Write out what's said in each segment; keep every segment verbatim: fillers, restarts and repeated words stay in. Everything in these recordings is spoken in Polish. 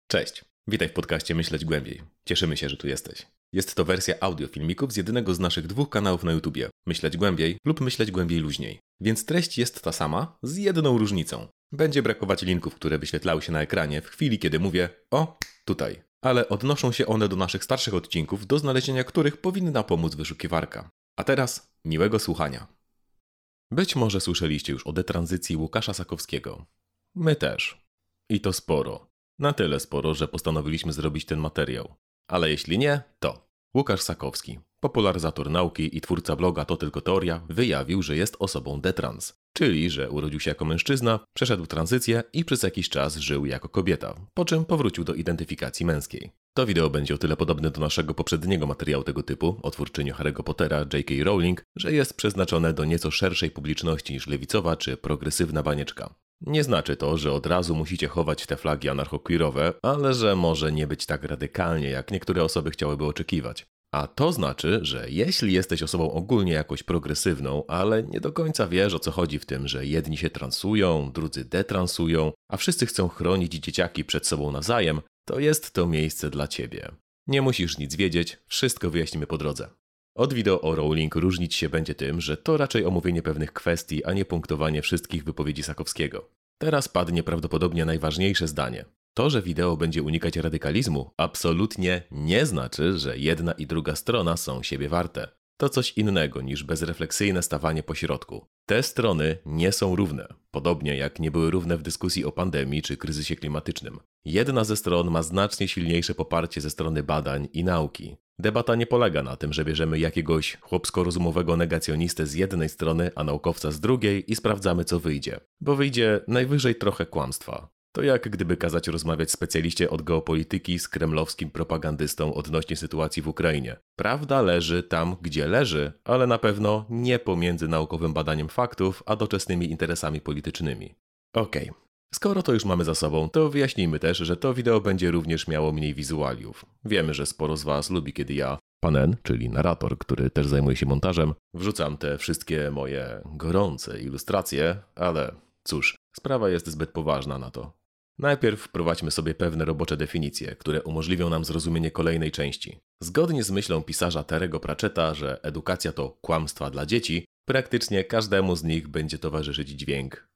Cześć, witaj w podcaście Myśleć Głębiej. Cieszymy się, że tu jesteś. Jest to wersja audio filmików z jednego z naszych dwóch kanałów na YouTubie. Myśleć Głębiej lub Myśleć Głębiej Luźniej. Więc treść jest ta sama, z jedną różnicą. Będzie brakować linków, które wyświetlały się na ekranie w chwili, kiedy mówię o, tutaj. Ale odnoszą się one do naszych starszych odcinków, do znalezienia których powinna pomóc wyszukiwarka. A teraz miłego słuchania. Być może słyszeliście już o detranzycji Łukasza Sakowskiego. My też. I to sporo. Na tyle sporo, że postanowiliśmy zrobić ten materiał. Ale jeśli nie, to Łukasz Sakowski, popularyzator nauki i twórca bloga To Tylko Teoria, wyjawił, że jest osobą detrans, czyli że urodził się jako mężczyzna, przeszedł tranzycję i przez jakiś czas żył jako kobieta, po czym powrócił do identyfikacji męskiej. To wideo będzie o tyle podobne do naszego poprzedniego materiału tego typu, o twórczyni Harry'ego Pottera J K Rowling, że jest przeznaczone do nieco szerszej publiczności niż lewicowa czy progresywna banieczka. Nie znaczy to, że od razu musicie chować te flagi anarcho-queerowe, ale że może nie być tak radykalnie, jak niektóre osoby chciałyby oczekiwać. A to znaczy, że jeśli jesteś osobą ogólnie jakoś progresywną, ale nie do końca wiesz, o co chodzi w tym, że jedni się transują, drudzy detransują, a wszyscy chcą chronić dzieciaki przed sobą nawzajem, to jest to miejsce dla ciebie. Nie musisz nic wiedzieć, wszystko wyjaśnimy po drodze. Od wideo o Rowling różnić się będzie tym, że to raczej omówienie pewnych kwestii, a nie punktowanie wszystkich wypowiedzi Sakowskiego. Teraz padnie prawdopodobnie najważniejsze zdanie. To, że wideo będzie unikać radykalizmu, absolutnie nie znaczy, że jedna i druga strona są siebie warte. To coś innego niż bezrefleksyjne stawanie pośrodku. Te strony nie są równe, podobnie jak nie były równe w dyskusji o pandemii czy kryzysie klimatycznym. Jedna ze stron ma znacznie silniejsze poparcie ze strony badań i nauki. Debata nie polega na tym, że bierzemy jakiegoś chłopsko-rozumowego negacjonistę z jednej strony, a naukowca z drugiej i sprawdzamy, co wyjdzie. Bo wyjdzie najwyżej trochę kłamstwa. To jak gdyby kazać rozmawiać specjaliście od geopolityki z kremlowskim propagandystą odnośnie sytuacji w Ukrainie. Prawda leży tam, gdzie leży, ale na pewno nie pomiędzy naukowym badaniem faktów, a doczesnymi interesami politycznymi. Okej. Okay. Skoro to już mamy za sobą, to wyjaśnijmy też, że to wideo będzie również miało mniej wizualiów. Wiemy, że sporo z Was lubi, kiedy ja, pan N, czyli narrator, który też zajmuje się montażem, wrzucam te wszystkie moje gorące ilustracje, ale cóż, sprawa jest zbyt poważna na to. Najpierw wprowadźmy sobie pewne robocze definicje, które umożliwią nam zrozumienie kolejnej części. Zgodnie z myślą pisarza Terry'ego Pratchetta, że edukacja to kłamstwa dla dzieci, praktycznie każdemu z nich będzie towarzyszyć dźwięk.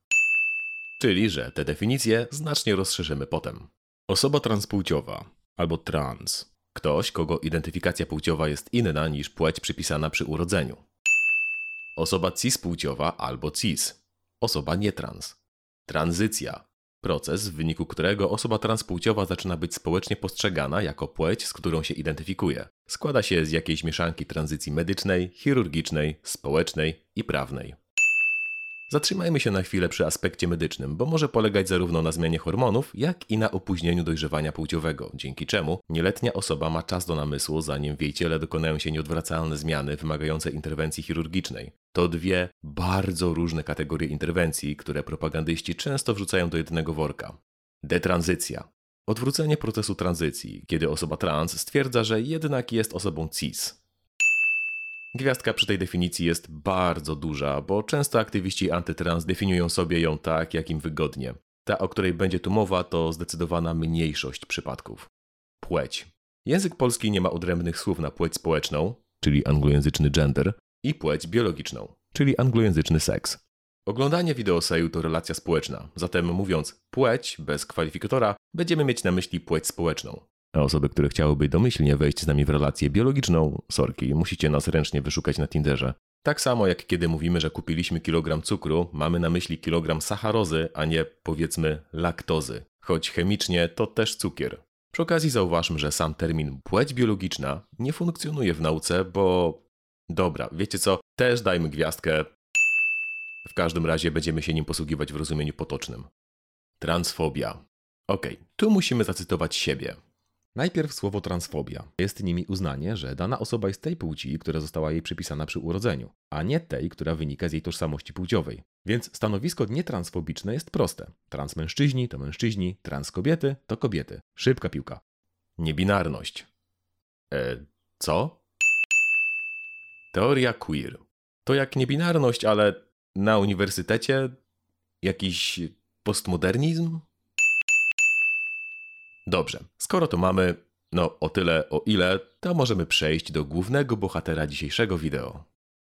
Czyli, że te definicje znacznie rozszerzymy potem. Osoba transpłciowa albo trans. Ktoś, kogo identyfikacja płciowa jest inna niż płeć przypisana przy urodzeniu. Osoba cispłciowa albo cis. Osoba nietrans. Tranzycja. Proces, w wyniku którego osoba transpłciowa zaczyna być społecznie postrzegana jako płeć, z którą się identyfikuje. Składa się z jakiejś mieszanki tranzycji medycznej, chirurgicznej, społecznej i prawnej. Zatrzymajmy się na chwilę przy aspekcie medycznym, bo może polegać zarówno na zmianie hormonów, jak i na opóźnieniu dojrzewania płciowego, dzięki czemu nieletnia osoba ma czas do namysłu, zanim w jej ciele dokonają się nieodwracalne zmiany wymagające interwencji chirurgicznej. To dwie bardzo różne kategorie interwencji, które propagandyści często wrzucają do jednego worka. Detranzycja. Odwrócenie procesu tranzycji, kiedy osoba trans stwierdza, że jednak jest osobą cis. Gwiazdka przy tej definicji jest bardzo duża, bo często aktywiści antytrans definiują sobie ją tak, jak im wygodnie. Ta, o której będzie tu mowa, to zdecydowana mniejszość przypadków. Płeć. Język polski nie ma odrębnych słów na płeć społeczną, czyli anglojęzyczny gender, i płeć biologiczną, czyli anglojęzyczny seks. Oglądanie wideoseju to relacja społeczna, zatem mówiąc płeć bez kwalifikatora, będziemy mieć na myśli płeć społeczną. A osoby, które chciałyby domyślnie wejść z nami w relację biologiczną, sorki, musicie nas ręcznie wyszukać na Tinderze. Tak samo jak kiedy mówimy, że kupiliśmy kilogram cukru, mamy na myśli kilogram sacharozy, a nie powiedzmy laktozy. Choć chemicznie to też cukier. Przy okazji zauważmy, że sam termin płeć biologiczna nie funkcjonuje w nauce, bo... Dobra, wiecie co? Też dajmy gwiazdkę. W każdym razie będziemy się nim posługiwać w rozumieniu potocznym. Transfobia. Okej, okay, tu musimy zacytować siebie. Najpierw słowo transfobia. Jest nimi uznanie, że dana osoba jest tej płci, która została jej przypisana przy urodzeniu, a nie tej, która wynika z jej tożsamości płciowej. Więc stanowisko nietransfobiczne jest proste. Transmężczyźni to mężczyźni, transkobiety to kobiety. Szybka piłka. Niebinarność. E, co? Teoria queer. To jak niebinarność, ale na uniwersytecie? Jakiś postmodernizm? Dobrze, skoro to mamy, no o tyle o ile, to możemy przejść do głównego bohatera dzisiejszego wideo.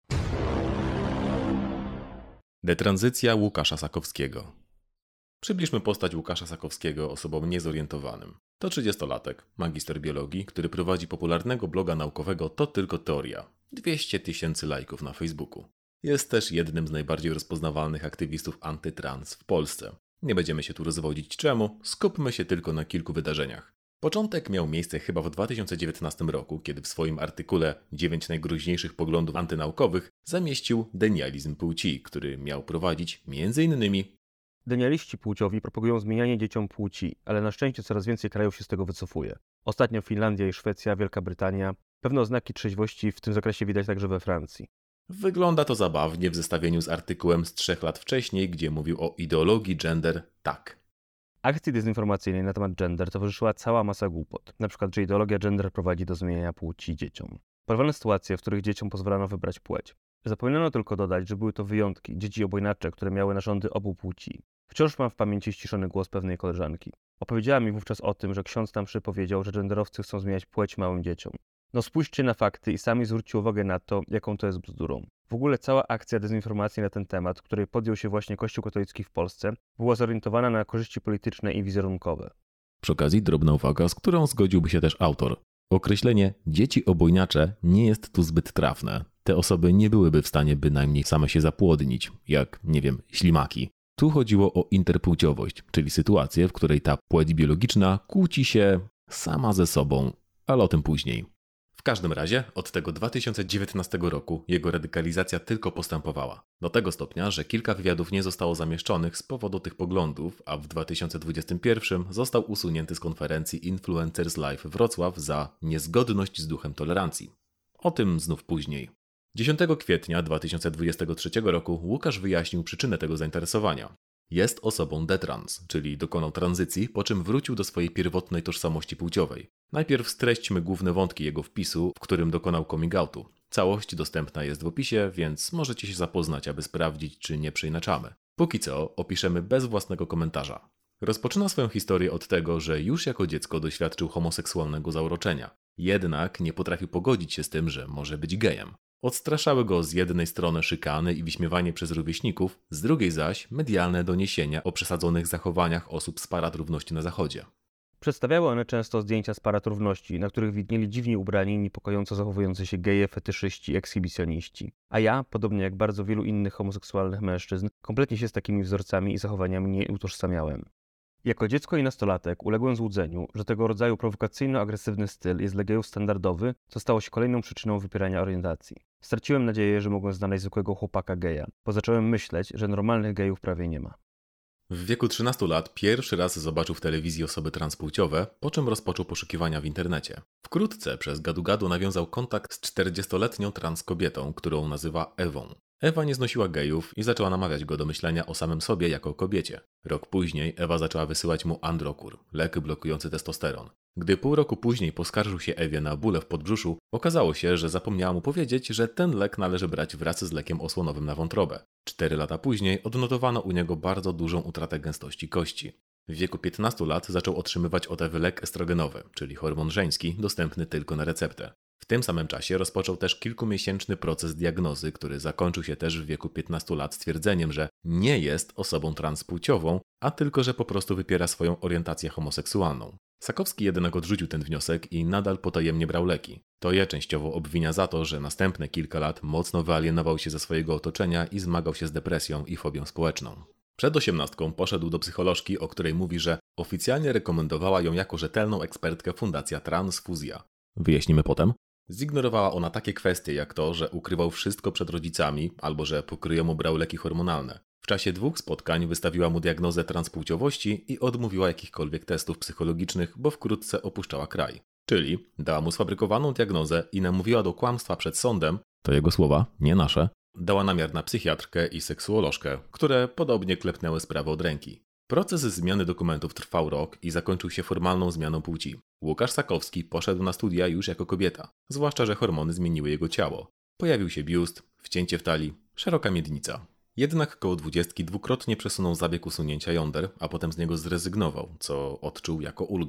Detranzycja Łukasza Sakowskiego. Przybliżmy postać Łukasza Sakowskiego osobom niezorientowanym. To trzydziestolatek, magister biologii, który prowadzi popularnego bloga naukowego To Tylko Teoria. dwieście tysięcy lajków na Facebooku. Jest też jednym z najbardziej rozpoznawalnych aktywistów antytrans w Polsce. Nie będziemy się tu rozwodzić czemu, skupmy się tylko na kilku wydarzeniach. Początek miał miejsce chyba w dwa tysiące dziewiętnastym roku, kiedy w swoim artykule dziewięć najgroźniejszych poglądów antynaukowych zamieścił denializm płci, który miał prowadzić między innymi Denialiści płciowi propagują zmienianie dzieciom płci, ale na szczęście coraz więcej krajów się z tego wycofuje. Ostatnio Finlandia i Szwecja, Wielka Brytania. Pewne oznaki trzeźwości w tym zakresie widać także we Francji. Wygląda to zabawnie w zestawieniu z artykułem z trzech lat wcześniej, gdzie mówił o ideologii gender tak. Akcji dezinformacyjnej na temat gender towarzyszyła cała masa głupot. Na przykład, że ideologia gender prowadzi do zmieniania płci dzieciom. Podawano sytuacje, w których dzieciom pozwalano wybrać płeć. Zapominano tylko dodać, że były to wyjątki, dzieci obojnacze, które miały narządy obu płci. Wciąż mam w pamięci ściszony głos pewnej koleżanki. Opowiedziała mi wówczas o tym, że ksiądz tam powiedział, że genderowcy chcą zmieniać płeć małym dzieciom. No spójrzcie na fakty i sami zwróćcie uwagę na to, jaką to jest bzdurą. W ogóle cała akcja dezinformacji na ten temat, której podjął się właśnie Kościół katolicki w Polsce, była zorientowana na korzyści polityczne i wizerunkowe. Przy okazji drobna uwaga, z którą zgodziłby się też autor. Określenie dzieci obojnacze nie jest tu zbyt trafne. Te osoby nie byłyby w stanie bynajmniej same się zapłodnić, jak, nie wiem, ślimaki. Tu chodziło o interpłciowość, czyli sytuację, w której ta płeć biologiczna kłóci się sama ze sobą, ale o tym później. W każdym razie od tego dwa tysiące dziewiętnastego roku jego radykalizacja tylko postępowała. Do tego stopnia, że kilka wywiadów nie zostało zamieszczonych z powodu tych poglądów, a w dwa tysiące dwudziestym pierwszym został usunięty z konferencji Influencers Live Wrocław za niezgodność z duchem tolerancji. O tym znów później. dziesiątego kwietnia dwa tysiące dwudziestego trzeciego roku Łukasz wyjaśnił przyczynę tego zainteresowania. Jest osobą detrans, czyli dokonał tranzycji, po czym wrócił do swojej pierwotnej tożsamości płciowej. Najpierw streśćmy główne wątki jego wpisu, w którym dokonał coming outu. Całość dostępna jest w opisie, więc możecie się zapoznać, aby sprawdzić, czy nie przeinaczamy. Póki co opiszemy bez własnego komentarza. Rozpoczyna swoją historię od tego, że już jako dziecko doświadczył homoseksualnego zauroczenia. Jednak nie potrafił pogodzić się z tym, że może być gejem. Odstraszały go z jednej strony szykany i wyśmiewanie przez rówieśników, z drugiej zaś medialne doniesienia o przesadzonych zachowaniach osób z parad równości na zachodzie. Przedstawiały one często zdjęcia z parad równości, na których widnieli dziwnie ubrani i niepokojąco zachowujący się geje, fetyszyści, ekshibicjoniści. A ja, podobnie jak bardzo wielu innych homoseksualnych mężczyzn, kompletnie się z takimi wzorcami i zachowaniami nie utożsamiałem. Jako dziecko i nastolatek uległem złudzeniu, że tego rodzaju prowokacyjno-agresywny styl jest dla gejów standardowy, co stało się kolejną przyczyną wypierania orientacji. Straciłem nadzieję, że mogłem znaleźć zwykłego chłopaka geja, bo zacząłem myśleć, że normalnych gejów prawie nie ma. W wieku trzynastu lat pierwszy raz zobaczył w telewizji osoby transpłciowe, po czym rozpoczął poszukiwania w internecie. Wkrótce przez gadu-gadu nawiązał kontakt z czterdziestoletnią trans kobietą, którą nazywa Ewą. Ewa nie znosiła gejów i zaczęła namawiać go do myślenia o samym sobie jako kobiecie. Rok później Ewa zaczęła wysyłać mu Androkur, lek blokujący testosteron. Gdy pół roku później poskarżył się Ewie na bóle w podbrzuszu, okazało się, że zapomniała mu powiedzieć, że ten lek należy brać wraz z lekiem osłonowym na wątrobę. Cztery lata później odnotowano u niego bardzo dużą utratę gęstości kości. W wieku piętnastu lat zaczął otrzymywać od Ewy lek estrogenowy, czyli hormon żeński, dostępny tylko na receptę. W tym samym czasie rozpoczął też kilkumiesięczny proces diagnozy, który zakończył się też w wieku piętnastu lat stwierdzeniem, że nie jest osobą transpłciową, a tylko, że po prostu wypiera swoją orientację homoseksualną. Sakowski jednak odrzucił ten wniosek i nadal potajemnie brał leki. To je częściowo obwinia za to, że następne kilka lat mocno wyalienował się ze swojego otoczenia i zmagał się z depresją i fobią społeczną. Przed osiemnastką poszedł do psycholożki, o której mówi, że oficjalnie rekomendowała ją jako rzetelną ekspertkę Fundacja Transfuzja. Wyjaśnimy potem. Zignorowała ona takie kwestie jak to, że ukrywał wszystko przed rodzicami albo że pokryjomu mu brał leki hormonalne. W czasie dwóch spotkań wystawiła mu diagnozę transpłciowości i odmówiła jakichkolwiek testów psychologicznych, bo wkrótce opuszczała kraj. Czyli dała mu sfabrykowaną diagnozę i namówiła do kłamstwa przed sądem, to jego słowa, nie nasze, dała namiar na psychiatrkę i seksuolożkę, które podobnie klepnęły sprawę od ręki. Proces zmiany dokumentów trwał rok i zakończył się formalną zmianą płci. Łukasz Sakowski poszedł na studia już jako kobieta, zwłaszcza że hormony zmieniły jego ciało. Pojawił się biust, wcięcie w talii, szeroka miednica. Jednak koło dwudziestki dwukrotnie przesunął zabieg usunięcia jąder, a potem z niego zrezygnował, co odczuł jako ulgę.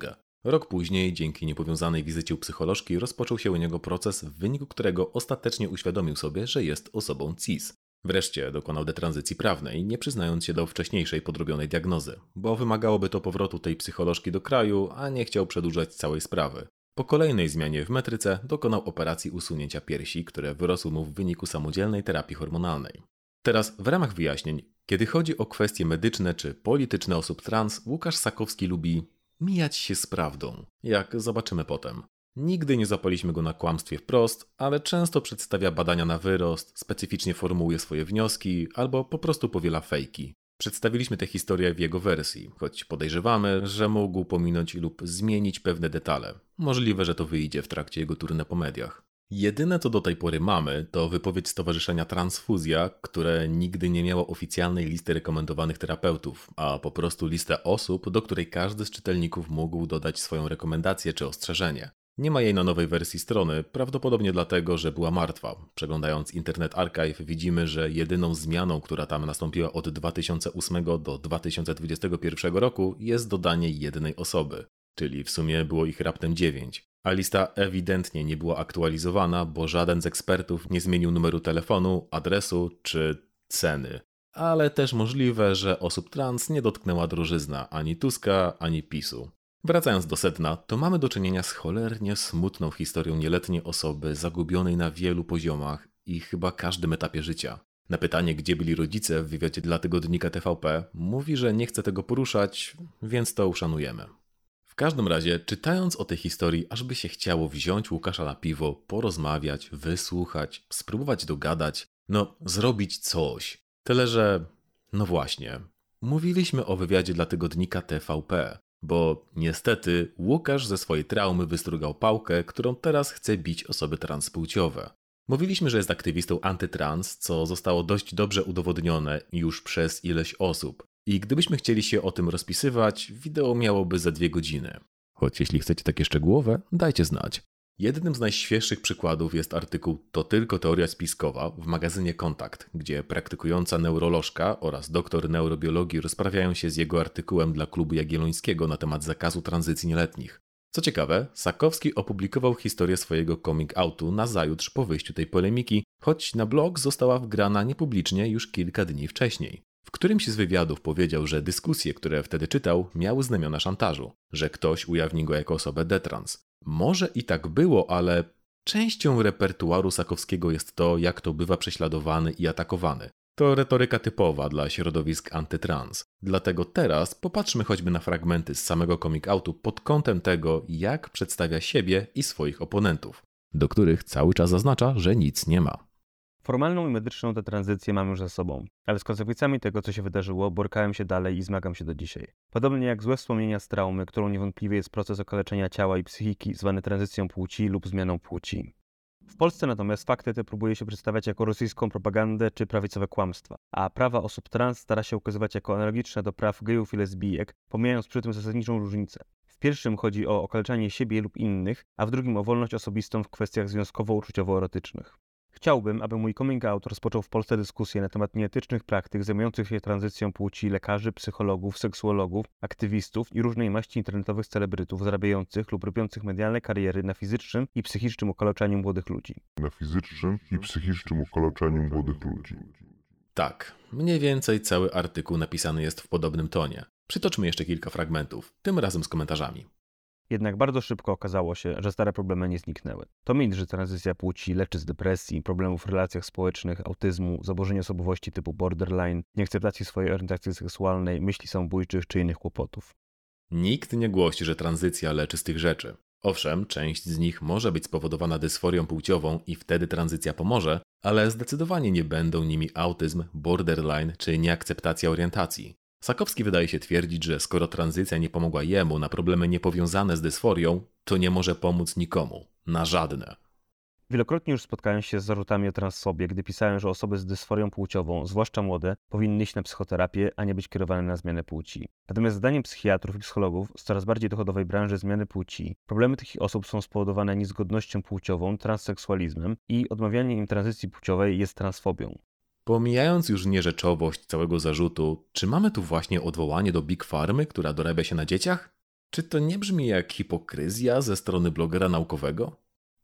Rok później, dzięki niepowiązanej wizycie u psycholożki, rozpoczął się u niego proces, w wyniku którego ostatecznie uświadomił sobie, że jest osobą cis. Wreszcie dokonał detranzycji prawnej, nie przyznając się do wcześniejszej podrobionej diagnozy, bo wymagałoby to powrotu tej psycholożki do kraju, a nie chciał przedłużać całej sprawy. Po kolejnej zmianie w metryce dokonał operacji usunięcia piersi, które wyrosły mu w wyniku samodzielnej terapii hormonalnej. Teraz w ramach wyjaśnień, kiedy chodzi o kwestie medyczne czy polityczne osób trans, Łukasz Sakowski lubi mijać się z prawdą, jak zobaczymy potem. Nigdy nie zapaliśmy go na kłamstwie wprost, ale często przedstawia badania na wyrost, specyficznie formułuje swoje wnioski albo po prostu powiela fejki. Przedstawiliśmy tę historię w jego wersji, choć podejrzewamy, że mógł pominąć lub zmienić pewne detale. Możliwe, że to wyjdzie w trakcie jego tournée po mediach. Jedyne co do tej pory mamy to wypowiedź Stowarzyszenia Transfuzja, które nigdy nie miało oficjalnej listy rekomendowanych terapeutów, a po prostu listę osób, do której każdy z czytelników mógł dodać swoją rekomendację czy ostrzeżenie. Nie ma jej na nowej wersji strony, prawdopodobnie dlatego, że była martwa. Przeglądając Internet Archive widzimy, że jedyną zmianą, która tam nastąpiła od dwa tysiące ósmego do dwa tysiące dwudziestego pierwszego roku jest dodanie jednej osoby, czyli w sumie było ich raptem dziewięć. A lista ewidentnie nie była aktualizowana, bo żaden z ekspertów nie zmienił numeru telefonu, adresu czy ceny. Ale też możliwe, że osób trans nie dotknęła drożyzna ani Tuska, ani PiSu. Wracając do sedna, to mamy do czynienia z cholernie smutną historią nieletniej osoby zagubionej na wielu poziomach i chyba każdym etapie życia. Na pytanie, gdzie byli rodzice w wywiadzie dla tygodnika T V P, mówi, że nie chce tego poruszać, więc to uszanujemy. W każdym razie, czytając o tej historii, aż by się chciało wziąć Łukasza na piwo, porozmawiać, wysłuchać, spróbować dogadać, no zrobić coś. Tyle, że no właśnie, mówiliśmy o wywiadzie dla tygodnika T V P. Bo niestety Łukasz ze swojej traumy wystrugał pałkę, którą teraz chce bić osoby transpłciowe. Mówiliśmy, że jest aktywistą antytrans, co zostało dość dobrze udowodnione już przez ileś osób. I gdybyśmy chcieli się o tym rozpisywać, wideo miałoby ze dwie godziny. Choć jeśli chcecie takie szczegółowe, dajcie znać. Jednym z najświeższych przykładów jest artykuł To tylko teoria spiskowa w magazynie Kontakt, gdzie praktykująca neurolożka oraz doktor neurobiologii rozprawiają się z jego artykułem dla Klubu Jagiellońskiego na temat zakazu tranzycji nieletnich. Co ciekawe, Sakowski opublikował historię swojego coming outu nazajutrz po wyjściu tej polemiki, choć na blog została wgrana niepublicznie już kilka dni wcześniej. W którymś z wywiadów powiedział, że dyskusje, które wtedy czytał, miały znamiona szantażu, że ktoś ujawni go jako osobę detrans. Może i tak było, ale częścią repertuaru Sakowskiego jest to, jak to bywa prześladowany i atakowany. To retoryka typowa dla środowisk antytrans. Dlatego teraz popatrzmy choćby na fragmenty z samego coming outu pod kątem tego, jak przedstawia siebie i swoich oponentów, do których cały czas zaznacza, że nic nie ma. Formalną i medyczną tę tranzycję mam już za sobą, ale z konsekwencjami tego, co się wydarzyło, borykałem się dalej i zmagam się do dzisiaj. Podobnie jak złe wspomnienia z traumy, którą niewątpliwie jest proces okaleczenia ciała i psychiki zwany tranzycją płci lub zmianą płci. W Polsce natomiast fakty te próbuje się przedstawiać jako rosyjską propagandę czy prawicowe kłamstwa, a prawa osób trans stara się ukazywać jako analogiczne do praw gejów i lesbijek, pomijając przy tym zasadniczą różnicę. W pierwszym chodzi o okaleczanie siebie lub innych, a w drugim o wolność osobistą w kwestiach związkowo-uczuciowo-erotycznych. Chciałbym, aby mój coming out rozpoczął w Polsce dyskusję na temat nieetycznych praktyk zajmujących się tranzycją płci lekarzy, psychologów, seksuologów, aktywistów i różnej maści internetowych celebrytów zarabiających lub robiących medialne kariery na fizycznym i psychicznym okaleczaniu młodych ludzi. Na fizycznym i psychicznym okaleczaniu młodych ludzi. Tak, mniej więcej cały artykuł napisany jest w podobnym tonie. Przytoczmy jeszcze kilka fragmentów, tym razem z komentarzami. Jednak bardzo szybko okazało się, że stare problemy nie zniknęły. To mit, że tranzycja płci leczy z depresji, problemów w relacjach społecznych, autyzmu, zaburzeń osobowości typu borderline, nieakceptacji swojej orientacji seksualnej, myśli samobójczych czy innych kłopotów. Nikt nie głosi, że tranzycja leczy z tych rzeczy. Owszem, część z nich może być spowodowana dysforią płciową i wtedy tranzycja pomoże, ale zdecydowanie nie będą nimi autyzm, borderline czy nieakceptacja orientacji. Sakowski wydaje się twierdzić, że skoro tranzycja nie pomogła jemu na problemy niepowiązane z dysforią, to nie może pomóc nikomu. Na żadne. Wielokrotnie już spotkałem się z zarzutami o transfobie, gdy pisałem, że osoby z dysforią płciową, zwłaszcza młode, powinny iść na psychoterapię, a nie być kierowane na zmianę płci. Natomiast zdaniem psychiatrów i psychologów z coraz bardziej dochodowej branży zmiany płci, problemy tych osób są spowodowane niezgodnością płciową, transseksualizmem i odmawianie im tranzycji płciowej jest transfobią. Pomijając już nierzeczowość całego zarzutu, czy mamy tu właśnie odwołanie do Big Pharmy, która dorabia się na dzieciach? Czy to nie brzmi jak hipokryzja ze strony blogera naukowego?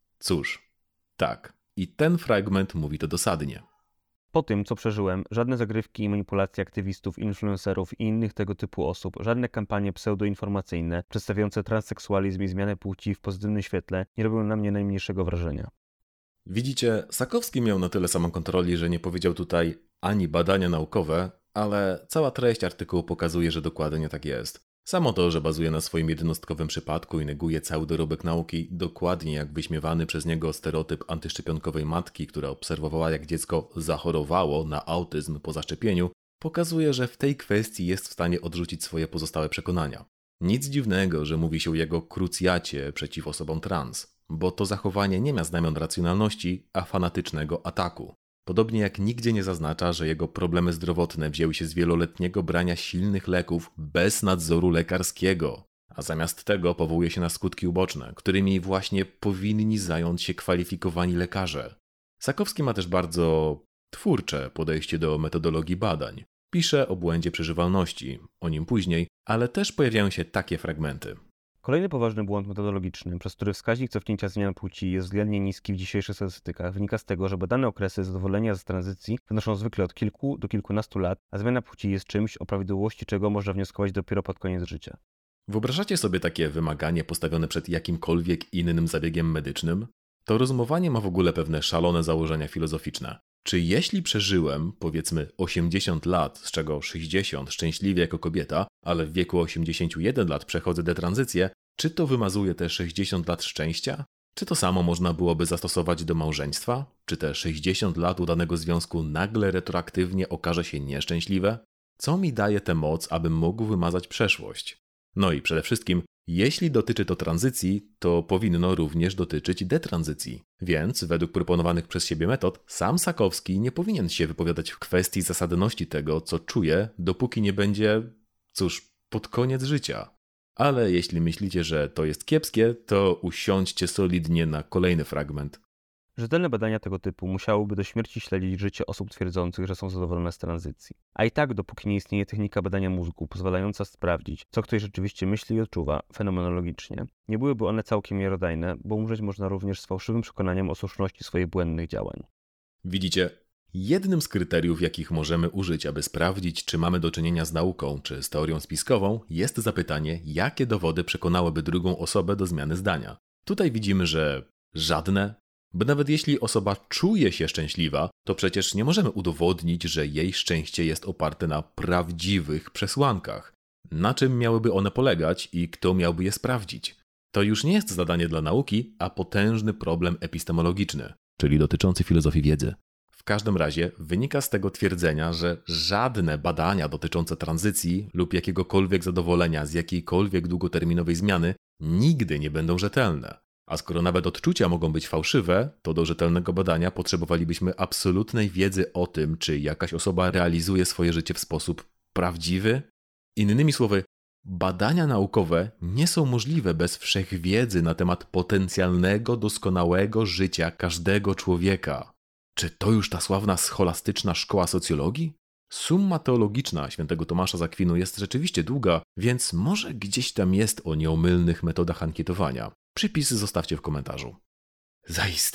Cóż, tak. I ten fragment mówi to dosadnie. Po tym, co przeżyłem, żadne zagrywki i manipulacje aktywistów, influencerów i innych tego typu osób, żadne kampanie pseudoinformacyjne przedstawiające transseksualizm i zmianę płci w pozytywnym świetle nie robią na mnie najmniejszego wrażenia. Widzicie, Sakowski miał na tyle samokontroli, że nie powiedział tutaj ani badania naukowe, ale cała treść artykułu pokazuje, że dokładnie tak jest. Samo to, że bazuje na swoim jednostkowym przypadku i neguje cały dorobek nauki, dokładnie jak wyśmiewany przez niego stereotyp antyszczepionkowej matki, która obserwowała, jak dziecko zachorowało na autyzm po zaszczepieniu, pokazuje, że w tej kwestii jest w stanie odrzucić swoje pozostałe przekonania. Nic dziwnego, że mówi się o jego krucjacie przeciw osobom trans, bo to zachowanie nie ma znamion racjonalności, a fanatycznego ataku. Podobnie jak nigdzie nie zaznacza, że jego problemy zdrowotne wzięły się z wieloletniego brania silnych leków bez nadzoru lekarskiego, a zamiast tego powołuje się na skutki uboczne, którymi właśnie powinni zająć się kwalifikowani lekarze. Sakowski ma też bardzo twórcze podejście do metodologii badań. Pisze o błędzie przeżywalności, o nim później, ale też pojawiają się takie fragmenty. Kolejny poważny błąd metodologiczny, przez który wskaźnik cofnięcia zmian płci jest względnie niski w dzisiejszych statystykach, wynika z tego, że badane okresy zadowolenia z tranzycji wynoszą zwykle od kilku do kilkunastu lat, a zmiana płci jest czymś, o prawidłowości czego można wnioskować dopiero pod koniec życia. Wyobrażacie sobie takie wymaganie postawione przed jakimkolwiek innym zabiegiem medycznym? To rozumowanie ma w ogóle pewne szalone założenia filozoficzne. Czy jeśli przeżyłem, powiedzmy, osiemdziesiąt lat, z czego sześćdziesiąt szczęśliwie jako kobieta, ale w wieku osiemdziesięciu jeden lat przechodzę detranzycję, czy to wymazuje te sześćdziesiąt lat szczęścia? Czy to samo można byłoby zastosować do małżeństwa? Czy te sześćdziesiąt lat udanego związku nagle retroaktywnie okaże się nieszczęśliwe? Co mi daje tę moc, abym mógł wymazać przeszłość? No i przede wszystkim, jeśli dotyczy to tranzycji, to powinno również dotyczyć detranzycji. Więc, według proponowanych przez siebie metod, sam Sakowski nie powinien się wypowiadać w kwestii zasadności tego, co czuje, dopóki nie będzie, cóż, pod koniec życia. Ale jeśli myślicie, że to jest kiepskie, to usiądźcie solidnie na kolejny fragment. Rzetelne badania tego typu musiałyby do śmierci śledzić życie osób twierdzących, że są zadowolone z tranzycji. A i tak, dopóki nie istnieje technika badania mózgu pozwalająca sprawdzić, co ktoś rzeczywiście myśli i odczuwa fenomenologicznie, nie byłyby one całkiem miarodajne, bo umrzeć można również z fałszywym przekonaniem o słuszności swoich błędnych działań. Widzicie, jednym z kryteriów, jakich możemy użyć, aby sprawdzić, czy mamy do czynienia z nauką czy z teorią spiskową, jest zapytanie, jakie dowody przekonałyby drugą osobę do zmiany zdania. Tutaj widzimy, że żadne. Bo nawet jeśli osoba czuje się szczęśliwa, to przecież nie możemy udowodnić, że jej szczęście jest oparte na prawdziwych przesłankach. Na czym miałyby one polegać i kto miałby je sprawdzić? To już nie jest zadanie dla nauki, a potężny problem epistemologiczny, czyli dotyczący filozofii wiedzy. W każdym razie wynika z tego twierdzenia, że żadne badania dotyczące tranzycji lub jakiegokolwiek zadowolenia z jakiejkolwiek długoterminowej zmiany nigdy nie będą rzetelne. A skoro nawet odczucia mogą być fałszywe, to do rzetelnego badania potrzebowalibyśmy absolutnej wiedzy o tym, czy jakaś osoba realizuje swoje życie w sposób prawdziwy. Innymi słowy, badania naukowe nie są możliwe bez wszechwiedzy na temat potencjalnego, doskonałego życia każdego człowieka. Czy to już ta sławna scholastyczna szkoła socjologii? Summa teologiczna świętego Tomasza z Akwinu jest rzeczywiście długa, więc może gdzieś tam jest o nieomylnych metodach ankietowania. Przypisy zostawcie w komentarzu. Zaiste.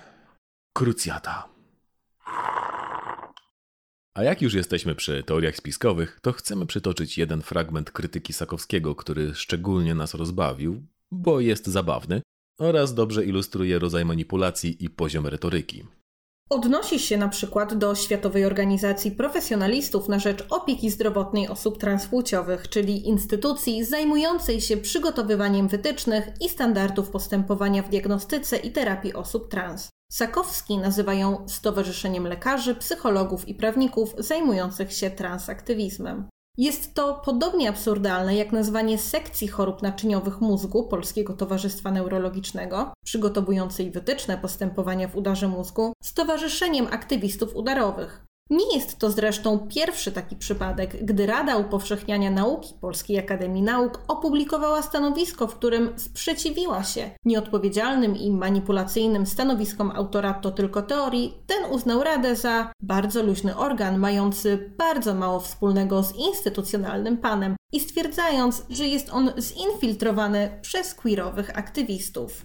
Krucjata. A jak już jesteśmy przy teoriach spiskowych, to chcemy przytoczyć jeden fragment krytyki Sakowskiego, który szczególnie nas rozbawił, bo jest zabawny oraz dobrze ilustruje rodzaj manipulacji i poziom retoryki. Odnosi się na przykład do Światowej Organizacji Profesjonalistów na rzecz Opieki Zdrowotnej Osób Transpłciowych, czyli instytucji zajmującej się przygotowywaniem wytycznych i standardów postępowania w diagnostyce i terapii osób trans. Sakowski nazywa ją Stowarzyszeniem Lekarzy, Psychologów i Prawników zajmujących się transaktywizmem. Jest to podobnie absurdalne jak nazwanie sekcji chorób naczyniowych mózgu Polskiego Towarzystwa Neurologicznego, przygotowującej wytyczne postępowania w udarze mózgu, Stowarzyszeniem Aktywistów Udarowych. Nie jest to zresztą pierwszy taki przypadek, gdy Rada Upowszechniania Nauki Polskiej Akademii Nauk opublikowała stanowisko, w którym sprzeciwiła się nieodpowiedzialnym i manipulacyjnym stanowiskom autora To tylko teorii. Ten uznał Radę za bardzo luźny organ, mający bardzo mało wspólnego z instytucjonalnym panem i stwierdzając, że jest on zinfiltrowany przez queerowych aktywistów.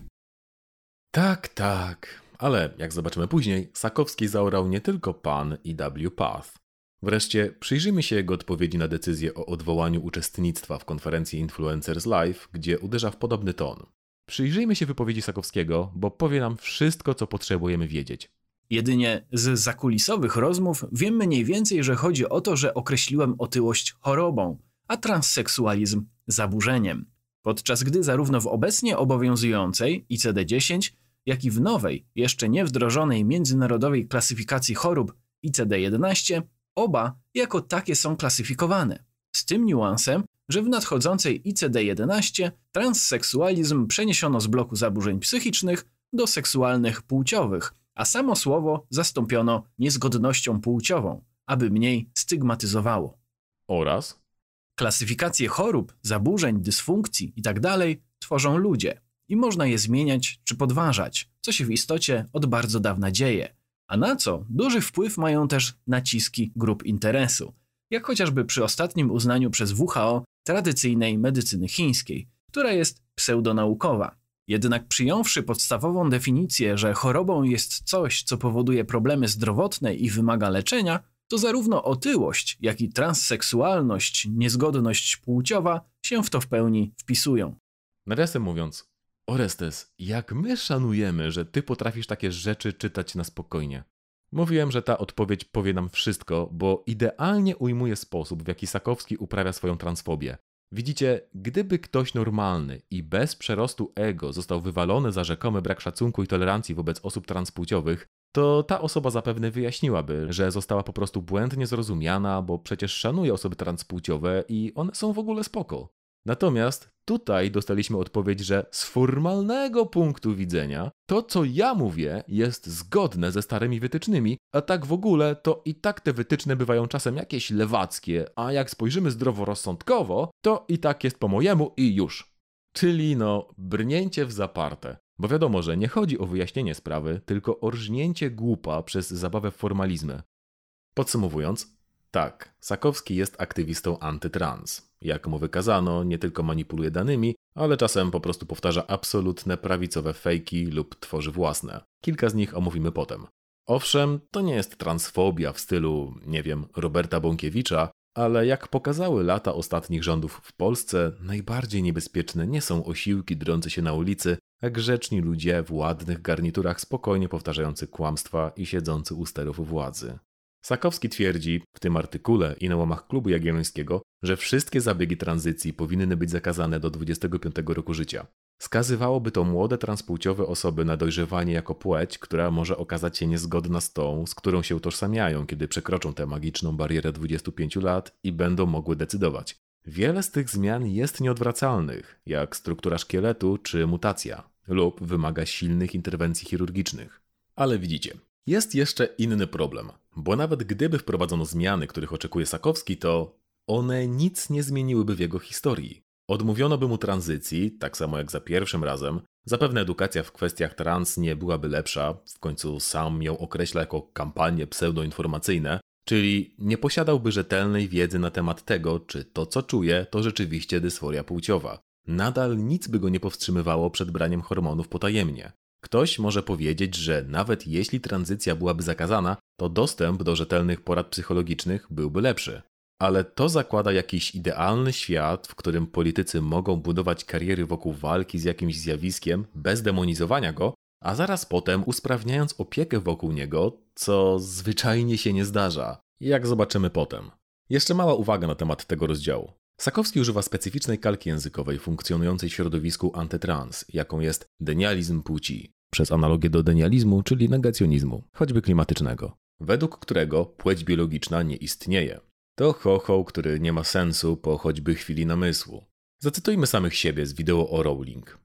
Tak, tak. Ale, jak zobaczymy później, Sakowski zaorał nie tylko pan i W. Path. Wreszcie przyjrzyjmy się jego odpowiedzi na decyzję o odwołaniu uczestnictwa w konferencji Influencers Live, gdzie uderza w podobny ton. Przyjrzyjmy się wypowiedzi Sakowskiego, bo powie nam wszystko, co potrzebujemy wiedzieć. Jedynie z zakulisowych rozmów wiem mniej więcej, że chodzi o to, że określiłem otyłość chorobą, a transseksualizm zaburzeniem. Podczas gdy zarówno w obecnie obowiązującej I C D dziesięć, jak i w nowej, jeszcze nie wdrożonej międzynarodowej klasyfikacji chorób I C D jedenaście, oba jako takie są klasyfikowane. Z tym niuansem, że w nadchodzącej I C D jedenaście transseksualizm przeniesiono z bloku zaburzeń psychicznych do seksualnych płciowych, a samo słowo zastąpiono niezgodnością płciową, aby mniej stygmatyzowało. Oraz Klasyfikacje chorób, zaburzeń, dysfunkcji itd. Tworzą ludzie i można je zmieniać czy podważać, co się w istocie od bardzo dawna dzieje, a na co duży wpływ mają też naciski grup interesu, jak chociażby przy ostatnim uznaniu przez W H O tradycyjnej medycyny chińskiej, która jest pseudonaukowa. Jednak przyjąwszy podstawową definicję, że chorobą jest coś, co powoduje problemy zdrowotne i wymaga leczenia, to zarówno otyłość, jak i transseksualność, niezgodność płciowa się w to w pełni wpisują. Nawiasem mówiąc, Orestes, jak my szanujemy, że ty potrafisz takie rzeczy czytać na spokojnie. Mówiłem, że ta odpowiedź powie nam wszystko, bo idealnie ujmuje sposób, w jaki Sakowski uprawia swoją transfobię. Widzicie, gdyby ktoś normalny i bez przerostu ego został wywalony za rzekomy brak szacunku i tolerancji wobec osób transpłciowych, to ta osoba zapewne wyjaśniłaby, że została po prostu błędnie zrozumiana, bo przecież szanuje osoby transpłciowe i one są w ogóle spoko. Natomiast tutaj dostaliśmy odpowiedź, że z formalnego punktu widzenia to, co ja mówię, jest zgodne ze starymi wytycznymi, a tak w ogóle to i tak te wytyczne bywają czasem jakieś lewackie, a jak spojrzymy zdroworozsądkowo, to i tak jest po mojemu i już. Czyli no, brnięcie w zaparte. Bo wiadomo, że nie chodzi o wyjaśnienie sprawy, tylko o rżnięcie głupa przez zabawę w formalizmy. Podsumowując, tak, Sakowski jest aktywistą antytrans. Jak mu wykazano, nie tylko manipuluje danymi, ale czasem po prostu powtarza absolutne prawicowe fejki lub tworzy własne. Kilka z nich omówimy potem. Owszem, to nie jest transfobia w stylu, nie wiem, Roberta Bąkiewicza, ale jak pokazały lata ostatnich rządów w Polsce, najbardziej niebezpieczne nie są osiłki drące się na ulicy, a grzeczni ludzie w ładnych garniturach spokojnie powtarzający kłamstwa i siedzący u sterów władzy. Sakowski twierdzi, w tym artykule i na łamach Klubu Jagiellońskiego, że wszystkie zabiegi tranzycji powinny być zakazane do dwudziestego piątego roku życia. Skazywałoby to młode transpłciowe osoby na dojrzewanie jako płeć, która może okazać się niezgodna z tą, z którą się utożsamiają, kiedy przekroczą tę magiczną barierę dwudziestu pięciu lat i będą mogły decydować. Wiele z tych zmian jest nieodwracalnych, jak struktura szkieletu czy mutacja, lub wymaga silnych interwencji chirurgicznych. Ale widzicie, jest jeszcze inny problem, bo nawet gdyby wprowadzono zmiany, których oczekuje Sakowski, to one nic nie zmieniłyby w jego historii. Odmówiono by mu tranzycji, tak samo jak za pierwszym razem. Zapewne edukacja w kwestiach trans nie byłaby lepsza, w końcu sam ją określa jako kampanie pseudoinformacyjne, czyli nie posiadałby rzetelnej wiedzy na temat tego, czy to co czuje to rzeczywiście dysforia płciowa. Nadal nic by go nie powstrzymywało przed braniem hormonów potajemnie. Ktoś może powiedzieć, że nawet jeśli tranzycja byłaby zakazana, to dostęp do rzetelnych porad psychologicznych byłby lepszy. Ale to zakłada jakiś idealny świat, w którym politycy mogą budować kariery wokół walki z jakimś zjawiskiem bez demonizowania go, a zaraz potem usprawniając opiekę wokół niego, co zwyczajnie się nie zdarza. Jak zobaczymy potem. Jeszcze mała uwaga na temat tego rozdziału. Sakowski używa specyficznej kalki językowej funkcjonującej w środowisku antytrans, jaką jest denializm płci, przez analogię do denializmu, czyli negacjonizmu, choćby klimatycznego, według którego płeć biologiczna nie istnieje. To chochoł, który nie ma sensu po choćby chwili namysłu. Zacytujmy samych siebie z wideo o Rowling.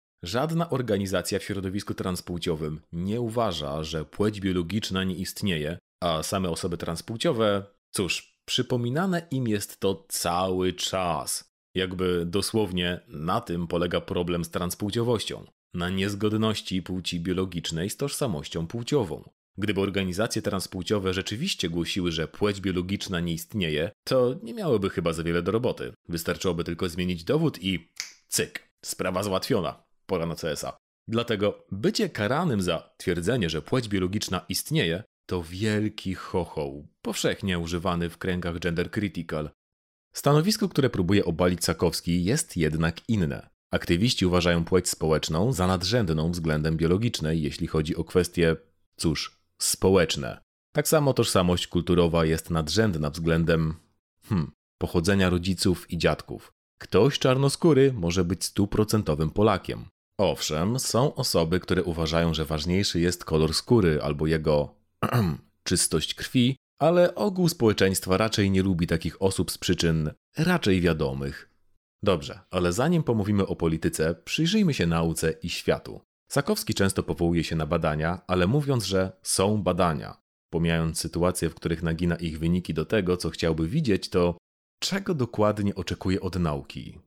Żadna organizacja w środowisku transpłciowym nie uważa, że płeć biologiczna nie istnieje, A same osoby transpłciowe, cóż, przypominane im jest to cały czas. Jakby dosłownie na tym polega problem z transpłciowością. Na niezgodności płci biologicznej z tożsamością płciową. Gdyby organizacje transpłciowe rzeczywiście głosiły, że płeć biologiczna nie istnieje, to nie miałyby chyba za wiele do roboty. Wystarczyłoby tylko zmienić dowód i cyk, sprawa załatwiona. Pora na C S A. Dlatego bycie karanym za twierdzenie, że płeć biologiczna istnieje, to wielki chochoł, powszechnie używany w kręgach gender critical. Stanowisko, które próbuje obalić Sakowski, jest jednak inne. Aktywiści uważają płeć społeczną za nadrzędną względem biologicznej, jeśli chodzi o kwestie, cóż, społeczne. Tak samo tożsamość kulturowa jest nadrzędna względem hmm, pochodzenia rodziców i dziadków. Ktoś czarnoskóry może być stuprocentowym Polakiem. Owszem, są osoby, które uważają, że ważniejszy jest kolor skóry albo jego czystość krwi, ale ogół społeczeństwa raczej nie lubi takich osób z przyczyn raczej wiadomych. Dobrze, ale zanim pomówimy o polityce, przyjrzyjmy się nauce i światu. Sakowski często powołuje się na badania, ale mówiąc, że są badania. Pomijając sytuacje, w których nagina ich wyniki do tego, co chciałby widzieć, to czego dokładnie oczekuje od nauki?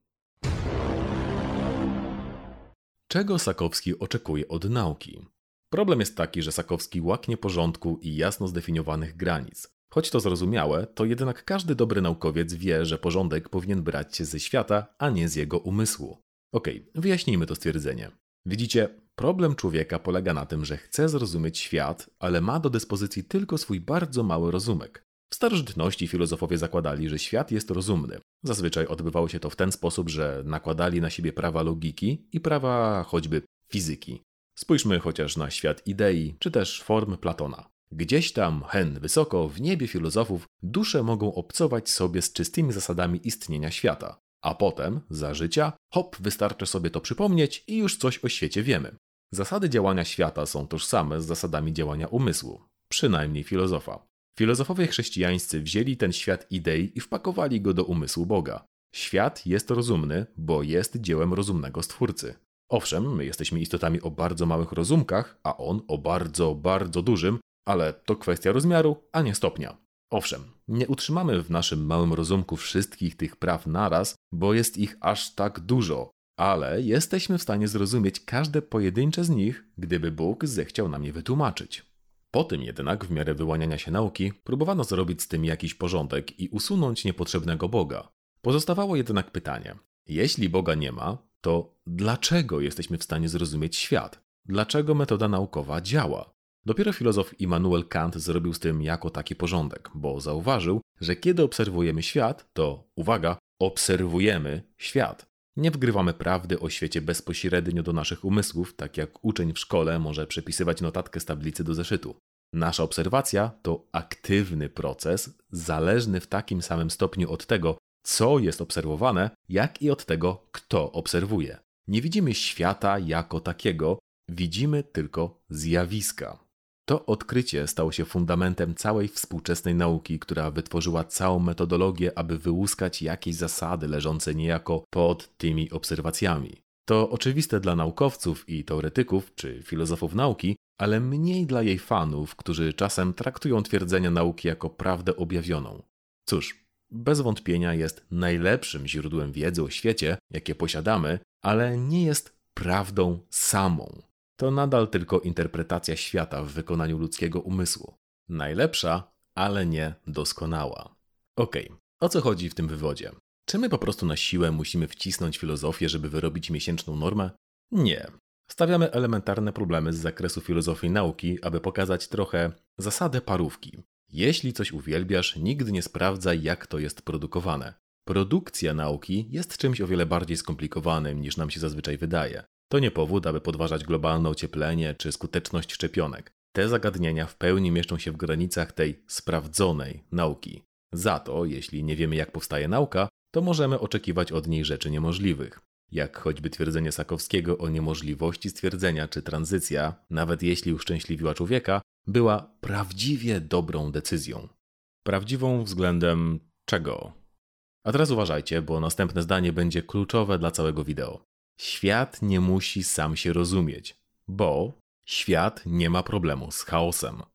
Czego Sakowski oczekuje od nauki? Problem jest taki, że Sakowski łaknie porządku i jasno zdefiniowanych granic. Choć to zrozumiałe, to jednak każdy dobry naukowiec wie, że porządek powinien brać się ze świata, a nie z jego umysłu. Okej, wyjaśnijmy to stwierdzenie. Widzicie, problem człowieka polega na tym, że chce zrozumieć świat, ale ma do dyspozycji tylko swój bardzo mały rozumek. W starożytności filozofowie zakładali, że świat jest rozumny. Zazwyczaj odbywało się to w ten sposób, że nakładali na siebie prawa logiki i prawa choćby fizyki. Spójrzmy chociaż na świat idei, czy też form Platona. Gdzieś tam, hen wysoko, w niebie filozofów, dusze mogą obcować sobie z czystymi zasadami istnienia świata. A potem, za życia, hop, wystarczy sobie to przypomnieć i już coś o świecie wiemy. Zasady działania świata są tożsame z zasadami działania umysłu, przynajmniej filozofa. Filozofowie chrześcijańscy wzięli ten świat idei i wpakowali go do umysłu Boga. Świat jest rozumny, bo jest dziełem rozumnego Stwórcy. Owszem, my jesteśmy istotami o bardzo małych rozumkach, a on o bardzo, bardzo dużym, ale to kwestia rozmiaru, a nie stopnia. Owszem, nie utrzymamy w naszym małym rozumku wszystkich tych praw naraz, bo jest ich aż tak dużo, ale jesteśmy w stanie zrozumieć każde pojedyncze z nich, gdyby Bóg zechciał nam je wytłumaczyć. Po tym jednak, w miarę wyłaniania się nauki, próbowano zrobić z tym jakiś porządek i usunąć niepotrzebnego Boga. Pozostawało jednak pytanie, jeśli Boga nie ma, to dlaczego jesteśmy w stanie zrozumieć świat? Dlaczego metoda naukowa działa? Dopiero filozof Immanuel Kant zrobił z tym jako taki porządek, bo zauważył, że kiedy obserwujemy świat, to, uwaga, obserwujemy świat. Nie wgrywamy prawdy o świecie bezpośrednio do naszych umysłów, tak jak uczeń w szkole może przepisywać notatkę z tablicy do zeszytu. Nasza obserwacja to aktywny proces, zależny w takim samym stopniu od tego, co jest obserwowane, jak i od tego, kto obserwuje. Nie widzimy świata jako takiego, widzimy tylko zjawiska. To odkrycie stało się fundamentem całej współczesnej nauki, która wytworzyła całą metodologię, aby wyłuskać jakieś zasady leżące niejako pod tymi obserwacjami. To oczywiste dla naukowców i teoretyków czy filozofów nauki, ale mniej dla jej fanów, którzy czasem traktują twierdzenia nauki jako prawdę objawioną. Cóż, bez wątpienia jest najlepszym źródłem wiedzy o świecie, jakie posiadamy, ale nie jest prawdą samą. To nadal tylko interpretacja świata w wykonaniu ludzkiego umysłu. Najlepsza, ale nie doskonała. Okej, o co chodzi w tym wywodzie? Czy my po prostu na siłę musimy wcisnąć filozofię, żeby wyrobić miesięczną normę? Nie. Stawiamy elementarne problemy z zakresu filozofii nauki, aby pokazać trochę zasadę parówki. Jeśli coś uwielbiasz, nigdy nie sprawdzaj, jak to jest produkowane. Produkcja nauki jest czymś o wiele bardziej skomplikowanym, niż nam się zazwyczaj wydaje. To nie powód, aby podważać globalne ocieplenie czy skuteczność szczepionek. Te zagadnienia w pełni mieszczą się w granicach tej sprawdzonej nauki. Za to, jeśli nie wiemy, jak powstaje nauka, to możemy oczekiwać od niej rzeczy niemożliwych. Jak choćby twierdzenie Sakowskiego o niemożliwości stwierdzenia, czy tranzycja, nawet jeśli uszczęśliwiła człowieka, była prawdziwie dobrą decyzją. Prawdziwą względem czego? A teraz uważajcie, bo następne zdanie będzie kluczowe dla całego wideo. Świat nie musi sam się rozumieć, bo świat nie ma problemu z chaosem.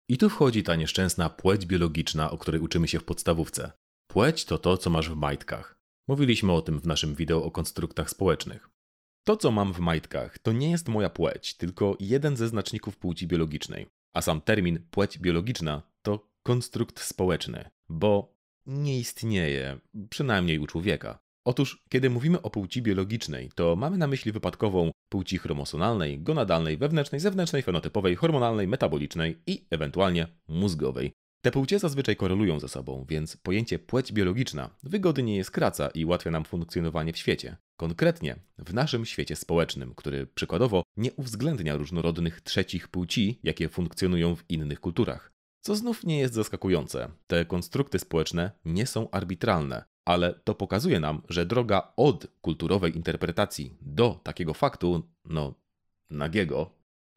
I tu wchodzi ta nieszczęsna płeć biologiczna, o której uczymy się w podstawówce. Płeć to to, co masz w majtkach. Mówiliśmy o tym w naszym wideo o konstruktach społecznych. To, co mam w majtkach, to nie jest moja płeć, tylko jeden ze znaczników płci biologicznej. A sam termin płeć biologiczna to konstrukt społeczny, bo nie istnieje, przynajmniej u człowieka. Otóż, kiedy mówimy o płci biologicznej, to mamy na myśli wypadkową płci chromosonalnej, gonadalnej, wewnętrznej, zewnętrznej, fenotypowej, hormonalnej, metabolicznej i ewentualnie mózgowej. Te płcie zazwyczaj korelują ze sobą, więc pojęcie płeć biologiczna wygodnie skraca i ułatwia nam funkcjonowanie w świecie. Konkretnie w naszym świecie społecznym, który przykładowo nie uwzględnia różnorodnych trzecich płci, jakie funkcjonują w innych kulturach. Co znów nie jest zaskakujące. Te konstrukty społeczne nie są arbitralne, ale to pokazuje nam, że droga od kulturowej interpretacji do takiego faktu, no, nagiego,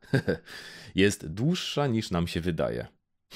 jest dłuższa niż nam się wydaje.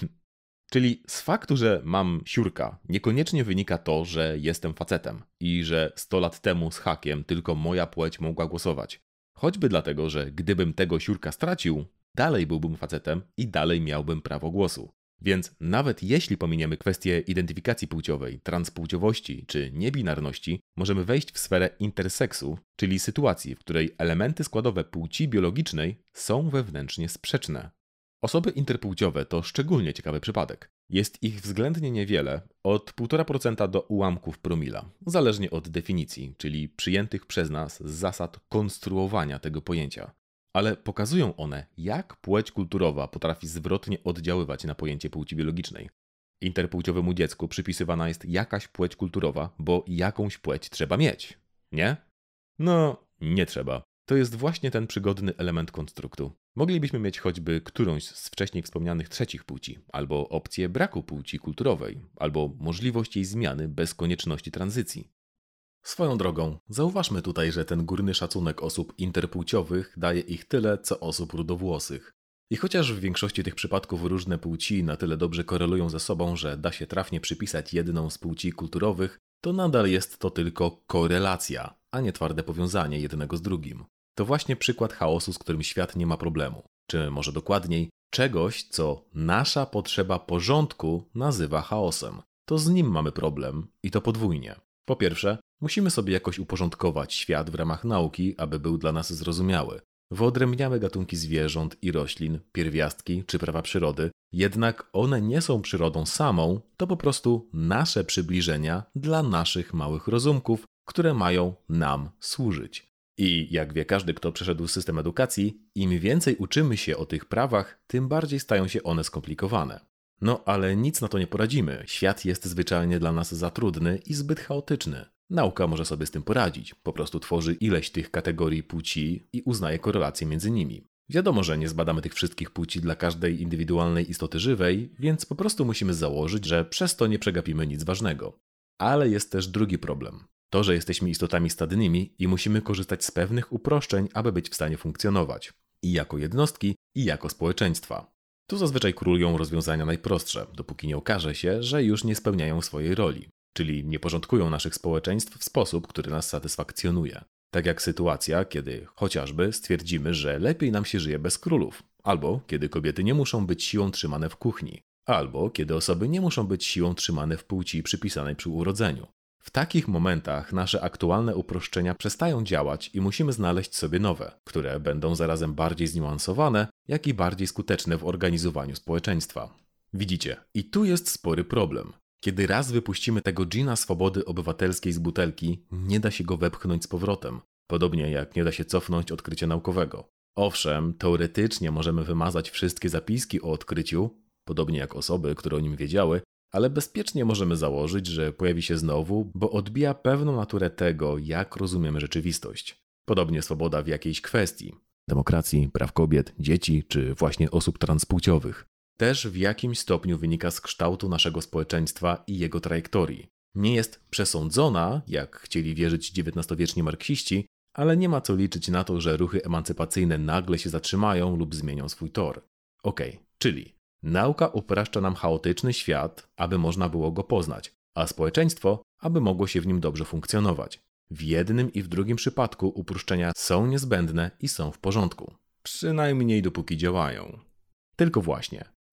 Czyli z faktu, że mam siurka, niekoniecznie wynika to, że jestem facetem i że sto lat temu z hakiem tylko moja płeć mogła głosować. Choćby dlatego, że gdybym tego siurka stracił, dalej byłbym facetem i dalej miałbym prawo głosu. Więc nawet jeśli pominiemy kwestię identyfikacji płciowej, transpłciowości czy niebinarności, możemy wejść w sferę interseksu, czyli sytuacji, w której elementy składowe płci biologicznej są wewnętrznie sprzeczne. Osoby interpłciowe to szczególnie ciekawy przypadek. Jest ich względnie niewiele, od pół procent do ułamków promila, zależnie od definicji, czyli przyjętych przez nas zasad konstruowania tego pojęcia. Ale pokazują one, jak płeć kulturowa potrafi zwrotnie oddziaływać na pojęcie płci biologicznej. Interpłciowemu dziecku przypisywana jest jakaś płeć kulturowa, bo jakąś płeć trzeba mieć, nie? No, nie trzeba. To jest właśnie ten przygodny element konstruktu. Moglibyśmy mieć choćby którąś z wcześniej wspomnianych trzecich płci, albo opcję braku płci kulturowej, albo możliwość jej zmiany bez konieczności tranzycji. Swoją drogą, zauważmy tutaj, że ten górny szacunek osób interpłciowych daje ich tyle, co osób rudowłosych. I chociaż w większości tych przypadków różne płci na tyle dobrze korelują ze sobą, że da się trafnie przypisać jedną z płci kulturowych, to nadal jest to tylko korelacja, a nie twarde powiązanie jednego z drugim. To właśnie przykład chaosu, z którym świat nie ma problemu. Czy może dokładniej, czegoś, co nasza potrzeba porządku nazywa chaosem. To z nim mamy problem i to podwójnie. Po pierwsze, musimy sobie jakoś uporządkować świat w ramach nauki, aby był dla nas zrozumiały. Wyodrębniamy gatunki zwierząt i roślin, pierwiastki czy prawa przyrody, jednak one nie są przyrodą samą, to po prostu nasze przybliżenia dla naszych małych rozumków, które mają nam służyć. I jak wie każdy, kto przeszedł system edukacji, im więcej uczymy się o tych prawach, tym bardziej stają się one skomplikowane. No ale nic na to nie poradzimy, świat jest zwyczajnie dla nas za trudny i zbyt chaotyczny. Nauka może sobie z tym poradzić, po prostu tworzy ileś tych kategorii płci i uznaje korelacje między nimi. Wiadomo, że nie zbadamy tych wszystkich płci dla każdej indywidualnej istoty żywej, więc po prostu musimy założyć, że przez to nie przegapimy nic ważnego. Ale jest też drugi problem. To, że jesteśmy istotami stadnymi i musimy korzystać z pewnych uproszczeń, aby być w stanie funkcjonować. I jako jednostki, i jako społeczeństwa. Tu zazwyczaj królują rozwiązania najprostsze, dopóki nie okaże się, że już nie spełniają swojej roli. Czyli nie porządkują naszych społeczeństw w sposób, który nas satysfakcjonuje. Tak jak sytuacja, kiedy chociażby stwierdzimy, że lepiej nam się żyje bez królów. Albo kiedy kobiety nie muszą być siłą trzymane w kuchni. Albo kiedy osoby nie muszą być siłą trzymane w płci przypisanej przy urodzeniu. W takich momentach nasze aktualne uproszczenia przestają działać i musimy znaleźć sobie nowe, które będą zarazem bardziej zniuansowane, jak i bardziej skuteczne w organizowaniu społeczeństwa. Widzicie, i tu jest spory problem. Kiedy raz wypuścimy tego dżina swobody obywatelskiej z butelki, nie da się go wepchnąć z powrotem. Podobnie jak nie da się cofnąć odkrycia naukowego. Owszem, teoretycznie możemy wymazać wszystkie zapiski o odkryciu, podobnie jak osoby, które o nim wiedziały, ale bezpiecznie możemy założyć, że pojawi się znowu, bo odbija pewną naturę tego, jak rozumiemy rzeczywistość. Podobnie swoboda w jakiejś kwestii. Demokracji, praw kobiet, dzieci czy właśnie osób transpłciowych. Też w jakimś stopniu wynika z kształtu naszego społeczeństwa i jego trajektorii. Nie jest przesądzona, jak chcieli wierzyć dziewiętnastowieczni marksiści, ale nie ma co liczyć na to, że ruchy emancypacyjne nagle się zatrzymają lub zmienią swój tor. Okej, okay, czyli nauka upraszcza nam chaotyczny świat, aby można było go poznać, a społeczeństwo, aby mogło się w nim dobrze funkcjonować. W jednym i w drugim przypadku uproszczenia są niezbędne i są w porządku. Przynajmniej dopóki działają. Tylko właśnie,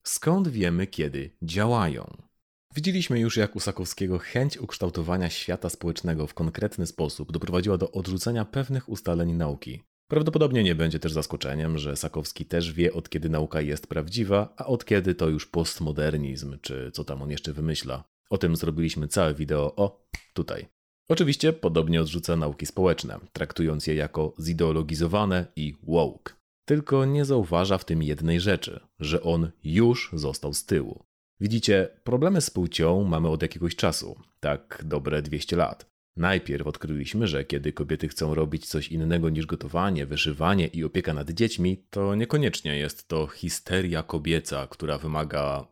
Skąd wiemy, kiedy działają? Widzieliśmy już, jak u Sakowskiego chęć ukształtowania świata społecznego w konkretny sposób doprowadziła do odrzucenia pewnych ustaleń nauki. Prawdopodobnie nie będzie też zaskoczeniem, że Sakowski też wie, od kiedy nauka jest prawdziwa, a od kiedy to już postmodernizm, czy co tam on jeszcze wymyśla. O tym zrobiliśmy całe wideo, o, tutaj. Oczywiście podobnie odrzuca nauki społeczne, traktując je jako zideologizowane i woke. Tylko nie zauważa w tym jednej rzeczy, że on już został z tyłu. Widzicie, problemy z płcią mamy od jakiegoś czasu, tak dobre dwieście lat. Najpierw odkryliśmy, że kiedy kobiety chcą robić coś innego niż gotowanie, wyszywanie i opieka nad dziećmi, to niekoniecznie jest to histeria kobieca, która wymaga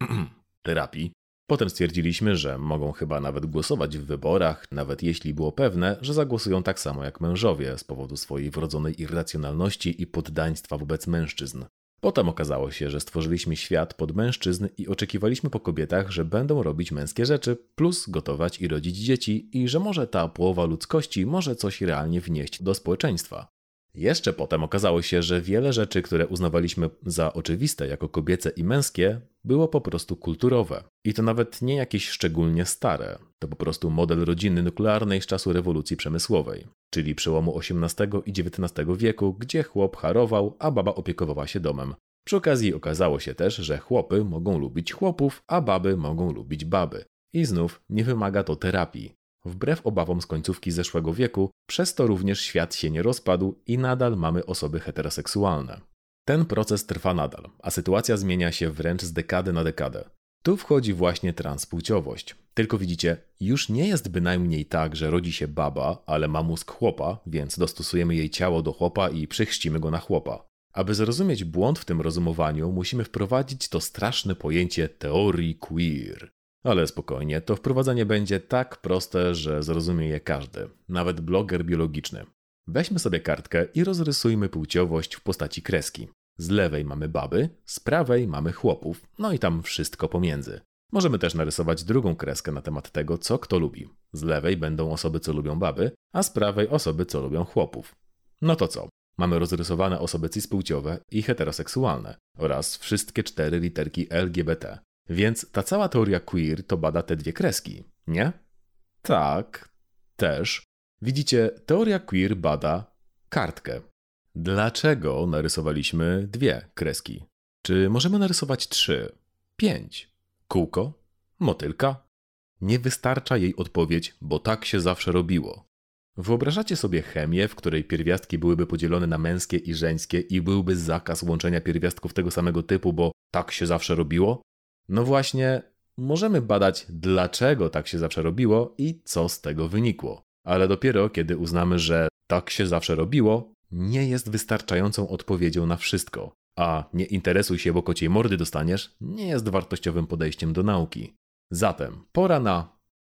terapii. Potem stwierdziliśmy, że mogą chyba nawet głosować w wyborach, nawet jeśli było pewne, że zagłosują tak samo jak mężowie z powodu swojej wrodzonej irracjonalności i poddaństwa wobec mężczyzn. Potem okazało się, że stworzyliśmy świat pod mężczyzn i oczekiwaliśmy po kobietach, że będą robić męskie rzeczy, plus gotować i rodzić dzieci i że może ta połowa ludzkości może coś realnie wnieść do społeczeństwa. Jeszcze potem okazało się, że wiele rzeczy, które uznawaliśmy za oczywiste jako kobiece i męskie, było po prostu kulturowe. I to nawet nie jakieś szczególnie stare. To po prostu model rodziny nuklearnej z czasu rewolucji przemysłowej, czyli przełomu osiemnastego i dziewiętnastego wieku, gdzie chłop harował, a baba opiekowała się domem. Przy okazji okazało się też, że chłopy mogą lubić chłopów, a baby mogą lubić baby. I znów nie wymaga to terapii. Wbrew obawom z końcówki zeszłego wieku, przez to również świat się nie rozpadł i nadal mamy osoby heteroseksualne. Ten proces trwa nadal, a sytuacja zmienia się wręcz z dekady na dekadę. Tu wchodzi właśnie transpłciowość. Tylko widzicie, już nie jest bynajmniej tak, że rodzi się baba, ale ma mózg chłopa, więc dostosujemy jej ciało do chłopa i przychrzcimy go na chłopa. Aby zrozumieć błąd w tym rozumowaniu, musimy wprowadzić to straszne pojęcie teorii queer. Ale spokojnie, to wprowadzenie będzie tak proste, że zrozumie je każdy, nawet bloger biologiczny. Weźmy sobie kartkę i rozrysujmy płciowość w postaci kreski. Z lewej mamy baby, z prawej mamy chłopów, no i tam wszystko pomiędzy. Możemy też narysować drugą kreskę na temat tego, co kto lubi. Z lewej będą osoby, co lubią baby, a z prawej osoby, co lubią chłopów. No to co? Mamy rozrysowane osoby cispłciowe i heteroseksualne oraz wszystkie cztery literki L G B T. Więc ta cała teoria queer to bada te dwie kreski, nie? Tak, też. Widzicie, teoria queer bada kartkę. Dlaczego narysowaliśmy dwie kreski? Czy możemy narysować trzy, pięć? Kółko? Motylka? Nie wystarcza jej odpowiedź, bo tak się zawsze robiło. Wyobrażacie sobie chemię, w której pierwiastki byłyby podzielone na męskie i żeńskie i byłby zakaz łączenia pierwiastków tego samego typu, bo tak się zawsze robiło? No właśnie, możemy badać, dlaczego tak się zawsze robiło i co z tego wynikło. Ale dopiero kiedy uznamy, że tak się zawsze robiło, nie jest wystarczającą odpowiedzią na wszystko. A nie interesuj się, bo kociej mordy dostaniesz, nie jest wartościowym podejściem do nauki. Zatem pora na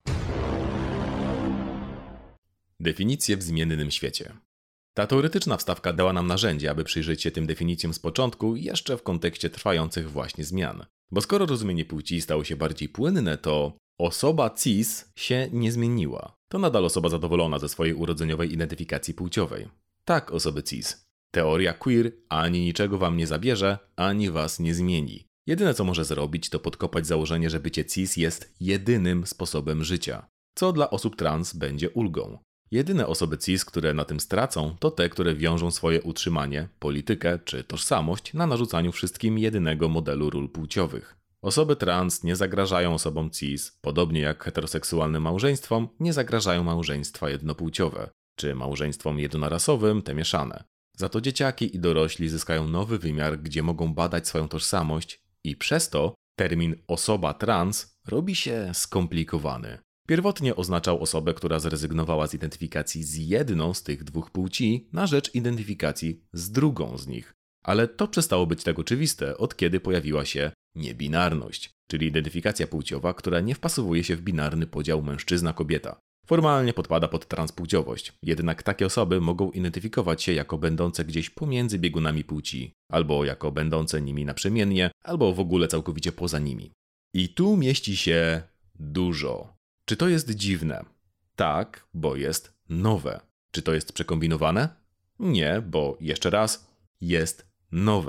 definicje w zmiennym świecie. Ta teoretyczna wstawka dała nam narzędzie, aby przyjrzeć się tym definicjom z początku, jeszcze w kontekście trwających właśnie zmian. Bo skoro rozumienie płci stało się bardziej płynne, to osoba cis się nie zmieniła. To nadal osoba zadowolona ze swojej urodzeniowej identyfikacji płciowej. Tak, osoby cis. Teoria queer ani niczego wam nie zabierze, ani was nie zmieni. Jedyne co może zrobić, to podkopać założenie, że bycie cis jest jedynym sposobem życia. Co dla osób trans będzie ulgą. Jedyne osoby cis, które na tym stracą, to te, które wiążą swoje utrzymanie, politykę czy tożsamość na narzucaniu wszystkim jedynego modelu ról płciowych. Osoby trans nie zagrażają osobom cis, podobnie jak heteroseksualnym małżeństwom nie zagrażają małżeństwa jednopłciowe, czy małżeństwom jednorasowym te mieszane. Za to dzieciaki i dorośli zyskają nowy wymiar, gdzie mogą badać swoją tożsamość i przez to termin osoba trans robi się skomplikowany. Pierwotnie oznaczał osobę, która zrezygnowała z identyfikacji z jedną z tych dwóch płci na rzecz identyfikacji z drugą z nich. Ale to przestało być tak oczywiste, od kiedy pojawiła się niebinarność, czyli identyfikacja płciowa, która nie wpasowuje się w binarny podział mężczyzna-kobieta. Formalnie podpada pod transpłciowość, jednak takie osoby mogą identyfikować się jako będące gdzieś pomiędzy biegunami płci, albo jako będące nimi naprzemiennie, albo w ogóle całkowicie poza nimi. I tu mieści się dużo. Czy to jest dziwne? Tak, bo jest nowe. Czy to jest przekombinowane? Nie, bo jeszcze raz, jest nowe.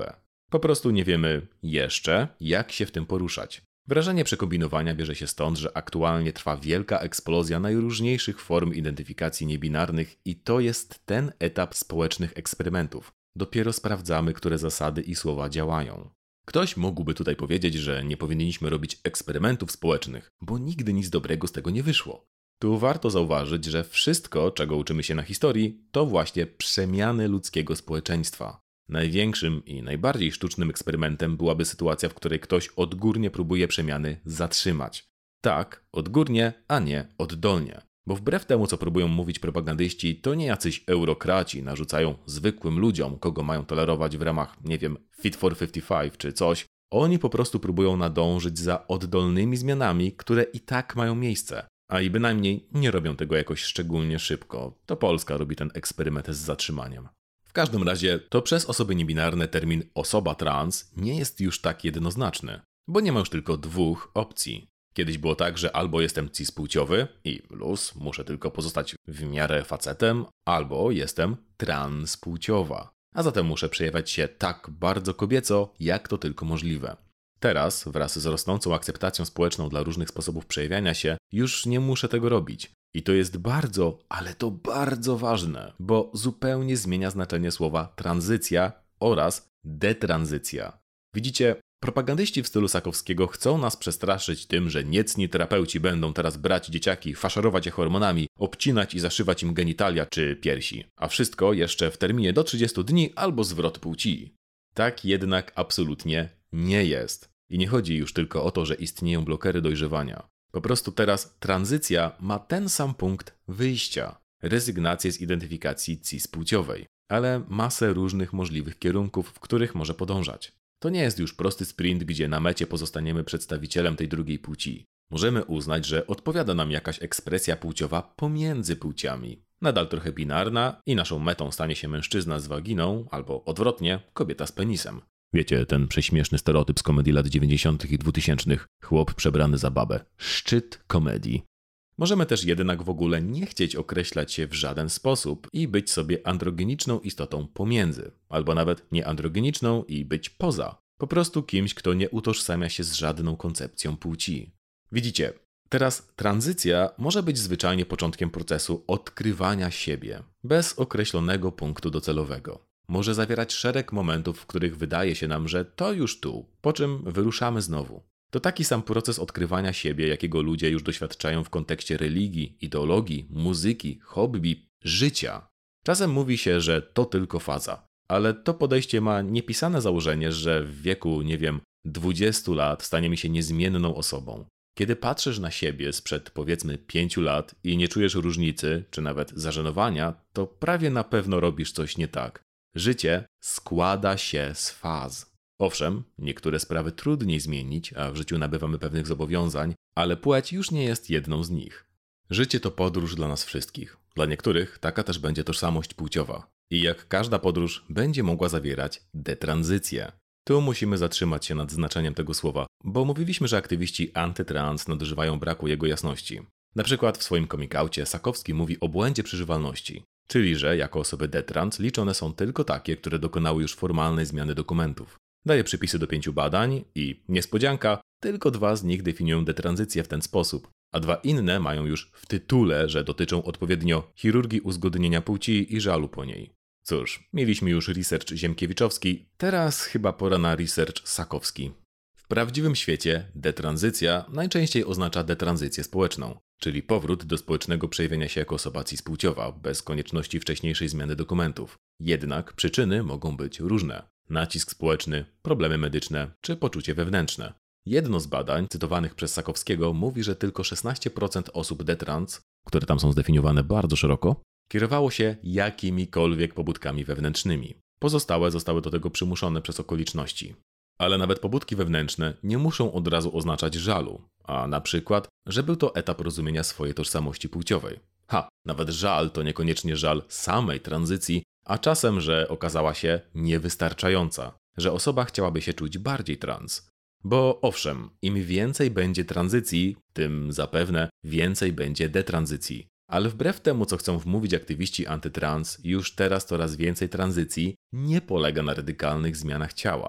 Po prostu nie wiemy jeszcze, jak się w tym poruszać. Wrażenie przekombinowania bierze się stąd, że aktualnie trwa wielka eksplozja najróżniejszych form identyfikacji niebinarnych i to jest ten etap społecznych eksperymentów. Dopiero sprawdzamy, które zasady i słowa działają. Ktoś mógłby tutaj powiedzieć, że nie powinniśmy robić eksperymentów społecznych, bo nigdy nic dobrego z tego nie wyszło. Tu warto zauważyć, że wszystko, czego uczymy się na historii, to właśnie przemiany ludzkiego społeczeństwa. Największym i najbardziej sztucznym eksperymentem byłaby sytuacja, w której ktoś odgórnie próbuje przemiany zatrzymać. Tak, odgórnie, a nie oddolnie. Bo wbrew temu, co próbują mówić propagandyści, to nie jacyś eurokraci narzucają zwykłym ludziom, kogo mają tolerować w ramach, nie wiem, Fit for pięćdziesiąt pięć czy coś. Oni po prostu próbują nadążyć za oddolnymi zmianami, które i tak mają miejsce. A i bynajmniej nie robią tego jakoś szczególnie szybko. To Polska robi ten eksperyment z zatrzymaniem. W każdym razie, to przez osoby niebinarne termin osoba trans nie jest już tak jednoznaczny, bo nie ma już tylko dwóch opcji. Kiedyś było tak, że albo jestem cispłciowy i luz, muszę tylko pozostać w miarę facetem, albo jestem transpłciowa, a zatem muszę przejawiać się tak bardzo kobieco, jak to tylko możliwe. Teraz, wraz z rosnącą akceptacją społeczną dla różnych sposobów przejawiania się, już nie muszę tego robić. I to jest bardzo, ale to bardzo ważne, bo zupełnie zmienia znaczenie słowa tranzycja oraz detranzycja. Widzicie, propagandyści w stylu Sakowskiego chcą nas przestraszyć tym, że niecni terapeuci będą teraz brać dzieciaki, faszerować je hormonami, obcinać i zaszywać im genitalia czy piersi. A wszystko jeszcze w terminie do trzydziestu dni albo zwrot płci. Tak jednak absolutnie nie jest. I nie chodzi już tylko o to, że istnieją blokery dojrzewania. Po prostu teraz tranzycja ma ten sam punkt wyjścia. Rezygnację z identyfikacji cispłciowej, ale masę różnych możliwych kierunków, w których może podążać. To nie jest już prosty sprint, gdzie na mecie pozostaniemy przedstawicielem tej drugiej płci. Możemy uznać, że odpowiada nam jakaś ekspresja płciowa pomiędzy płciami. Nadal trochę binarna i naszą metą stanie się mężczyzna z waginą, albo odwrotnie, kobieta z penisem. Wiecie, ten prześmieszny stereotyp z komedii lat dziewięćdziesiątych i dwutysięcznych. Chłop przebrany za babę. Szczyt komedii. Możemy też jednak w ogóle nie chcieć określać się w żaden sposób i być sobie androgeniczną istotą pomiędzy. Albo nawet nieandrogeniczną i być poza. Po prostu kimś, kto nie utożsamia się z żadną koncepcją płci. Widzicie, teraz tranzycja może być zwyczajnie początkiem procesu odkrywania siebie, bez określonego punktu docelowego. Może zawierać szereg momentów, w których wydaje się nam, że to już tu, po czym wyruszamy znowu. To taki sam proces odkrywania siebie, jakiego ludzie już doświadczają w kontekście religii, ideologii, muzyki, hobby, życia. Czasem mówi się, że to tylko faza, ale to podejście ma niepisane założenie, że w wieku, nie wiem, dwudziestu lat staniemy się niezmienną osobą. Kiedy patrzysz na siebie sprzed powiedzmy pięciu lat i nie czujesz różnicy, czy nawet zażenowania, to prawie na pewno robisz coś nie tak. Życie składa się z faz. Owszem, niektóre sprawy trudniej zmienić, a w życiu nabywamy pewnych zobowiązań, ale płeć już nie jest jedną z nich. Życie to podróż dla nas wszystkich. Dla niektórych taka też będzie tożsamość płciowa. I jak każda podróż będzie mogła zawierać detranzycję. Tu musimy zatrzymać się nad znaczeniem tego słowa, bo mówiliśmy, że aktywiści antytrans nadużywają braku jego jasności. Na przykład w swoim coming-oucie Sakowski mówi o błędzie przeżywalności. Czyli, że jako osoby detrans liczone są tylko takie, które dokonały już formalnej zmiany dokumentów. Daje przypisy do pięciu badań i, niespodzianka, tylko dwa z nich definiują detranzycję w ten sposób, a dwa inne mają już w tytule, że dotyczą odpowiednio chirurgii uzgodnienia płci i żalu po niej. Cóż, mieliśmy już research ziemkiewiczowski, teraz chyba pora na research sakowski. W prawdziwym świecie detranzycja najczęściej oznacza detranzycję społeczną, czyli powrót do społecznego przejawienia się jako osoba cispłciowa, bez konieczności wcześniejszej zmiany dokumentów. Jednak przyczyny mogą być różne. Nacisk społeczny, problemy medyczne czy poczucie wewnętrzne. Jedno z badań, cytowanych przez Sakowskiego, mówi, że tylko szesnaście procent osób detrans, które tam są zdefiniowane bardzo szeroko, kierowało się jakimikolwiek pobudkami wewnętrznymi. Pozostałe zostały do tego przymuszone przez okoliczności. Ale nawet pobudki wewnętrzne nie muszą od razu oznaczać żalu, a na przykład, że był to etap rozumienia swojej tożsamości płciowej. Ha, nawet żal to niekoniecznie żal samej tranzycji, a czasem, że okazała się niewystarczająca, że osoba chciałaby się czuć bardziej trans. Bo owszem, im więcej będzie tranzycji, tym zapewne więcej będzie detranzycji. Ale wbrew temu, co chcą wmówić aktywiści antytrans, już teraz coraz więcej tranzycji nie polega na radykalnych zmianach ciała.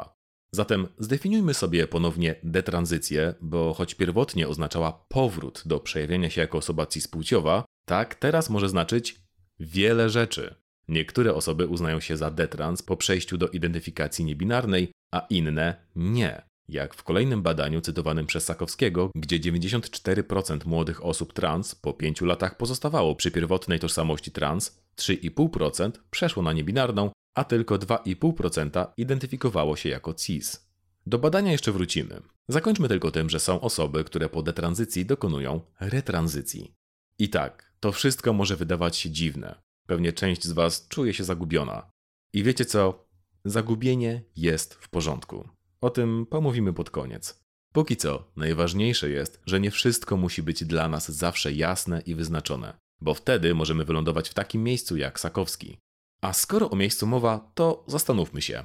Zatem zdefiniujmy sobie ponownie detranzycję, bo choć pierwotnie oznaczała powrót do przejawienia się jako osoba cispłciowa, tak teraz może znaczyć wiele rzeczy. Niektóre osoby uznają się za detrans po przejściu do identyfikacji niebinarnej, a inne nie. Jak w kolejnym badaniu cytowanym przez Sakowskiego, gdzie dziewięćdziesiąt cztery procent młodych osób trans po pięciu latach pozostawało przy pierwotnej tożsamości trans, trzy i pół procent przeszło na niebinarną, a tylko dwa i pół procent identyfikowało się jako cis. Do badania jeszcze wrócimy. Zakończmy tylko tym, że są osoby, które po detranzycji dokonują retranzycji. I tak, to wszystko może wydawać się dziwne. Pewnie część z Was czuje się zagubiona. I wiecie co? Zagubienie jest w porządku. O tym pomówimy pod koniec. Póki co, najważniejsze jest, że nie wszystko musi być dla nas zawsze jasne i wyznaczone, bo wtedy możemy wylądować w takim miejscu jak Sakowski. A skoro o miejscu mowa, to zastanówmy się.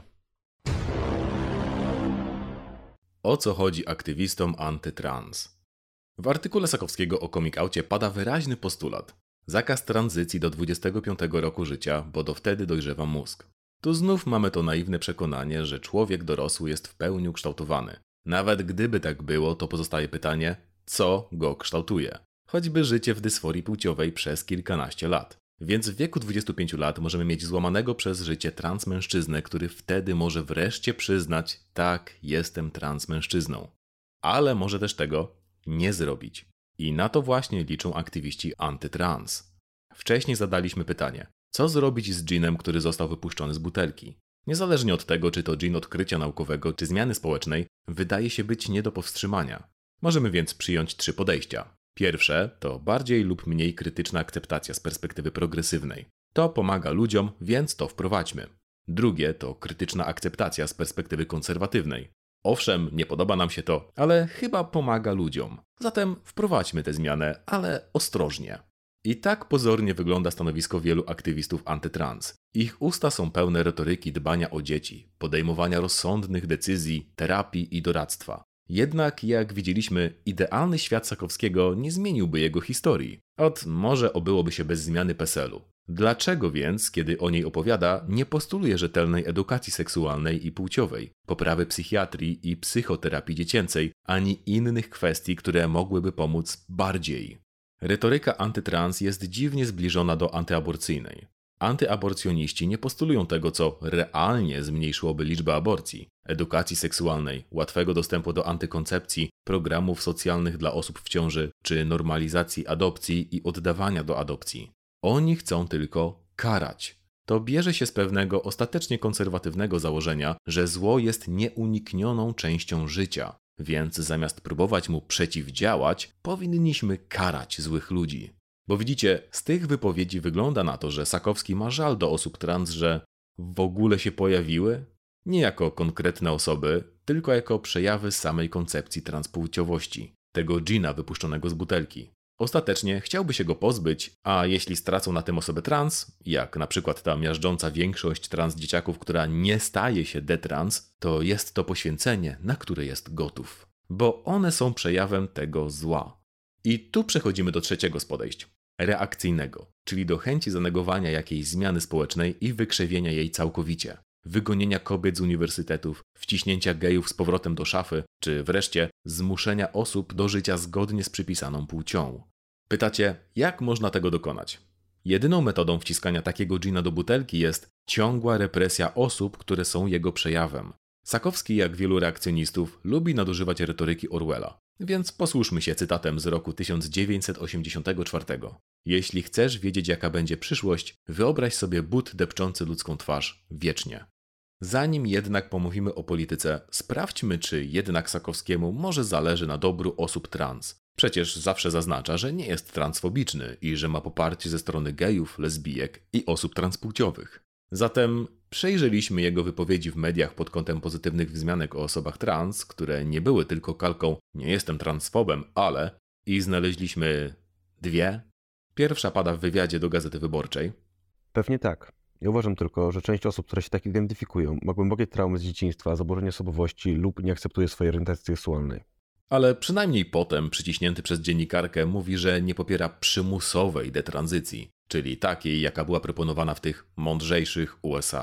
O co chodzi aktywistom antytrans? W artykule Sakowskiego o Coming Outie pada wyraźny postulat. Zakaz tranzycji do dwudziestego piątego roku życia, bo do wtedy dojrzewa mózg. Tu znów mamy to naiwne przekonanie, że człowiek dorosły jest w pełni ukształtowany. Nawet gdyby tak było, to pozostaje pytanie, co go kształtuje? Choćby życie w dysforii płciowej przez kilkanaście lat. Więc w wieku dwudziestu pięciu lat możemy mieć złamanego przez życie transmężczyznę, który wtedy może wreszcie przyznać, tak, jestem transmężczyzną. Ale może też tego nie zrobić. I na to właśnie liczą aktywiści antytrans. Wcześniej zadaliśmy pytanie, co zrobić z dżinem, który został wypuszczony z butelki? Niezależnie od tego, czy to dżin odkrycia naukowego, czy zmiany społecznej, wydaje się być nie do powstrzymania. Możemy więc przyjąć trzy podejścia. Pierwsze to bardziej lub mniej krytyczna akceptacja z perspektywy progresywnej. To pomaga ludziom, więc to wprowadźmy. Drugie to krytyczna akceptacja z perspektywy konserwatywnej. Owszem, nie podoba nam się to, ale chyba pomaga ludziom. Zatem wprowadźmy tę zmianę, ale ostrożnie. I tak pozornie wygląda stanowisko wielu aktywistów antytrans. Ich usta są pełne retoryki dbania o dzieci, podejmowania rozsądnych decyzji, terapii i doradztwa. Jednak, jak widzieliśmy, idealny świat Sakowskiego nie zmieniłby jego historii. Ot, może obyłoby się bez zmiany PESEL-u. Dlaczego więc, kiedy o niej opowiada, nie postuluje rzetelnej edukacji seksualnej i płciowej, poprawy psychiatrii i psychoterapii dziecięcej, ani innych kwestii, które mogłyby pomóc bardziej? Retoryka antytrans jest dziwnie zbliżona do antyaborcyjnej. Antyaborcjoniści nie postulują tego, co realnie zmniejszyłoby liczbę aborcji, edukacji seksualnej, łatwego dostępu do antykoncepcji, programów socjalnych dla osób w ciąży, czy normalizacji adopcji i oddawania do adopcji. Oni chcą tylko karać. To bierze się z pewnego ostatecznie konserwatywnego założenia, że zło jest nieuniknioną częścią życia, więc zamiast próbować mu przeciwdziałać, powinniśmy karać złych ludzi. Bo widzicie, z tych wypowiedzi wygląda na to, że Sakowski ma żal do osób trans, że w ogóle się pojawiły? Nie jako konkretne osoby, tylko jako przejawy samej koncepcji transpłciowości, tego dżina wypuszczonego z butelki. Ostatecznie chciałby się go pozbyć, a jeśli stracą na tym osobę trans, jak na przykład ta miażdżąca większość trans dzieciaków, która nie staje się detrans, to jest to poświęcenie, na które jest gotów. Bo one są przejawem tego zła. I tu przechodzimy do trzeciego z podejść. Reakcyjnego, czyli do chęci zanegowania jakiejś zmiany społecznej i wykrzewienia jej całkowicie. Wygonienia kobiet z uniwersytetów, wciśnięcia gejów z powrotem do szafy, czy wreszcie zmuszenia osób do życia zgodnie z przypisaną płcią. Pytacie, jak można tego dokonać? Jedyną metodą wciskania takiego dżina do butelki jest ciągła represja osób, które są jego przejawem. Sakowski, jak wielu reakcjonistów, lubi nadużywać retoryki Orwella, więc posłuszmy się cytatem z roku tysiąc dziewięćset osiemdziesiątego czwartego. Jeśli chcesz wiedzieć, jaka będzie przyszłość, wyobraź sobie but depczący ludzką twarz wiecznie. Zanim jednak pomówimy o polityce, sprawdźmy, czy jednak Sakowskiemu może zależy na dobru osób trans. Przecież zawsze zaznacza, że nie jest transfobiczny i że ma poparcie ze strony gejów, lesbijek i osób transpłciowych. Zatem przejrzeliśmy jego wypowiedzi w mediach pod kątem pozytywnych wzmianek o osobach trans, które nie były tylko kalką "nie jestem transfobem, ale" i znaleźliśmy dwie. Pierwsza pada w wywiadzie do Gazety Wyborczej. Pewnie tak. Ja uważam tylko, że część osób, które się tak identyfikują, ma głębokie traumy z dzieciństwa, zaburzenie osobowości lub nie akceptuje swojej orientacji seksualnej. Ale przynajmniej potem, przyciśnięty przez dziennikarkę, mówi, że nie popiera przymusowej detranzycji, czyli takiej, jaka była proponowana w tych mądrzejszych U S A.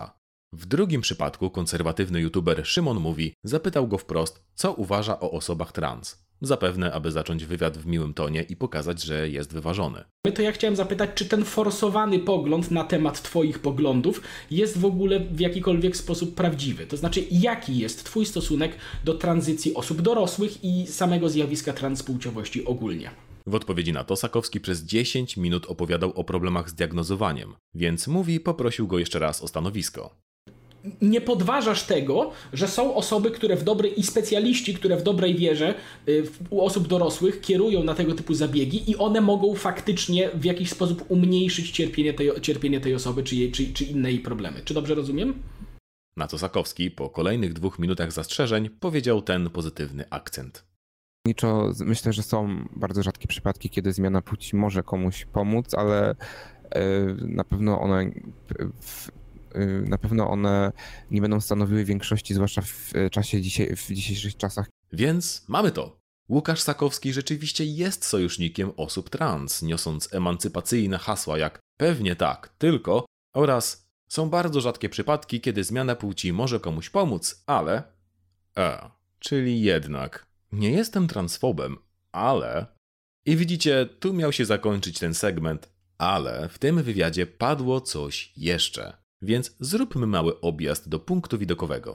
W drugim przypadku konserwatywny youtuber Szymon Mówi zapytał go wprost, co uważa o osobach trans. Zapewne, aby zacząć wywiad w miłym tonie i pokazać, że jest wyważony. To ja chciałem zapytać, czy ten forsowany pogląd na temat twoich poglądów jest w ogóle w jakikolwiek sposób prawdziwy? To znaczy, jaki jest twój stosunek do tranzycji osób dorosłych i samego zjawiska transpłciowości ogólnie? W odpowiedzi na to Sakowski przez dziesięć minut opowiadał o problemach z diagnozowaniem, więc Mówi poprosił go jeszcze raz o stanowisko. Nie podważasz tego, że są osoby, które w dobrej i specjaliści, które w dobrej wierze y, u osób dorosłych kierują na tego typu zabiegi i one mogą faktycznie w jakiś sposób umniejszyć cierpienie tej, cierpienie tej osoby czy, jej, czy, czy inne jej problemy. Czy dobrze rozumiem? Na co Sakowski po kolejnych dwóch minutach zastrzeżeń powiedział ten pozytywny akcent. Myślę, że są bardzo rzadkie przypadki, kiedy zmiana płci może komuś pomóc, ale na pewno one na pewno one nie będą stanowiły większości, zwłaszcza w czasie dzisiaj, w dzisiejszych czasach. Więc mamy to. Łukasz Sakowski rzeczywiście jest sojusznikiem osób trans, niosąc emancypacyjne hasła jak pewnie tak, tylko oraz są bardzo rzadkie przypadki, kiedy zmiana płci może komuś pomóc, ale... E, czyli jednak... Nie jestem transfobem, ale... I widzicie, tu miał się zakończyć ten segment, ale w tym wywiadzie padło coś jeszcze. Więc zróbmy mały objazd do punktu widokowego.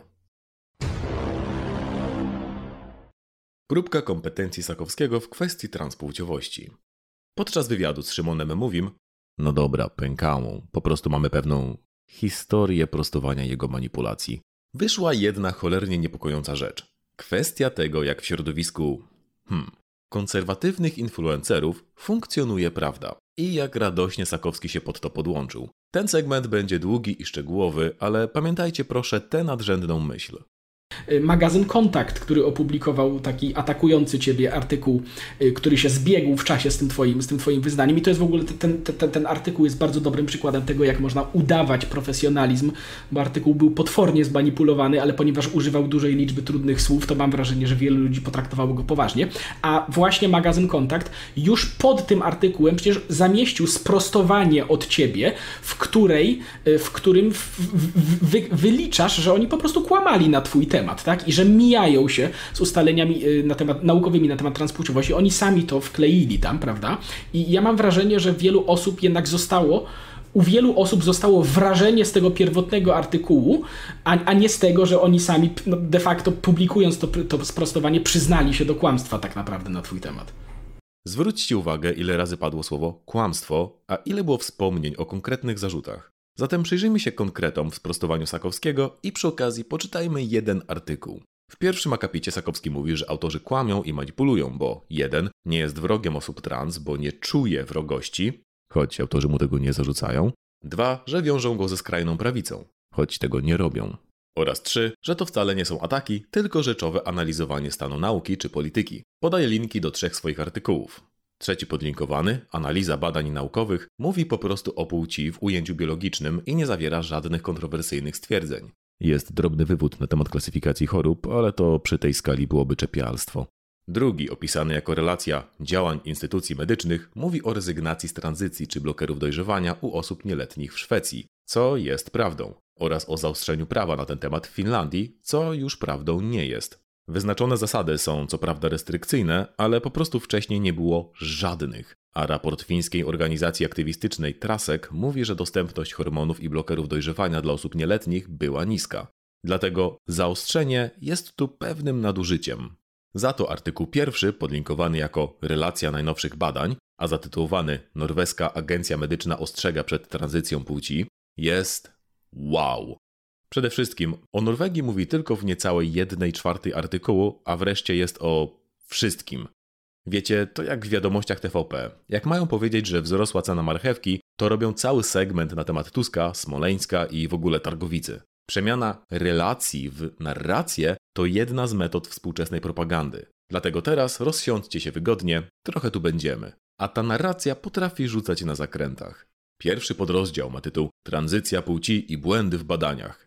Próbka kompetencji Sakowskiego w kwestii transpłciowości. Podczas wywiadu z Szymonem Mówim, no dobra, pękało, po prostu mamy pewną historię prostowania jego manipulacji. Wyszła jedna cholernie niepokojąca rzecz. Kwestia tego, jak w środowisku hmm, konserwatywnych influencerów funkcjonuje prawda i jak radośnie Sakowski się pod to podłączył. Ten segment będzie długi i szczegółowy, ale pamiętajcie proszę tę nadrzędną myśl. Magazyn Kontakt, który opublikował taki atakujący ciebie artykuł, który się zbiegł w czasie z tym twoim, z tym twoim wyznaniem. I to jest w ogóle, ten, ten, ten artykuł jest bardzo dobrym przykładem tego, jak można udawać profesjonalizm, bo artykuł był potwornie zmanipulowany, ale ponieważ używał dużej liczby trudnych słów, to mam wrażenie, że wielu ludzi potraktowało go poważnie. A właśnie Magazyn Kontakt już pod tym artykułem przecież zamieścił sprostowanie od ciebie, w której, w którym w, w, wy, wyliczasz, że oni po prostu kłamali na twój temat. Tak? I że mijają się z ustaleniami na temat, naukowymi na temat transpłciowości. Oni sami to wkleili tam, prawda? I ja mam wrażenie, że wielu osób jednak zostało, u wielu osób zostało wrażenie z tego pierwotnego artykułu, a, a nie z tego, że oni sami no, de facto publikując to, to sprostowanie przyznali się do kłamstwa tak naprawdę na twój temat. Zwróćcie uwagę, ile razy padło słowo kłamstwo, a ile było wspomnień o konkretnych zarzutach. Zatem przyjrzyjmy się konkretom w sprostowaniu Sakowskiego i przy okazji poczytajmy jeden artykuł. W pierwszym akapicie Sakowski mówi, że autorzy kłamią i manipulują, bo jeden nie jest wrogiem osób trans, bo nie czuje wrogości, choć autorzy mu tego nie zarzucają. Dwa, że wiążą go ze skrajną prawicą, choć tego nie robią. Oraz trzy, że to wcale nie są ataki, tylko rzeczowe analizowanie stanu nauki czy polityki. Podaje linki do trzech swoich artykułów. Trzeci podlinkowany, analiza badań naukowych, mówi po prostu o płci w ujęciu biologicznym i nie zawiera żadnych kontrowersyjnych stwierdzeń. Jest drobny wywód na temat klasyfikacji chorób, ale to przy tej skali byłoby czepialstwo. Drugi, opisany jako relacja działań instytucji medycznych, mówi o rezygnacji z tranzycji czy blokerów dojrzewania u osób nieletnich w Szwecji, co jest prawdą, oraz o zaostrzeniu prawa na ten temat w Finlandii, co już prawdą nie jest. Wyznaczone zasady są co prawda restrykcyjne, ale po prostu wcześniej nie było żadnych, a raport fińskiej organizacji aktywistycznej Trasek mówi, że dostępność hormonów i blokerów dojrzewania dla osób nieletnich była niska. Dlatego zaostrzenie jest tu pewnym nadużyciem. Za to artykuł pierwszy, podlinkowany jako relacja najnowszych badań, a zatytułowany Norweska Agencja Medyczna ostrzega przed tranzycją płci, jest wow. Przede wszystkim o Norwegii mówi tylko w niecałej jednej czwartej artykułu, a wreszcie jest o wszystkim. Wiecie, to jak w wiadomościach T V P. Jak mają powiedzieć, że wzrosła cena marchewki, to robią cały segment na temat Tuska, Smoleńska i w ogóle Targowicy. Przemiana relacji w narrację to jedna z metod współczesnej propagandy. Dlatego teraz rozsiądźcie się wygodnie, trochę tu będziemy. A ta narracja potrafi rzucać na zakrętach. Pierwszy podrozdział ma tytuł Tranzycja płci i błędy w badaniach.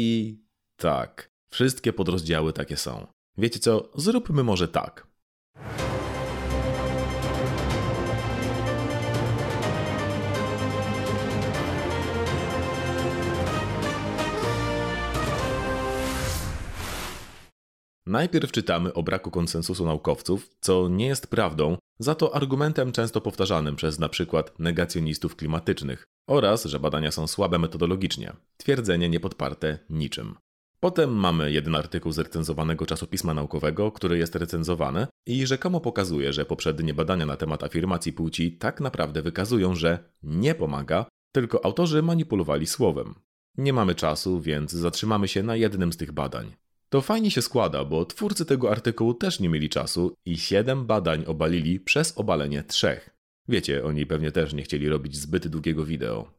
I tak, wszystkie podrozdziały takie są. Wiecie co, zróbmy może tak. Najpierw czytamy o braku konsensusu naukowców, co nie jest prawdą, za to argumentem często powtarzanym przez np. negacjonistów klimatycznych oraz, że badania są słabe metodologicznie. Twierdzenie niepodparte niczym. Potem mamy jeden artykuł z recenzowanego czasopisma naukowego, który jest recenzowany i rzekomo pokazuje, że poprzednie badania na temat afirmacji płci tak naprawdę wykazują, że nie pomaga, tylko autorzy manipulowali słowem. Nie mamy czasu, więc zatrzymamy się na jednym z tych badań. To fajnie się składa, bo twórcy tego artykułu też nie mieli czasu i siedem badań obalili przez obalenie trzech. Wiecie, oni pewnie też nie chcieli robić zbyt długiego wideo.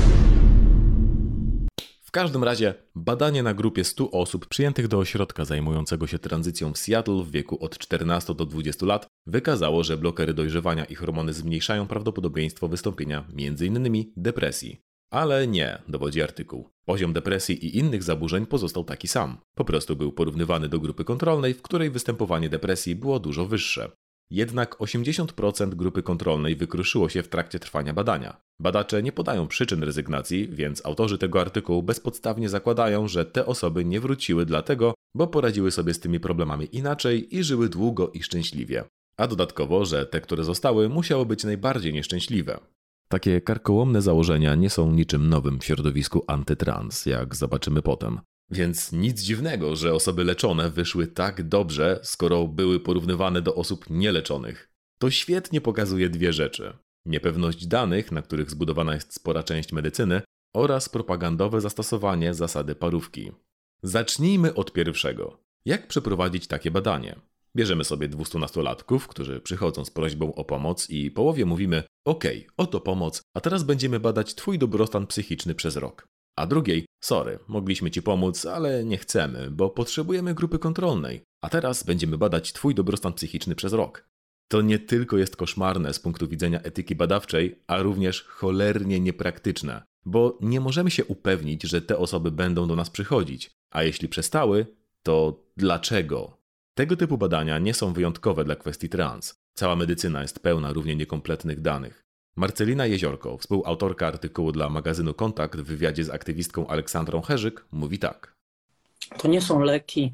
W każdym razie badanie na grupie stu osób przyjętych do ośrodka zajmującego się tranzycją w Seattle w wieku od czternastu do dwudziestu lat wykazało, że blokery dojrzewania i hormony zmniejszają prawdopodobieństwo wystąpienia między innymi depresji. Ale nie, dowodzi artykuł. Poziom depresji i innych zaburzeń pozostał taki sam. Po prostu był porównywany do grupy kontrolnej, w której występowanie depresji było dużo wyższe. Jednak osiemdziesiąt procent grupy kontrolnej wykruszyło się w trakcie trwania badania. Badacze nie podają przyczyn rezygnacji, więc autorzy tego artykułu bezpodstawnie zakładają, że te osoby nie wróciły dlatego, bo poradziły sobie z tymi problemami inaczej i żyły długo i szczęśliwie. A dodatkowo, że te, które zostały, musiały być najbardziej nieszczęśliwe. Takie karkołomne założenia nie są niczym nowym w środowisku antytrans, jak zobaczymy potem. Więc nic dziwnego, że osoby leczone wyszły tak dobrze, skoro były porównywane do osób nieleczonych. To świetnie pokazuje dwie rzeczy. Niepewność danych, na których zbudowana jest spora część medycyny, oraz propagandowe zastosowanie zasady parówki. Zacznijmy od pierwszego. Jak przeprowadzić takie badanie? Bierzemy sobie dwustu nastolatków, którzy przychodzą z prośbą o pomoc i połowie mówimy: okej, oto pomoc, a teraz będziemy badać twój dobrostan psychiczny przez rok. A drugiej: sorry, mogliśmy ci pomóc, ale nie chcemy, bo potrzebujemy grupy kontrolnej, a teraz będziemy badać twój dobrostan psychiczny przez rok. To nie tylko jest koszmarne z punktu widzenia etyki badawczej, a również cholernie niepraktyczne, bo nie możemy się upewnić, że te osoby będą do nas przychodzić, a jeśli przestały, to dlaczego? Tego typu badania nie są wyjątkowe dla kwestii trans. Cała medycyna jest pełna równie niekompletnych danych. Marcelina Jeziorko, współautorka artykułu dla magazynu Kontakt w wywiadzie z aktywistką Aleksandrą Herzyk, mówi tak. To nie są leki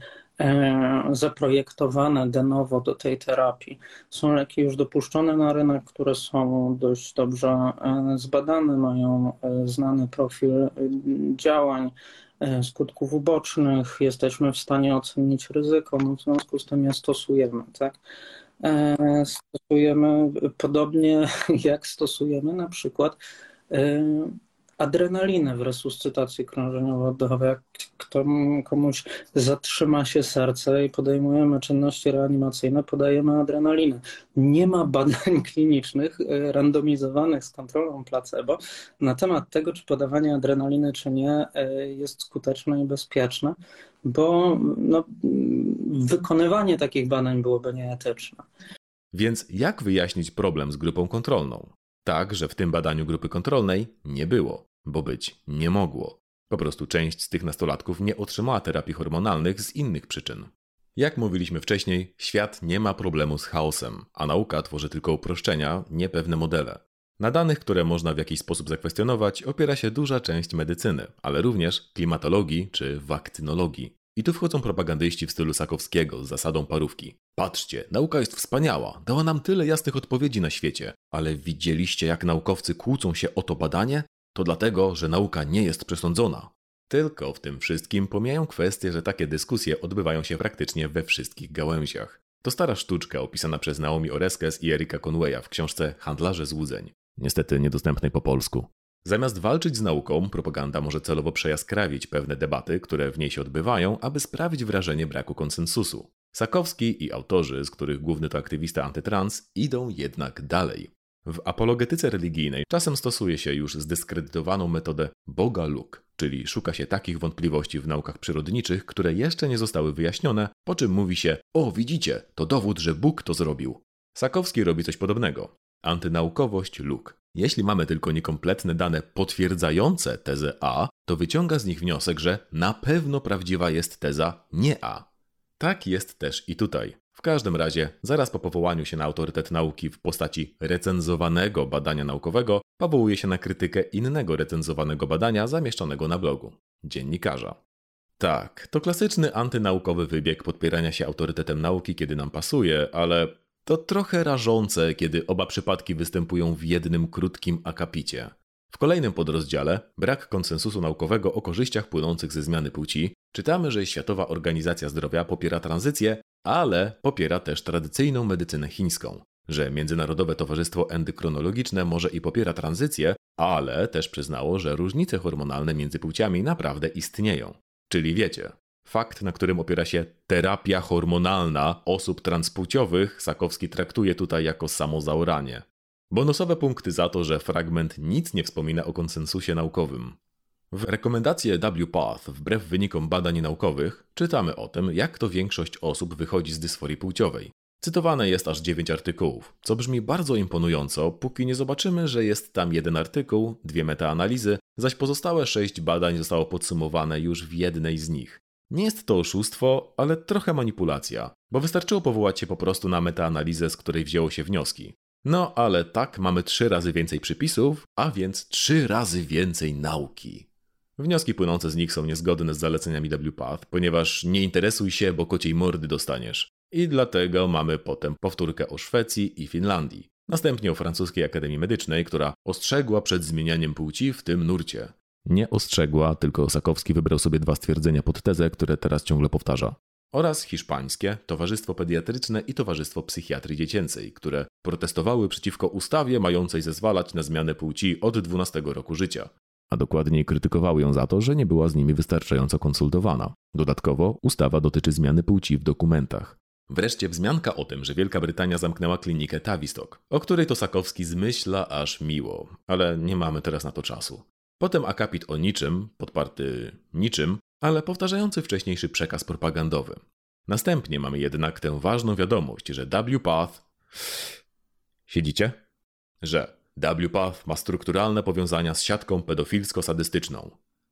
e, zaprojektowane de novo do tej terapii. Są leki już dopuszczone na rynek, które są dość dobrze e, zbadane, mają e, znany profil e, działań, e, skutków ubocznych. Jesteśmy w stanie ocenić ryzyko, no w związku z tym je stosujemy, tak? Stosujemy podobnie jak stosujemy na przykład adrenalinę w resuscytacji krążeniowo-oddechowej. Jak komuś zatrzyma się serce i podejmujemy czynności reanimacyjne, podajemy adrenalinę. Nie ma badań klinicznych randomizowanych z kontrolą placebo na temat tego, czy podawanie adrenaliny, czy nie, jest skuteczne i bezpieczne, bo no, wykonywanie takich badań byłoby nieetyczne. Więc jak wyjaśnić problem z grupą kontrolną? Tak, że w tym badaniu grupy kontrolnej nie było, bo być nie mogło. Po prostu część z tych nastolatków nie otrzymała terapii hormonalnych z innych przyczyn. Jak mówiliśmy wcześniej, świat nie ma problemu z chaosem, a nauka tworzy tylko uproszczenia, nie pewne modele. Na danych, które można w jakiś sposób zakwestionować, opiera się duża część medycyny, ale również klimatologii czy wakcynologii. I tu wchodzą propagandyści w stylu Sakowskiego z zasadą parówki. Patrzcie, nauka jest wspaniała, dała nam tyle jasnych odpowiedzi na świecie, ale widzieliście, jak naukowcy kłócą się o to badanie? To dlatego, że nauka nie jest przesądzona. Tylko w tym wszystkim pomijają kwestię, że takie dyskusje odbywają się praktycznie we wszystkich gałęziach. To stara sztuczka opisana przez Naomi Oreskes i Erika Conwaya w książce Handlarze złudzeń, niestety niedostępnej po polsku. Zamiast walczyć z nauką, propaganda może celowo przejaskrawić pewne debaty, które w niej się odbywają, aby sprawić wrażenie braku konsensusu. Sakowski i autorzy, z których główny to aktywista antytrans, idą jednak dalej. W apologetyce religijnej czasem stosuje się już zdyskredytowaną metodę Boga luk, czyli szuka się takich wątpliwości w naukach przyrodniczych, które jeszcze nie zostały wyjaśnione, po czym mówi się: o, widzicie, to dowód, że Bóg to zrobił. Sakowski robi coś podobnego. Antynaukowość luk. Jeśli mamy tylko niekompletne dane potwierdzające tezę A, to wyciąga z nich wniosek, że na pewno prawdziwa jest teza nie A. Tak jest też i tutaj. W każdym razie, zaraz po powołaniu się na autorytet nauki w postaci recenzowanego badania naukowego, powołuje się na krytykę innego recenzowanego badania zamieszczonego na blogu dziennikarza. Tak, to klasyczny antynaukowy wybieg podpierania się autorytetem nauki, kiedy nam pasuje, ale to trochę rażące, kiedy oba przypadki występują w jednym krótkim akapicie. W kolejnym podrozdziale, brak konsensusu naukowego o korzyściach płynących ze zmiany płci, czytamy, że Światowa Organizacja Zdrowia popiera tranzycję, ale popiera też tradycyjną medycynę chińską. Że Międzynarodowe Towarzystwo Endokrynologiczne może i popiera tranzycję, ale też przyznało, że różnice hormonalne między płciami naprawdę istnieją. Czyli wiecie, fakt, na którym opiera się terapia hormonalna osób transpłciowych, Sakowski traktuje tutaj jako samozaoranie. Bonusowe punkty za to, że fragment nic nie wspomina o konsensusie naukowym. W rekomendacji W PATH, wbrew wynikom badań naukowych, czytamy o tym, jak to większość osób wychodzi z dysforii płciowej. Cytowane jest aż dziewięć artykułów, co brzmi bardzo imponująco, póki nie zobaczymy, że jest tam jeden artykuł, dwie metaanalizy, zaś pozostałe sześć badań zostało podsumowane już w jednej z nich. Nie jest to oszustwo, ale trochę manipulacja, bo wystarczyło powołać się po prostu na metaanalizę, z której wzięło się wnioski. No ale tak, mamy trzy razy więcej przypisów, a więc trzy razy więcej nauki. Wnioski płynące z nich są niezgodne z zaleceniami W PATH, ponieważ nie interesuj się, bo kociej mordy dostaniesz. I dlatego mamy potem powtórkę o Szwecji i Finlandii. Następnie o Francuskiej Akademii Medycznej, która ostrzegła przed zmienianiem płci w tym nurcie. Nie ostrzegła, tylko Sakowski wybrał sobie dwa stwierdzenia pod tezę, które teraz ciągle powtarza. Oraz hiszpańskie Towarzystwo Pediatryczne i Towarzystwo Psychiatrii Dziecięcej, które protestowały przeciwko ustawie mającej zezwalać na zmianę płci od dwunastego roku życia. A dokładniej krytykowały ją za to, że nie była z nimi wystarczająco konsultowana. Dodatkowo ustawa dotyczy zmiany płci w dokumentach. Wreszcie wzmianka o tym, że Wielka Brytania zamknęła klinikę Tavistock, o której to Sakowski zmyśla aż miło, ale nie mamy teraz na to czasu. Potem akapit o niczym, podparty niczym, ale powtarzający wcześniejszy przekaz propagandowy. Następnie mamy jednak tę ważną wiadomość, że W PATH... Siedzicie? Że W PATH ma strukturalne powiązania z siatką pedofilsko-sadystyczną.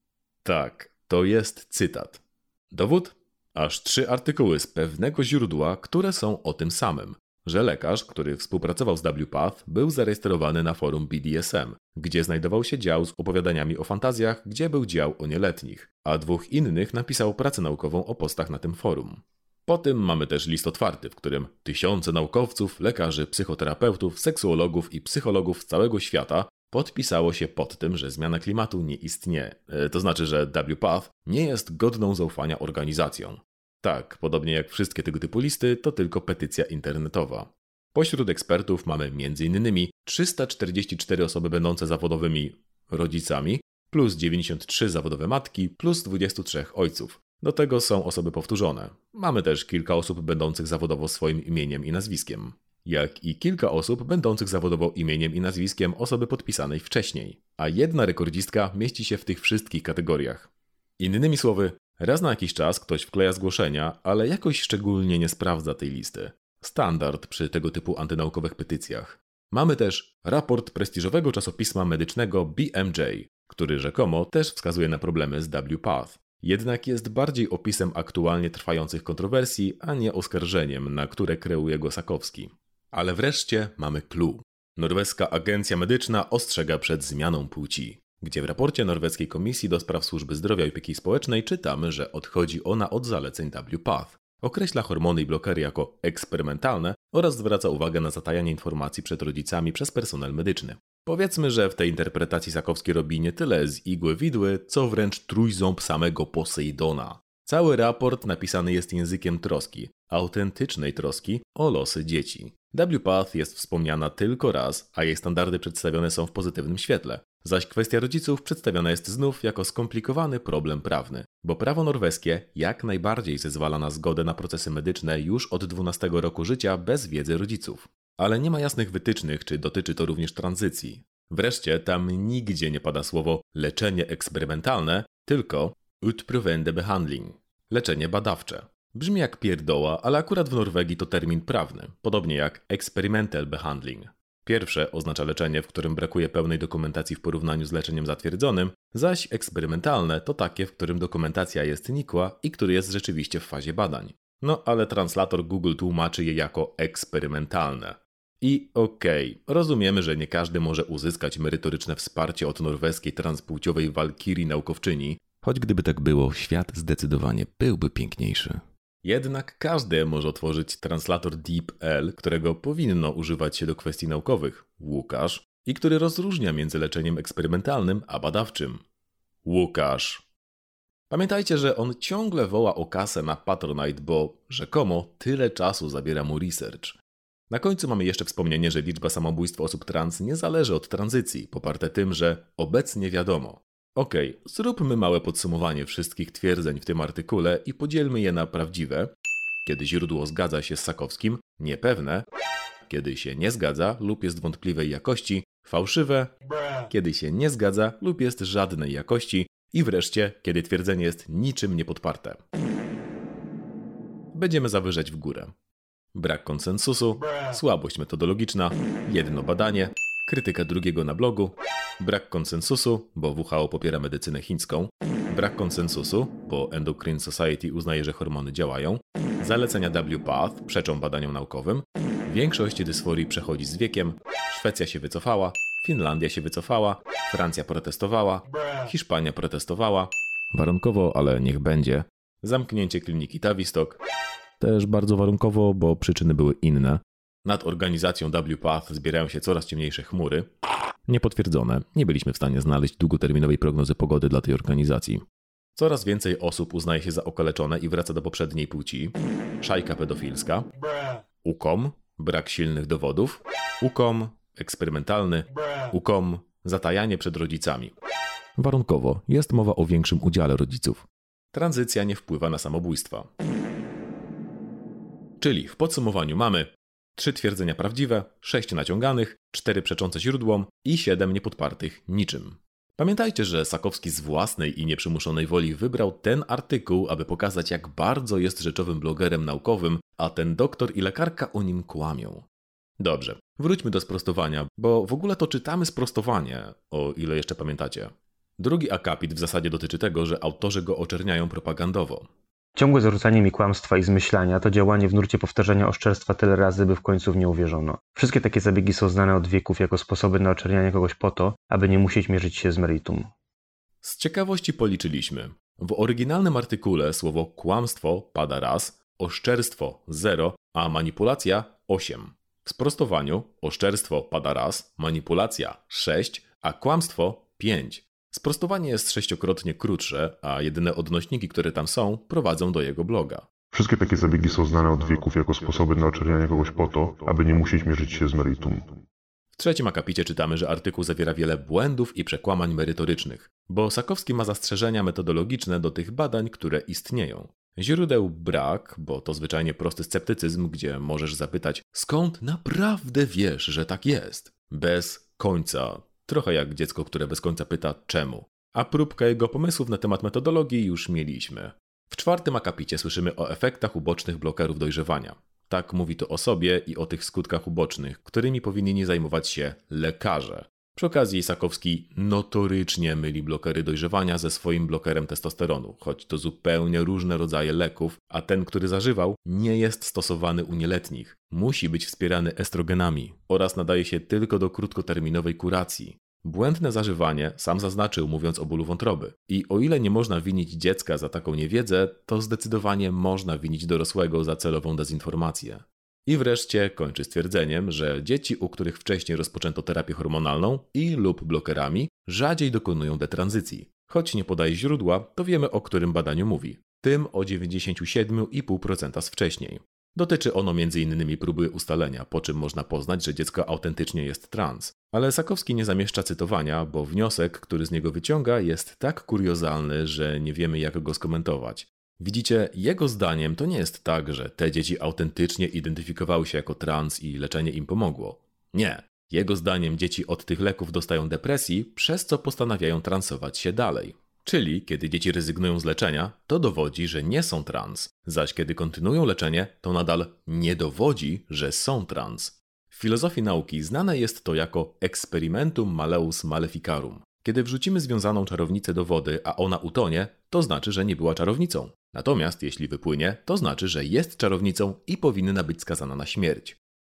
Tak, to jest cytat. Dowód? Aż trzy artykuły z pewnego źródła, które są o tym samym. Że lekarz, który współpracował z W PATH, był zarejestrowany na forum B D S M, gdzie znajdował się dział z opowiadaniami o fantazjach, gdzie był dział o nieletnich, a dwóch innych napisał pracę naukową o postach na tym forum. Po tym mamy też list otwarty, w którym tysiące naukowców, lekarzy, psychoterapeutów, seksuologów i psychologów z całego świata podpisało się pod tym, że zmiana klimatu nie istnieje. To znaczy, że W PATH nie jest godną zaufania organizacją. Tak, podobnie jak wszystkie tego typu listy, to tylko petycja internetowa. Pośród ekspertów mamy między innymi trzysta czterdzieści cztery osoby będące zawodowymi rodzicami, plus dziewięćdziesiąt trzy zawodowe matki, plus dwadzieścia trzy ojców. Do tego są osoby powtórzone. Mamy też kilka osób będących zawodowo swoim imieniem i nazwiskiem. Jak i kilka osób będących zawodowo imieniem i nazwiskiem osoby podpisanej wcześniej. A jedna rekordzistka mieści się w tych wszystkich kategoriach. Innymi słowy, raz na jakiś czas ktoś wkleja zgłoszenia, ale jakoś szczególnie nie sprawdza tej listy. Standard przy tego typu antynaukowych petycjach. Mamy też raport prestiżowego czasopisma medycznego B M J, który rzekomo też wskazuje na problemy z W PATH. Jednak jest bardziej opisem aktualnie trwających kontrowersji, a nie oskarżeniem, na które kreuje go Sakowski. Ale wreszcie mamy clue. Norweska Agencja Medyczna ostrzega przed zmianą płci, gdzie w raporcie Norweskiej Komisji do Spraw Służby Zdrowia i Opieki Społecznej czytamy, że odchodzi ona od zaleceń W PATH. Określa hormony i blokery jako eksperymentalne oraz zwraca uwagę na zatajanie informacji przed rodzicami przez personel medyczny. Powiedzmy, że w tej interpretacji Sakowski robi nie tyle z igły widły, co wręcz trójząb samego Posejdona. Cały raport napisany jest językiem troski, autentycznej troski o losy dzieci. W PATH jest wspomniana tylko raz, a jej standardy przedstawione są w pozytywnym świetle. Zaś kwestia rodziców przedstawiona jest znów jako skomplikowany problem prawny, bo prawo norweskie jak najbardziej zezwala na zgodę na procesy medyczne już od dwunastego roku życia bez wiedzy rodziców. Ale nie ma jasnych wytycznych, czy dotyczy to również tranzycji. Wreszcie tam nigdzie nie pada słowo leczenie eksperymentalne, tylko utprövende behandling, leczenie badawcze. Brzmi jak pierdoła, ale akurat w Norwegii to termin prawny, podobnie jak experimental behandling. Pierwsze oznacza leczenie, w którym brakuje pełnej dokumentacji w porównaniu z leczeniem zatwierdzonym, zaś eksperymentalne to takie, w którym dokumentacja jest nikła i który jest rzeczywiście w fazie badań. No ale translator Google tłumaczy je jako eksperymentalne. I okej, okay, rozumiemy, że nie każdy może uzyskać merytoryczne wsparcie od norweskiej transpłciowej walkirii naukowczyni, Choć gdyby tak było, świat zdecydowanie byłby piękniejszy. Jednak każdy może otworzyć translator DeepL, którego powinno używać się do kwestii naukowych. Łukasz. I który rozróżnia między leczeniem eksperymentalnym a badawczym. Łukasz. Pamiętajcie, że on ciągle woła o kasę na Patronite, bo rzekomo tyle czasu zabiera mu research. Na końcu mamy jeszcze wspomnienie, że liczba samobójstw osób trans nie zależy od tranzycji, poparte tym, że obecnie wiadomo. Okej, okay, zróbmy małe podsumowanie wszystkich twierdzeń w tym artykule i podzielmy je na prawdziwe, kiedy źródło zgadza się z Sakowskim, niepewne, kiedy się nie zgadza lub jest wątpliwej jakości, fałszywe, kiedy się nie zgadza lub jest żadnej jakości i wreszcie, kiedy twierdzenie jest niczym niepodparte. Będziemy zawyżać w górę. Brak konsensusu, słabość metodologiczna, jedno badanie, krytyka drugiego na blogu, brak konsensusu, bo W H O popiera medycynę chińską, brak konsensusu, bo Endocrine Society uznaje, że hormony działają, zalecenia W PATH przeczą badaniom naukowym, większość dysforii przechodzi z wiekiem, Szwecja się wycofała, Finlandia się wycofała, Francja protestowała, Hiszpania protestowała, warunkowo, ale niech będzie, zamknięcie kliniki Tavistock, też bardzo warunkowo, bo przyczyny były inne. Nad organizacją W PATH zbierają się coraz ciemniejsze chmury. Niepotwierdzone, nie byliśmy w stanie znaleźć długoterminowej prognozy pogody dla tej organizacji. Coraz więcej osób uznaje się za okaleczone i wraca do poprzedniej płci. Szajka pedofilska. U K O M. Brak silnych dowodów. U K O M. Eksperymentalny. U K O M. Zatajanie przed rodzicami. Warunkowo jest mowa o większym udziale rodziców. Tranzycja nie wpływa na samobójstwa. Czyli w podsumowaniu mamy trzy twierdzenia prawdziwe, sześć naciąganych, cztery przeczące źródłom i siedem niepodpartych niczym. Pamiętajcie, że Sakowski z własnej i nieprzymuszonej woli wybrał ten artykuł, aby pokazać, jak bardzo jest rzeczowym blogerem naukowym, a ten doktor i lekarka o nim kłamią. Dobrze, wróćmy do sprostowania, bo w ogóle to czytamy sprostowanie, o ile jeszcze pamiętacie. Drugi akapit w zasadzie dotyczy tego, że autorzy go oczerniają propagandowo. Ciągłe zarzucanie mi kłamstwa i zmyślania to działanie w nurcie powtarzania oszczerstwa tyle razy, by w końcu w nie uwierzono. Wszystkie takie zabiegi są znane od wieków jako sposoby na oczernianie kogoś po to, aby nie musieć mierzyć się z meritum. Z ciekawości policzyliśmy. W oryginalnym artykule słowo kłamstwo pada raz, oszczerstwo zero, a manipulacja osiem. W sprostowaniu oszczerstwo pada raz, manipulacja sześć, a kłamstwo pięć. Sprostowanie jest sześciokrotnie krótsze, a jedyne odnośniki, które tam są, prowadzą do jego bloga. Wszystkie takie zabiegi są znane od wieków jako sposoby na oczernianie kogoś po to, aby nie musieć mierzyć się z meritum. W trzecim akapicie czytamy, że artykuł zawiera wiele błędów i przekłamań merytorycznych, bo Sakowski ma zastrzeżenia metodologiczne do tych badań, które istnieją. Źródeł brak, bo to zwyczajnie prosty sceptycyzm, gdzie możesz zapytać, skąd naprawdę wiesz, że tak jest? Bez końca. Trochę jak dziecko, które bez końca pyta czemu. A próbkę jego pomysłów na temat metodologii już mieliśmy. W czwartym akapicie słyszymy o efektach ubocznych blokerów dojrzewania. Tak mówi to o sobie i o tych skutkach ubocznych, którymi powinni zajmować się lekarze. Przy okazji Sakowski notorycznie myli blokery dojrzewania ze swoim blokerem testosteronu, choć to zupełnie różne rodzaje leków, a ten, który zażywał, nie jest stosowany u nieletnich. Musi być wspierany estrogenami oraz nadaje się tylko do krótkoterminowej kuracji. Błędne zażywanie sam zaznaczył, mówiąc o bólu wątroby. I o ile nie można winić dziecka za taką niewiedzę, to zdecydowanie można winić dorosłego za celową dezinformację. I wreszcie kończy stwierdzeniem, że dzieci, u których wcześniej rozpoczęto terapię hormonalną i lub blokerami, rzadziej dokonują detranzycji. Choć nie podaje źródła, to wiemy, o którym badaniu mówi. Tym o dziewięćdziesiąt siedem i pół procent z wcześniej. Dotyczy ono między innymi próby ustalenia, po czym można poznać, że dziecko autentycznie jest trans. Ale Sakowski nie zamieszcza cytowania, bo wniosek, który z niego wyciąga, jest tak kuriozalny, że nie wiemy, jak go skomentować. Widzicie, jego zdaniem to nie jest tak, że te dzieci autentycznie identyfikowały się jako trans i leczenie im pomogło. Nie. Jego zdaniem dzieci od tych leków dostają depresji, przez co postanawiają transować się dalej. Czyli kiedy dzieci rezygnują z leczenia, to dowodzi, że nie są trans, zaś kiedy kontynuują leczenie, to nadal nie dowodzi, że są trans. W filozofii nauki znane jest to jako experimentum maleus maleficarum. Kiedy wrzucimy związaną czarownicę do wody, a ona utonie, to znaczy, że nie była czarownicą. Natomiast jeśli wypłynie, to znaczy, że jest czarownicą i powinna być skazana na śmierć.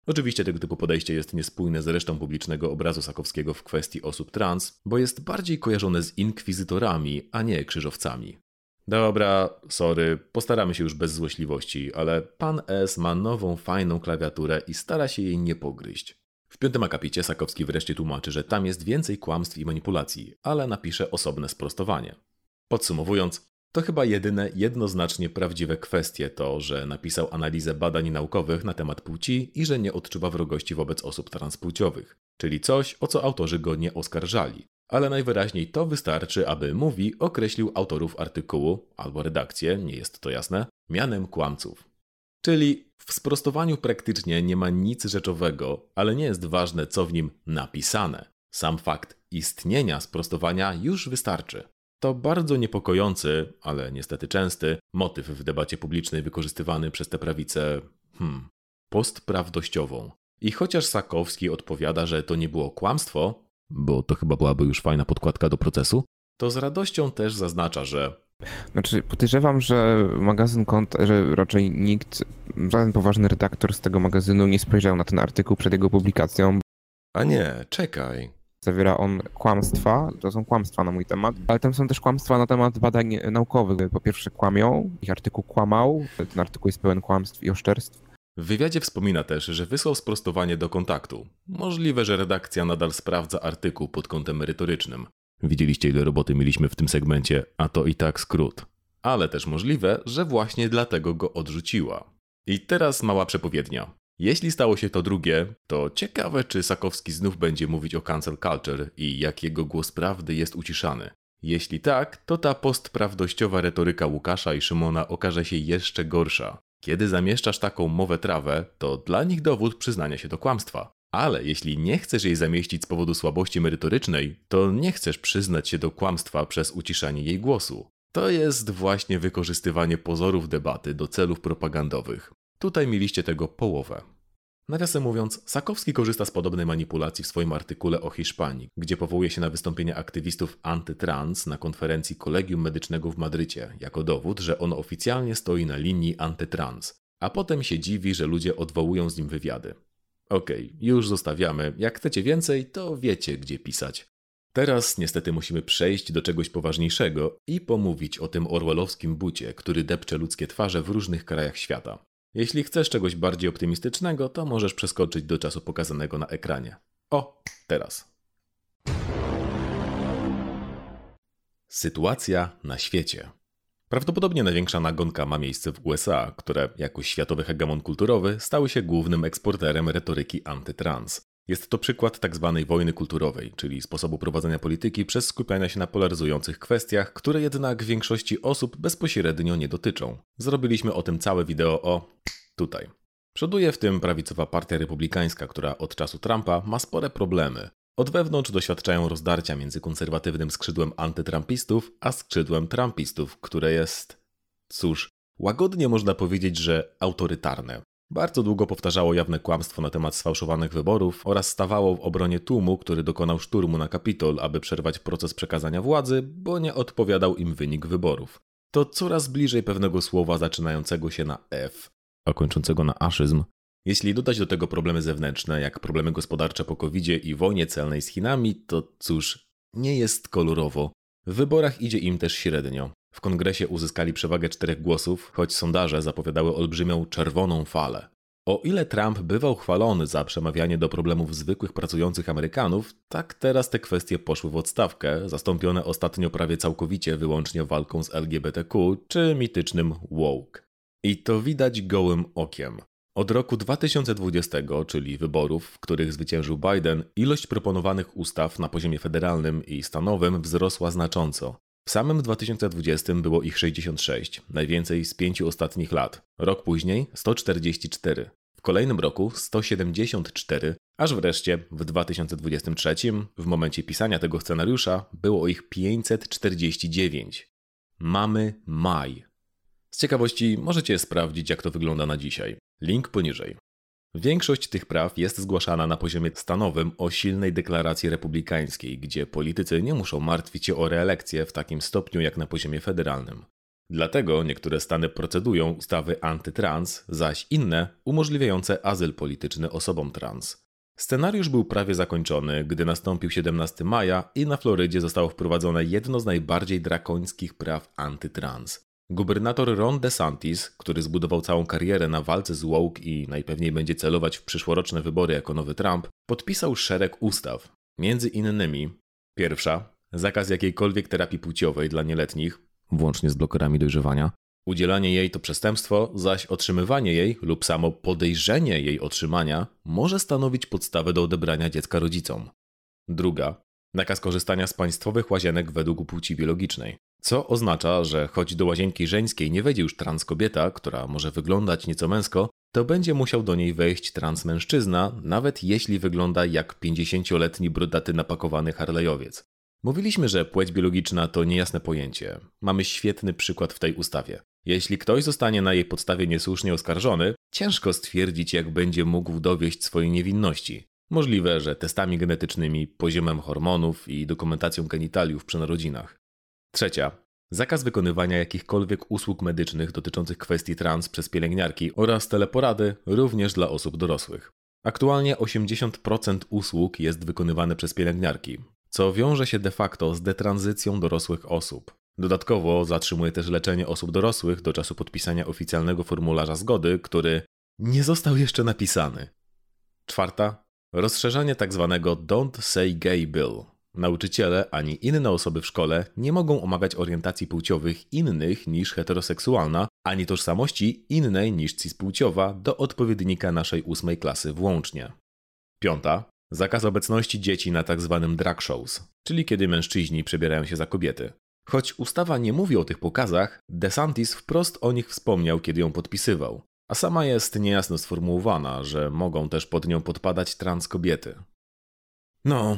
Oczywiście tego typu podejście jest niespójne z resztą publicznego obrazu Sakowskiego w kwestii osób trans, bo jest bardziej kojarzone z inkwizytorami, a nie krzyżowcami. Dobra, sorry, postaramy się już bez złośliwości, ale pan S ma nową, fajną klawiaturę i stara się jej nie pogryźć. W piątym akapicie Sakowski wreszcie tłumaczy, że tam jest więcej kłamstw i manipulacji, ale napisze osobne sprostowanie. Podsumowując, to chyba jedyne jednoznacznie prawdziwe kwestie to, że napisał analizę badań naukowych na temat płci i że nie odczuwa wrogości wobec osób transpłciowych, czyli coś, o co autorzy go nie oskarżali. Ale najwyraźniej to wystarczy, aby Mówi określił autorów artykułu, albo redakcję, nie jest to jasne, mianem kłamców. Czyli w sprostowaniu praktycznie nie ma nic rzeczowego, ale nie jest ważne, co w nim napisane. Sam fakt istnienia sprostowania już wystarczy. To bardzo niepokojący, ale niestety częsty, motyw w debacie publicznej wykorzystywany przez tę prawicę, hmm, postprawdościową. I chociaż Sakowski odpowiada, że to nie było kłamstwo, bo to chyba byłaby już fajna podkładka do procesu, to z radością też zaznacza, że Znaczy, podejrzewam, że magazyn Kont, że raczej nikt, żaden poważny redaktor z tego magazynu nie spojrzał na ten artykuł przed jego publikacją. A nie, czekaj. Zawiera on kłamstwa, to są kłamstwa na mój temat, ale tam są też kłamstwa na temat badań naukowych. Po pierwsze kłamią, ich artykuł kłamał, ten artykuł jest pełen kłamstw i oszczerstw. W wywiadzie wspomina też, że wysłał sprostowanie do Kontaktu. Możliwe, że redakcja nadal sprawdza artykuł pod kątem merytorycznym. Widzieliście, ile roboty mieliśmy w tym segmencie, a to i tak skrót. Ale też możliwe, że właśnie dlatego go odrzuciła. I teraz mała przepowiednia. Jeśli stało się to drugie, to ciekawe, czy Sakowski znów będzie mówić o cancel culture i jak jego głos prawdy jest uciszany. Jeśli tak, to ta postprawdościowa retoryka Łukasza i Szymona okaże się jeszcze gorsza. Kiedy zamieszczasz taką mowę trawę, to dla nich dowód przyznania się do kłamstwa. Ale jeśli nie chcesz jej zamieścić z powodu słabości merytorycznej, to nie chcesz przyznać się do kłamstwa przez uciszanie jej głosu. To jest właśnie wykorzystywanie pozorów debaty do celów propagandowych. Tutaj mieliście tego połowę. Nawiasem mówiąc, Sakowski korzysta z podobnej manipulacji w swoim artykule o Hiszpanii, gdzie powołuje się na wystąpienie aktywistów antytrans na konferencji Kolegium Medycznego w Madrycie, jako dowód, że on oficjalnie stoi na linii antytrans, a potem się dziwi, że ludzie odwołują z nim wywiady. Okej, okay, już zostawiamy. Jak chcecie więcej, to wiecie, gdzie pisać. Teraz niestety musimy przejść do czegoś poważniejszego i pomówić o tym orwellowskim bucie, który depcze ludzkie twarze w różnych krajach świata. Jeśli chcesz czegoś bardziej optymistycznego, to możesz przeskoczyć do czasu pokazanego na ekranie. O, teraz. Sytuacja na świecie. Prawdopodobnie największa nagonka ma miejsce w U S A, które jako światowy hegemon kulturowy stały się głównym eksporterem retoryki antytrans. Jest to przykład tzw. wojny kulturowej, czyli sposobu prowadzenia polityki przez skupianie się na polaryzujących kwestiach, które jednak większości osób bezpośrednio nie dotyczą. Zrobiliśmy o tym całe wideo o... tutaj. Przoduje w tym prawicowa partia republikańska, która od czasu Trumpa ma spore problemy. Od wewnątrz doświadczają rozdarcia między konserwatywnym skrzydłem antytrumpistów, a skrzydłem trumpistów, które jest... cóż, łagodnie można powiedzieć, że autorytarne. Bardzo długo powtarzało jawne kłamstwo na temat sfałszowanych wyborów oraz stawało w obronie tłumu, który dokonał szturmu na Kapitol, aby przerwać proces przekazania władzy, bo nie odpowiadał im wynik wyborów. To coraz bliżej pewnego słowa zaczynającego się na F, a kończącego na aszyzm. Jeśli dodać do tego problemy zewnętrzne, jak problemy gospodarcze po kowidzie i wojnie celnej z Chinami, to cóż, nie jest kolorowo. W wyborach idzie im też średnio. W kongresie uzyskali przewagę czterech głosów, choć sondaże zapowiadały olbrzymią czerwoną falę. O ile Trump bywał chwalony za przemawianie do problemów zwykłych pracujących Amerykanów, tak teraz te kwestie poszły w odstawkę, zastąpione ostatnio prawie całkowicie wyłącznie walką z L G B T Q czy mitycznym woke. I to widać gołym okiem. Od roku dwa tysiące dwudziestego, czyli wyborów, w których zwyciężył Biden, ilość proponowanych ustaw na poziomie federalnym i stanowym wzrosła znacząco. W samym dwa tysiące dwudziestym było ich sześćdziesiąt sześć, najwięcej z pięciu ostatnich lat. Rok później sto czterdzieści cztery. W kolejnym roku sto siedemdziesiąt cztery, aż wreszcie w dwa tysiące dwudziestym trzecim, w momencie pisania tego scenariusza, było ich pięćset czterdzieści dziewięć. Mamy maj. Z ciekawości możecie sprawdzić, jak to wygląda na dzisiaj. Link poniżej. Większość tych praw jest zgłaszana na poziomie stanowym o silnej deklaracji republikańskiej, gdzie politycy nie muszą martwić się o reelekcję w takim stopniu jak na poziomie federalnym. Dlatego niektóre stany procedują ustawy antytrans, zaś inne umożliwiające azyl polityczny osobom trans. Scenariusz był prawie zakończony, gdy nastąpił siedemnastego maja i na Florydzie zostało wprowadzone jedno z najbardziej drakońskich praw antytrans. Gubernator Ron DeSantis, który zbudował całą karierę na walce z woke i najpewniej będzie celować w przyszłoroczne wybory jako nowy Trump, podpisał szereg ustaw. Między innymi pierwsza, zakaz jakiejkolwiek terapii płciowej dla nieletnich, włącznie z blokerami dojrzewania. Udzielanie jej to przestępstwo, zaś otrzymywanie jej lub samo podejrzenie jej otrzymania może stanowić podstawę do odebrania dziecka rodzicom. Druga, nakaz korzystania z państwowych łazienek według płci biologicznej, co oznacza, że choć do łazienki żeńskiej nie wejdzie już trans kobieta, która może wyglądać nieco męsko, to będzie musiał do niej wejść trans mężczyzna, nawet jeśli wygląda jak pięćdziesięcioletni brodaty napakowany harlejowiec. Mówiliśmy, że płeć biologiczna to niejasne pojęcie. Mamy świetny przykład w tej ustawie. Jeśli ktoś zostanie na jej podstawie niesłusznie oskarżony, ciężko stwierdzić, jak będzie mógł dowieść swojej niewinności. Możliwe, że testami genetycznymi, poziomem hormonów i dokumentacją genitaliów przy narodzinach. Trzecia. Zakaz wykonywania jakichkolwiek usług medycznych dotyczących kwestii trans przez pielęgniarki oraz teleporady również dla osób dorosłych. Aktualnie osiemdziesiąt procent usług jest wykonywane przez pielęgniarki, co wiąże się de facto z detranzycją dorosłych osób. Dodatkowo zatrzymuje też leczenie osób dorosłych do czasu podpisania oficjalnego formularza zgody, który nie został jeszcze napisany. Czwarta. Rozszerzanie tzw. Don't Say Gay Bill. Nauczyciele ani inne osoby w szkole nie mogą omawiać orientacji płciowych innych niż heteroseksualna, ani tożsamości innej niż cispłciowa do odpowiednika naszej ósmej klasy włącznie. Piąta. Zakaz obecności dzieci na tzw. drag shows, czyli kiedy mężczyźni przebierają się za kobiety. Choć ustawa nie mówi o tych pokazach, DeSantis wprost o nich wspomniał, kiedy ją podpisywał, a sama jest niejasno sformułowana, że mogą też pod nią podpadać trans kobiety. No,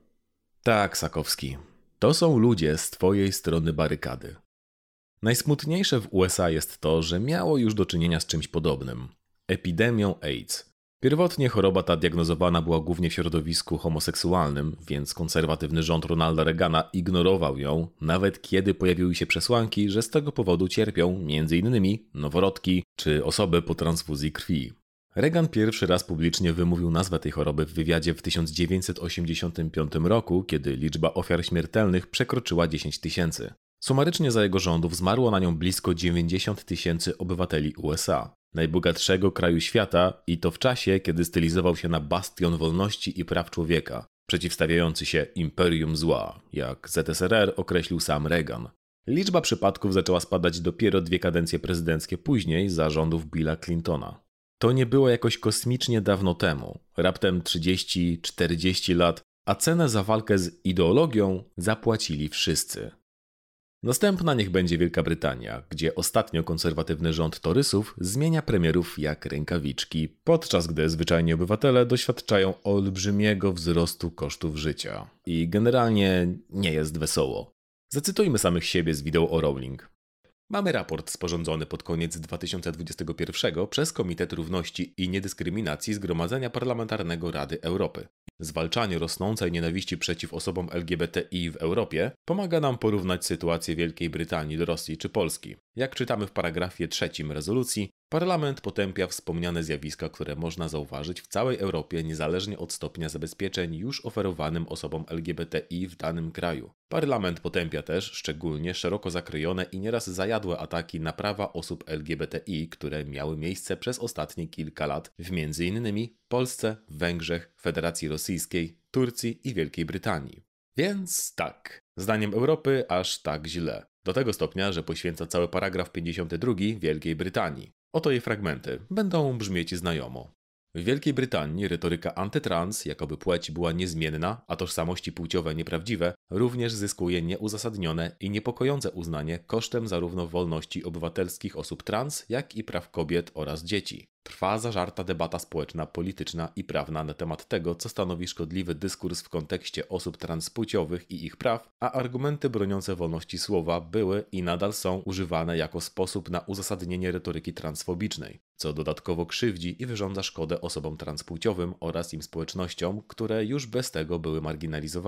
tak, Sakowski, to są ludzie z twojej strony barykady. Najsmutniejsze w U S A jest to, że miało już do czynienia z czymś podobnym – epidemią AIDS. Pierwotnie choroba ta diagnozowana była głównie w środowisku homoseksualnym, więc konserwatywny rząd Ronalda Reagana ignorował ją, nawet kiedy pojawiły się przesłanki, że z tego powodu cierpią między innymi noworodki czy osoby po transfuzji krwi. Reagan pierwszy raz publicznie wymówił nazwę tej choroby w wywiadzie w tysiąc dziewięćset osiemdziesiątym piątym roku, kiedy liczba ofiar śmiertelnych przekroczyła dziesięć tysięcy. Sumarycznie za jego rządów zmarło na nią blisko dziewięćdziesiąt tysięcy obywateli U S A, najbogatszego kraju świata, i to w czasie, kiedy stylizował się na bastion wolności i praw człowieka, przeciwstawiający się imperium zła, jak Z S R R określił sam Reagan. Liczba przypadków zaczęła spadać dopiero dwie kadencje prezydenckie później za rządów Billa Clintona. To nie było jakoś kosmicznie dawno temu, raptem trzydzieści czterdzieści lat, a cenę za walkę z ideologią zapłacili wszyscy. Następna niech będzie Wielka Brytania, gdzie ostatnio konserwatywny rząd torysów zmienia premierów jak rękawiczki, podczas gdy zwyczajni obywatele doświadczają olbrzymiego wzrostu kosztów życia. I generalnie nie jest wesoło. Zacytujmy samych siebie z wideo o Rowling. Mamy raport sporządzony pod koniec dwa tysiące dwudziestego pierwszego przez Komitet Równości i Niedyskryminacji Zgromadzenia Parlamentarnego Rady Europy. Zwalczanie rosnącej nienawiści przeciw osobom L G B T I w Europie pomaga nam porównać sytuację Wielkiej Brytanii do Rosji czy Polski. Jak czytamy w paragrafie trzecim rezolucji, Parlament potępia wspomniane zjawiska, które można zauważyć w całej Europie niezależnie od stopnia zabezpieczeń już oferowanym osobom L G B T I w danym kraju. Parlament potępia też szczególnie szeroko zakrojone i nieraz zajadłe ataki na prawa osób L G B T I, które miały miejsce przez ostatnie kilka lat w między innymi Polsce, Węgrzech, Federacji Rosyjskiej, Turcji i Wielkiej Brytanii. Więc tak, zdaniem Europy aż tak źle. Do tego stopnia, że poświęca cały paragraf pięćdziesiąty drugi Wielkiej Brytanii. Oto jej fragmenty. Będą brzmieć znajomo. W Wielkiej Brytanii retoryka antytrans, jakoby płeć była niezmienna, a tożsamości płciowe nieprawdziwe, również zyskuje nieuzasadnione i niepokojące uznanie kosztem zarówno wolności obywatelskich osób trans, jak i praw kobiet oraz dzieci. Trwa zażarta debata społeczna, polityczna i prawna na temat tego, co stanowi szkodliwy dyskurs w kontekście osób transpłciowych i ich praw, a argumenty broniące wolności słowa były i nadal są używane jako sposób na uzasadnienie retoryki transfobicznej, co dodatkowo krzywdzi i wyrządza szkodę osobom transpłciowym oraz im społecznościom, które już bez tego były marginalizowane.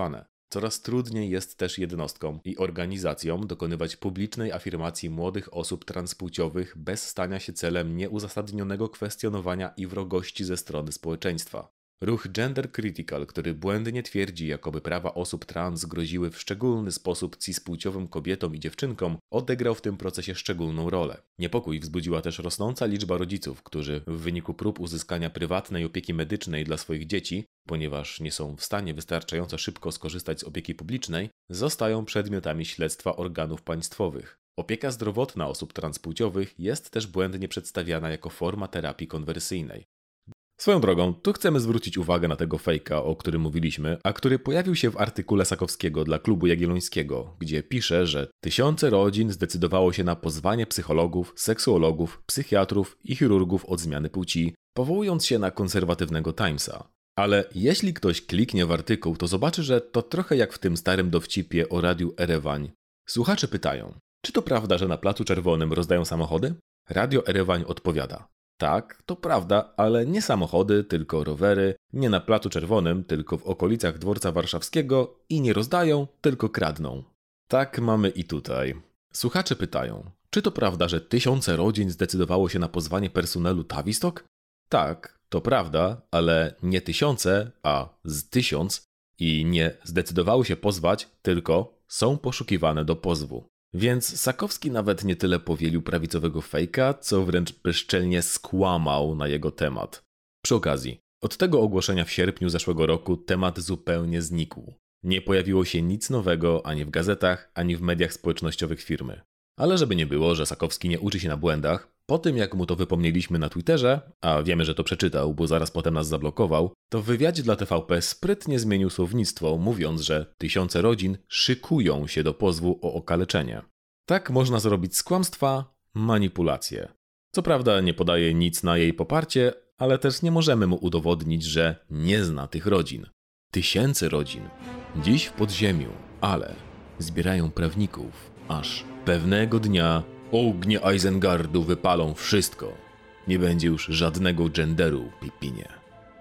Coraz trudniej jest też jednostkom i organizacjom dokonywać publicznej afirmacji młodych osób transpłciowych bez stania się celem nieuzasadnionego kwestionowania i wrogości ze strony społeczeństwa. Ruch Gender Critical, który błędnie twierdzi, jakoby prawa osób trans groziły w szczególny sposób cispłciowym kobietom i dziewczynkom, odegrał w tym procesie szczególną rolę. Niepokój wzbudziła też rosnąca liczba rodziców, którzy w wyniku prób uzyskania prywatnej opieki medycznej dla swoich dzieci, ponieważ nie są w stanie wystarczająco szybko skorzystać z opieki publicznej, zostają przedmiotami śledztwa organów państwowych. Opieka zdrowotna osób transpłciowych jest też błędnie przedstawiana jako forma terapii konwersyjnej. Swoją drogą, tu chcemy zwrócić uwagę na tego fejka, o którym mówiliśmy, a który pojawił się w artykule Sakowskiego dla Klubu Jagiellońskiego, gdzie pisze, że tysiące rodzin zdecydowało się na pozwanie psychologów, seksuologów, psychiatrów i chirurgów od zmiany płci, powołując się na konserwatywnego Timesa. Ale jeśli ktoś kliknie w artykuł, to zobaczy, że to trochę jak w tym starym dowcipie o Radiu Erewań. Słuchacze pytają, czy to prawda, że na Placu Czerwonym rozdają samochody? Radio Erewań odpowiada. Tak, to prawda, ale nie samochody, tylko rowery, nie na Placu Czerwonym, tylko w okolicach Dworca Warszawskiego i nie rozdają, tylko kradną. Tak mamy i tutaj. Słuchacze pytają, czy to prawda, że tysiące rodzin zdecydowało się na pozwanie personelu Tavistock? Tak, to prawda, ale nie tysiące, a z tysiąc i nie zdecydowały się pozwać, tylko są poszukiwane do pozwu. Więc Sakowski nawet nie tyle powielił prawicowego fejka, co wręcz bezczelnie skłamał na jego temat. Przy okazji, od tego ogłoszenia w sierpniu zeszłego roku temat zupełnie znikł. Nie pojawiło się nic nowego ani w gazetach, ani w mediach społecznościowych firmy. Ale żeby nie było, że Sakowski nie uczy się na błędach, po tym jak mu to wypomnieliśmy na Twitterze, a wiemy, że to przeczytał, bo zaraz potem nas zablokował, to w wywiadzie dla T V P sprytnie zmienił słownictwo, mówiąc, że tysiące rodzin szykują się do pozwu o okaleczenie. Tak można zrobić z kłamstwa manipulację. Co prawda nie podaje nic na jej poparcie, ale też nie możemy mu udowodnić, że nie zna tych rodzin. Tysięcy rodzin. Dziś w podziemiu, ale zbierają prawników, aż pewnego dnia ognie Eisengardu wypalą wszystko. Nie będzie już żadnego genderu, Pipinie.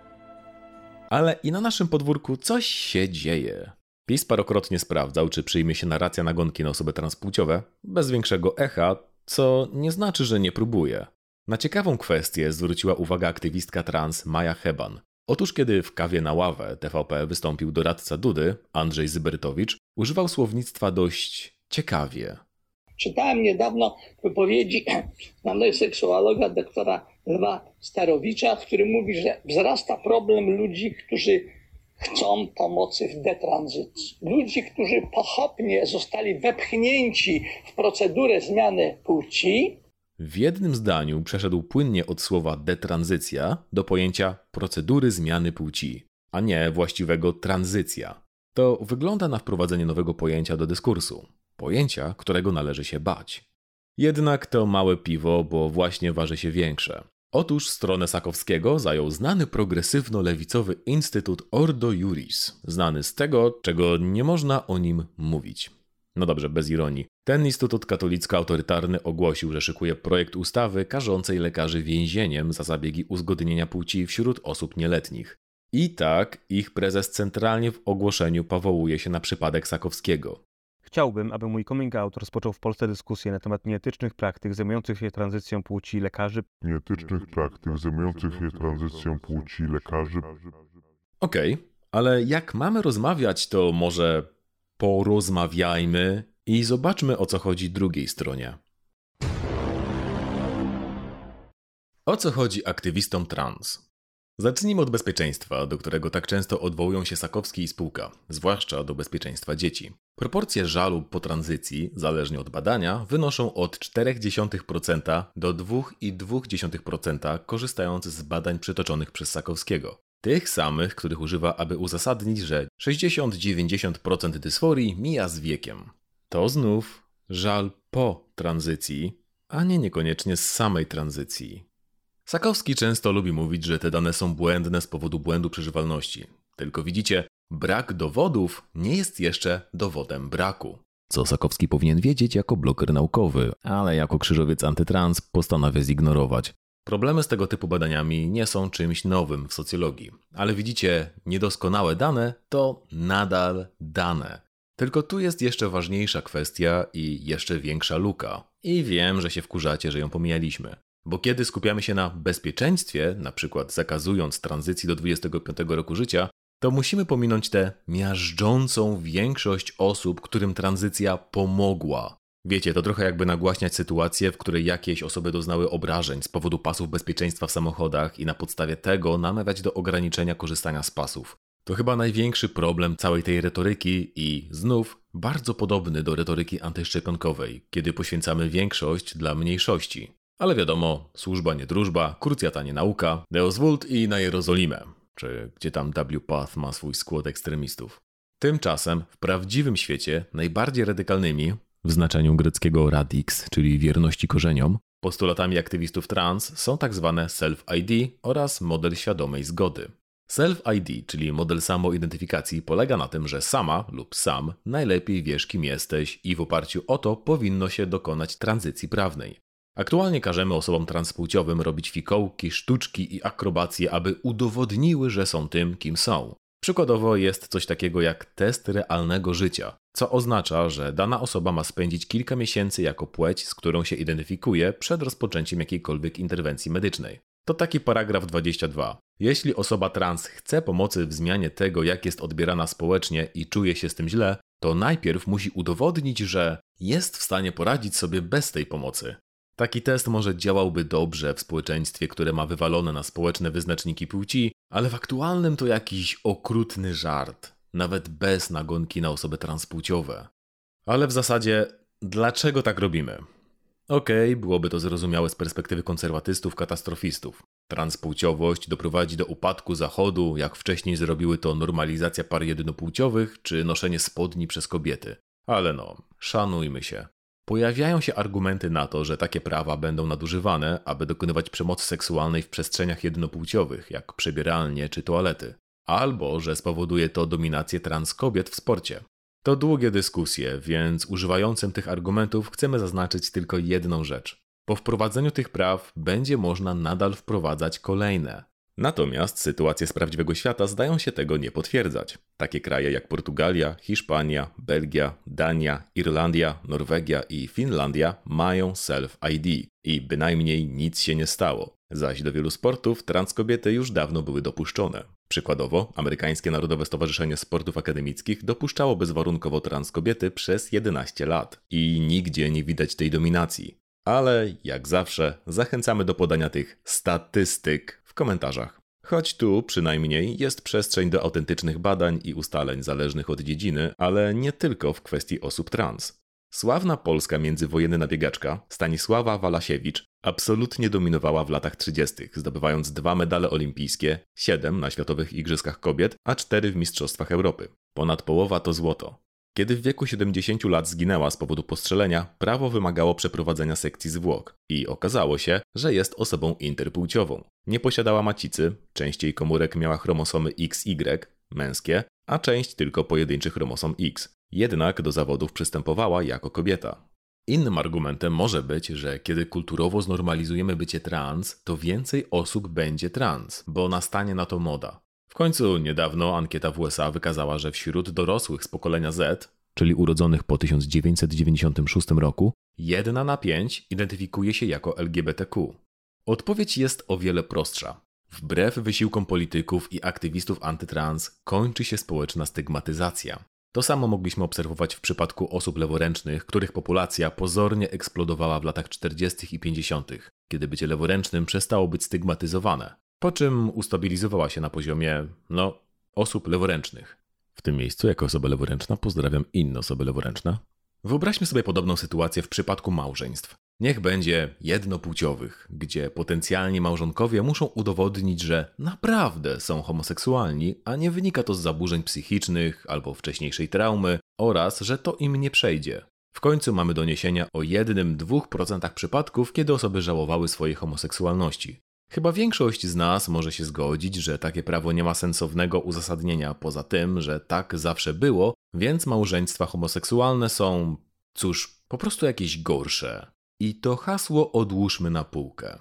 Ale i na naszym podwórku coś się dzieje. PiS parokrotnie sprawdzał, czy przyjmie się narracja nagonki na osoby transpłciowe, bez większego echa, co nie znaczy, że nie próbuje. Na ciekawą kwestię zwróciła uwagę aktywistka trans Maja Heban. Otóż kiedy w Kawie na ławę T V P wystąpił doradca Dudy, Andrzej Zybertowicz, używał słownictwa dość ciekawie. Czytałem niedawno wypowiedzi znanego seksuologa doktora Lwa Starowicza, który mówi, że wzrasta problem ludzi, którzy chcą pomocy w detranzycji. Ludzi, którzy pochopnie zostali wepchnięci w procedurę zmiany płci. W jednym zdaniu przeszedł płynnie od słowa detranzycja do pojęcia procedury zmiany płci, a nie właściwego tranzycja. To wygląda na wprowadzenie nowego pojęcia do dyskursu. Pojęcia, którego należy się bać. Jednak to małe piwo, bo właśnie waży się większe. Otóż stronę Sakowskiego zajął znany progresywno-lewicowy Instytut Ordo Iuris, znany z tego, czego nie można o nim mówić. No dobrze, bez ironii. Ten instytut katolicko-autorytarny ogłosił, że szykuje projekt ustawy karzącej lekarzy więzieniem za zabiegi uzgodnienia płci wśród osób nieletnich. I tak ich prezes centralnie w ogłoszeniu powołuje się na przypadek Sakowskiego. Chciałbym, aby mój coming out rozpoczął w Polsce dyskusję na temat nieetycznych praktyk zajmujących się tranzycją płci lekarzy. Nieetycznych praktyk zajmujących się tranzycją płci lekarzy. Okej, okay, ale jak mamy rozmawiać, to może porozmawiajmy i zobaczmy, o co chodzi drugiej stronie. O co chodzi aktywistom trans? Zacznijmy od bezpieczeństwa, do którego tak często odwołują się Sakowski i spółka, zwłaszcza do bezpieczeństwa dzieci. Proporcje żalu po tranzycji, zależnie od badania, wynoszą od cztery przecinek pięć procent do dwa przecinek dwa procent korzystając z badań przytoczonych przez Sakowskiego. Tych samych, których używa, aby uzasadnić, że sześćdziesiąt do dziewięćdziesięciu procent dysforii mija z wiekiem. To znów żal po tranzycji, a nie niekoniecznie z samej tranzycji. Sakowski często lubi mówić, że te dane są błędne z powodu błędu przeżywalności. Tylko widzicie, brak dowodów nie jest jeszcze dowodem braku. Co Sakowski powinien wiedzieć jako bloger naukowy, ale jako krzyżowiec antytrans postanawia zignorować. Problemy z tego typu badaniami nie są czymś nowym w socjologii, ale widzicie, niedoskonałe dane to nadal dane. Tylko tu jest jeszcze ważniejsza kwestia i jeszcze większa luka. I wiem, że się wkurzacie, że ją pomijaliśmy. Bo kiedy skupiamy się na bezpieczeństwie, na przykład zakazując tranzycji do dwudziestego piątego roku życia, to musimy pominąć tę miażdżącą większość osób, którym tranzycja pomogła. Wiecie, to trochę jakby nagłaśniać sytuację, w której jakieś osoby doznały obrażeń z powodu pasów bezpieczeństwa w samochodach i na podstawie tego namawiać do ograniczenia korzystania z pasów. To chyba największy problem całej tej retoryki i znów bardzo podobny do retoryki antyszczepionkowej, kiedy poświęcamy większość dla mniejszości. Ale wiadomo, służba nie drużba, krucjata nie nauka, Deus Vult i na Jerozolimę, czy gdzie tam W Path ma swój skład ekstremistów. Tymczasem w prawdziwym świecie najbardziej radykalnymi, w znaczeniu greckiego radix, czyli wierności korzeniom, postulatami aktywistów trans są tak zwane self-I D oraz model świadomej zgody. Self-I D, czyli model samoidentyfikacji, polega na tym, że sama lub sam najlepiej wiesz, kim jesteś i w oparciu o to powinno się dokonać tranzycji prawnej. Aktualnie każemy osobom transpłciowym robić fikołki, sztuczki i akrobacje, aby udowodniły, że są tym, kim są. Przykładowo jest coś takiego jak test realnego życia, co oznacza, że dana osoba ma spędzić kilka miesięcy jako płeć, z którą się identyfikuje przed rozpoczęciem jakiejkolwiek interwencji medycznej. To taki paragraf dwadzieścia dwa. Jeśli osoba trans chce pomocy w zmianie tego, jak jest odbierana społecznie i czuje się z tym źle, to najpierw musi udowodnić, że jest w stanie poradzić sobie bez tej pomocy. Taki test może działałby dobrze w społeczeństwie, które ma wywalone na społeczne wyznaczniki płci, ale w aktualnym to jakiś okrutny żart, nawet bez nagonki na osoby transpłciowe. Ale w zasadzie, dlaczego tak robimy? Okej, okay, byłoby to zrozumiałe z perspektywy konserwatystów, katastrofistów. Transpłciowość doprowadzi do upadku Zachodu, jak wcześniej zrobiły to normalizacja par jednopłciowych czy noszenie spodni przez kobiety. Ale no, szanujmy się. Pojawiają się argumenty na to, że takie prawa będą nadużywane, aby dokonywać przemocy seksualnej w przestrzeniach jednopłciowych, jak przebieralnie czy toalety. Albo, że spowoduje to dominację trans kobiet w sporcie. To długie dyskusje, więc używającym tych argumentów chcemy zaznaczyć tylko jedną rzecz. Po wprowadzeniu tych praw będzie można nadal wprowadzać kolejne. Natomiast sytuacje z prawdziwego świata zdają się tego nie potwierdzać. Takie kraje jak Portugalia, Hiszpania, Belgia, Dania, Irlandia, Norwegia i Finlandia mają self-I D i bynajmniej nic się nie stało. Zaś do wielu sportów trans kobiety już dawno były dopuszczone. Przykładowo, amerykańskie Narodowe Stowarzyszenie Sportów Akademickich dopuszczało bezwarunkowo trans kobiety przez jedenaście lat i nigdzie nie widać tej dominacji. Ale jak zawsze zachęcamy do podania tych statystyk w komentarzach. Choć tu przynajmniej jest przestrzeń do autentycznych badań i ustaleń zależnych od dziedziny, ale nie tylko w kwestii osób trans. Sławna polska międzywojenna biegaczka Stanisława Walasiewicz absolutnie dominowała w latach trzydziestych, zdobywając dwa medale olimpijskie, siedem na Światowych Igrzyskach Kobiet, a cztery w Mistrzostwach Europy. Ponad połowa to złoto. Kiedy w wieku siedemdziesięciu lat zginęła z powodu postrzelenia, prawo wymagało przeprowadzenia sekcji zwłok i okazało się, że jest osobą interpłciową. Nie posiadała macicy, część jej komórek miała chromosomy X Y, męskie, a część tylko pojedynczy chromosom X. Jednak do zawodów przystępowała jako kobieta. Innym argumentem może być, że kiedy kulturowo znormalizujemy bycie trans, to więcej osób będzie trans, bo nastanie na to moda. W końcu niedawno ankieta w U S A wykazała, że wśród dorosłych z pokolenia Z, czyli urodzonych po tysiąc dziewięćset dziewięćdziesiątym szóstym roku, jedna na pięć identyfikuje się jako L G B T Q. Odpowiedź jest o wiele prostsza. Wbrew wysiłkom polityków i aktywistów antytrans kończy się społeczna stygmatyzacja. To samo mogliśmy obserwować w przypadku osób leworęcznych, których populacja pozornie eksplodowała w latach czterdziestych i pięćdziesiątych, kiedy bycie leworęcznym przestało być stygmatyzowane, po czym ustabilizowała się na poziomie, no, osób leworęcznych. W tym miejscu jako osoba leworęczna pozdrawiam inne osoby leworęczne. Wyobraźmy sobie podobną sytuację w przypadku małżeństw. Niech będzie jednopłciowych, gdzie potencjalni małżonkowie muszą udowodnić, że naprawdę są homoseksualni, a nie wynika to z zaburzeń psychicznych albo wcześniejszej traumy oraz, że to im nie przejdzie. W końcu mamy doniesienia o jednym do dwóch procent przypadków, kiedy osoby żałowały swojej homoseksualności. Chyba większość z nas może się zgodzić, że takie prawo nie ma sensownego uzasadnienia poza tym, że tak zawsze było, więc małżeństwa homoseksualne są, cóż, po prostu jakieś gorsze. I to hasło odłóżmy na półkę.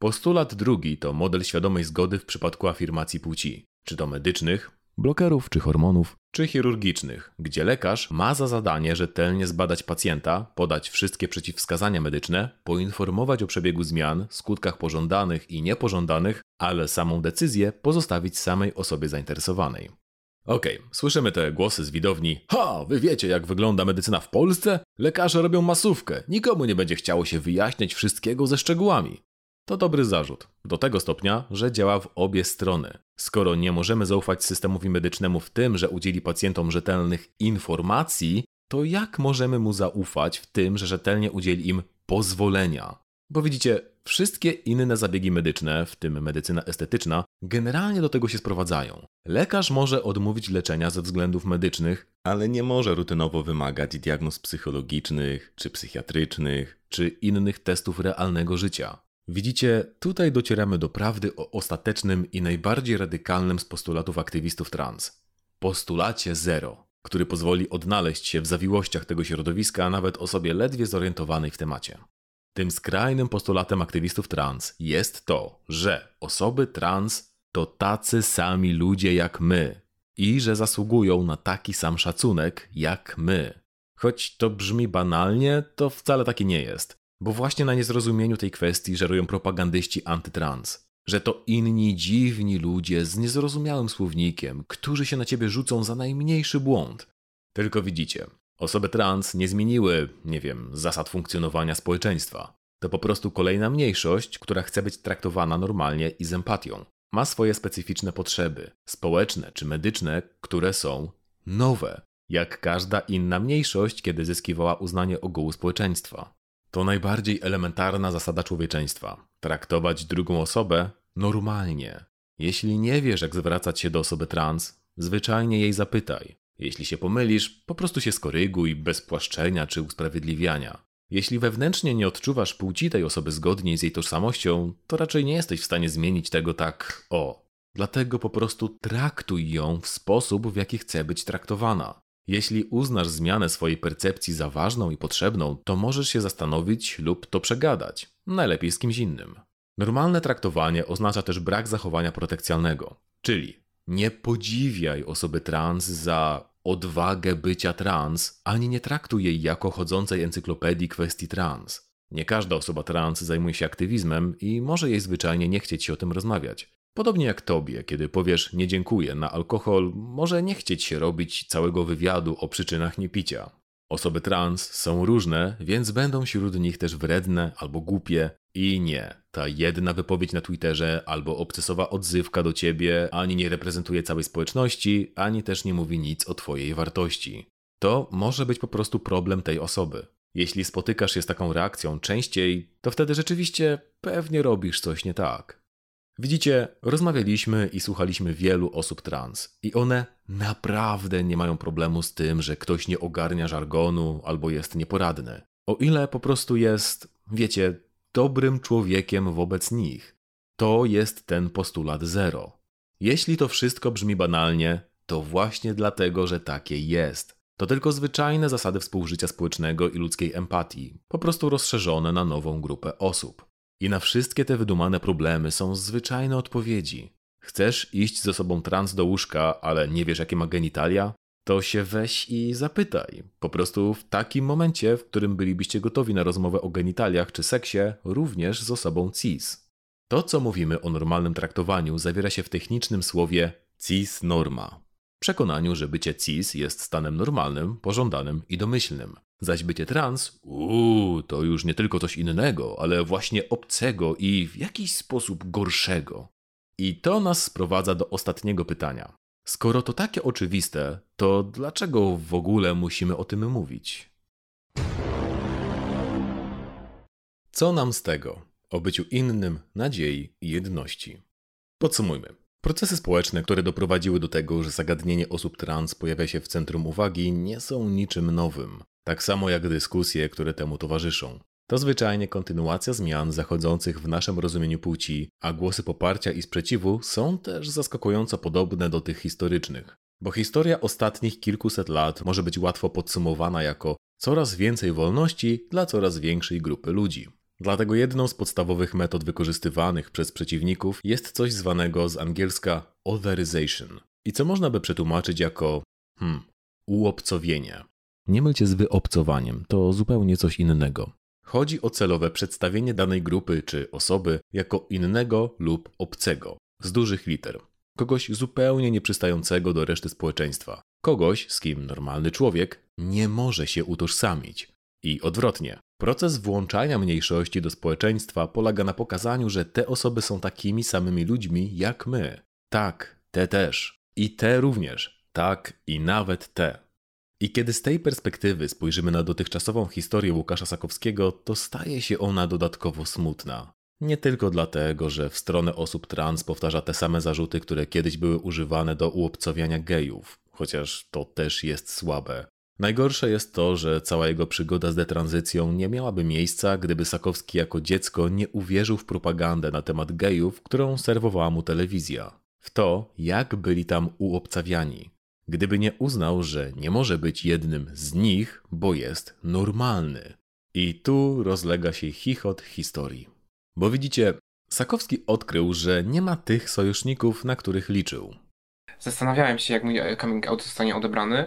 Postulat drugi to model świadomej zgody w przypadku afirmacji płci, czy to medycznych, blokerów czy hormonów, czy chirurgicznych, gdzie lekarz ma za zadanie rzetelnie zbadać pacjenta, podać wszystkie przeciwwskazania medyczne, poinformować o przebiegu zmian, skutkach pożądanych i niepożądanych, ale samą decyzję pozostawić samej osobie zainteresowanej. Okej, okay, słyszymy te głosy z widowni. Ha, wy wiecie jak wygląda medycyna w Polsce? Lekarze robią masówkę, nikomu nie będzie chciało się wyjaśniać wszystkiego ze szczegółami. To dobry zarzut, do tego stopnia, że działa w obie strony. Skoro nie możemy zaufać systemowi medycznemu w tym, że udzieli pacjentom rzetelnych informacji, to jak możemy mu zaufać w tym, że rzetelnie udzieli im pozwolenia? Bo widzicie, wszystkie inne zabiegi medyczne, w tym medycyna estetyczna, generalnie do tego się sprowadzają. Lekarz może odmówić leczenia ze względów medycznych, ale nie może rutynowo wymagać diagnoz psychologicznych, czy psychiatrycznych, czy innych testów realnego życia. Widzicie, tutaj docieramy do prawdy o ostatecznym i najbardziej radykalnym z postulatów aktywistów trans. Postulacie zero, który pozwoli odnaleźć się w zawiłościach tego środowiska nawet osobie ledwie zorientowanej w temacie. Tym skrajnym postulatem aktywistów trans jest to, że osoby trans to tacy sami ludzie jak my i że zasługują na taki sam szacunek jak my. Choć to brzmi banalnie, to wcale takie nie jest. Bo właśnie na niezrozumieniu tej kwestii żerują propagandyści antytrans. Że to inni dziwni ludzie z niezrozumiałym słownikiem, którzy się na ciebie rzucą za najmniejszy błąd. Tylko widzicie, osoby trans nie zmieniły, nie wiem, zasad funkcjonowania społeczeństwa. To po prostu kolejna mniejszość, która chce być traktowana normalnie i z empatią. Ma swoje specyficzne potrzeby, społeczne czy medyczne, które są nowe. Jak każda inna mniejszość, kiedy zyskiwała uznanie ogółu społeczeństwa. To najbardziej elementarna zasada człowieczeństwa. Traktować drugą osobę normalnie. Jeśli nie wiesz, jak zwracać się do osoby trans, zwyczajnie jej zapytaj. Jeśli się pomylisz, po prostu się skoryguj, bez płaszczenia czy usprawiedliwiania. Jeśli wewnętrznie nie odczuwasz płci tej osoby zgodnie z jej tożsamością, to raczej nie jesteś w stanie zmienić tego tak o. Dlatego po prostu traktuj ją w sposób, w jaki chce być traktowana. Jeśli uznasz zmianę swojej percepcji za ważną i potrzebną, to możesz się zastanowić lub to przegadać. Najlepiej z kimś innym. Normalne traktowanie oznacza też brak zachowania protekcjonalnego. Czyli nie podziwiaj osoby trans za odwagę bycia trans, ani nie traktuj jej jako chodzącej encyklopedii kwestii trans. Nie każda osoba trans zajmuje się aktywizmem i może jej zwyczajnie nie chcieć się o tym rozmawiać. Podobnie jak tobie, kiedy powiesz nie dziękuję na alkohol, może nie chcieć się robić całego wywiadu o przyczynach niepicia. Osoby trans są różne, więc będą wśród nich też wredne albo głupie. I nie, ta jedna wypowiedź na Twitterze albo obcesowa odzywka do ciebie ani nie reprezentuje całej społeczności, ani też nie mówi nic o twojej wartości. To może być po prostu problem tej osoby. Jeśli spotykasz się z taką reakcją częściej, to wtedy rzeczywiście pewnie robisz coś nie tak. Widzicie, rozmawialiśmy i słuchaliśmy wielu osób trans i one naprawdę nie mają problemu z tym, że ktoś nie ogarnia żargonu albo jest nieporadny. O ile po prostu jest, wiecie, dobrym człowiekiem wobec nich. To jest ten postulat zero. Jeśli to wszystko brzmi banalnie, to właśnie dlatego, że takie jest. To tylko zwyczajne zasady współżycia społecznego i ludzkiej empatii, po prostu rozszerzone na nową grupę osób. I na wszystkie te wydumane problemy są zwyczajne odpowiedzi. Chcesz iść z osobą trans do łóżka, ale nie wiesz jakie ma genitalia? To się weź i zapytaj. Po prostu w takim momencie, w którym bylibyście gotowi na rozmowę o genitaliach czy seksie, również z osobą cis. To, co mówimy o normalnym traktowaniu, zawiera się w technicznym słowie cis norma. W przekonaniu, że bycie cis jest stanem normalnym, pożądanym i domyślnym. Zaś bycie trans, uuu, to już nie tylko coś innego, ale właśnie obcego i w jakiś sposób gorszego. I to nas sprowadza do ostatniego pytania. Skoro to takie oczywiste, to dlaczego w ogóle musimy o tym mówić? Co nam z tego? O byciu innym, nadziei i jedności. Podsumujmy. Procesy społeczne, które doprowadziły do tego, że zagadnienie osób trans pojawia się w centrum uwagi, nie są niczym nowym. Tak samo jak dyskusje, które temu towarzyszą. To zwyczajnie kontynuacja zmian zachodzących w naszym rozumieniu płci, a głosy poparcia i sprzeciwu są też zaskakująco podobne do tych historycznych. Bo historia ostatnich kilkuset lat może być łatwo podsumowana jako coraz więcej wolności dla coraz większej grupy ludzi. Dlatego jedną z podstawowych metod wykorzystywanych przez przeciwników jest coś zwanego z angielska otherization i co można by przetłumaczyć jako hmm, uobcowienie. Nie mylcie z wyobcowaniem, to zupełnie coś innego. Chodzi o celowe przedstawienie danej grupy czy osoby jako innego lub obcego, z dużych liter. Kogoś zupełnie nieprzystającego do reszty społeczeństwa. Kogoś, z kim normalny człowiek nie może się utożsamić. I odwrotnie. Proces włączania mniejszości do społeczeństwa polega na pokazaniu, że te osoby są takimi samymi ludźmi jak my. Tak, te też. I te również. Tak, i nawet te. I kiedy z tej perspektywy spojrzymy na dotychczasową historię Łukasza Sakowskiego, to staje się ona dodatkowo smutna. Nie tylko dlatego, że w stronę osób trans powtarza te same zarzuty, które kiedyś były używane do uobcowiania gejów, chociaż to też jest słabe. Najgorsze jest to, że cała jego przygoda z detranzycją nie miałaby miejsca, gdyby Sakowski jako dziecko nie uwierzył w propagandę na temat gejów, którą serwowała mu telewizja. W to, jak byli tam uobcawiani. Gdyby nie uznał, że nie może być jednym z nich, bo jest normalny. I tu rozlega się chichot historii. Bo widzicie, Sakowski odkrył, że nie ma tych sojuszników, na których liczył. Zastanawiałem się, jak mój coming out zostanie odebrany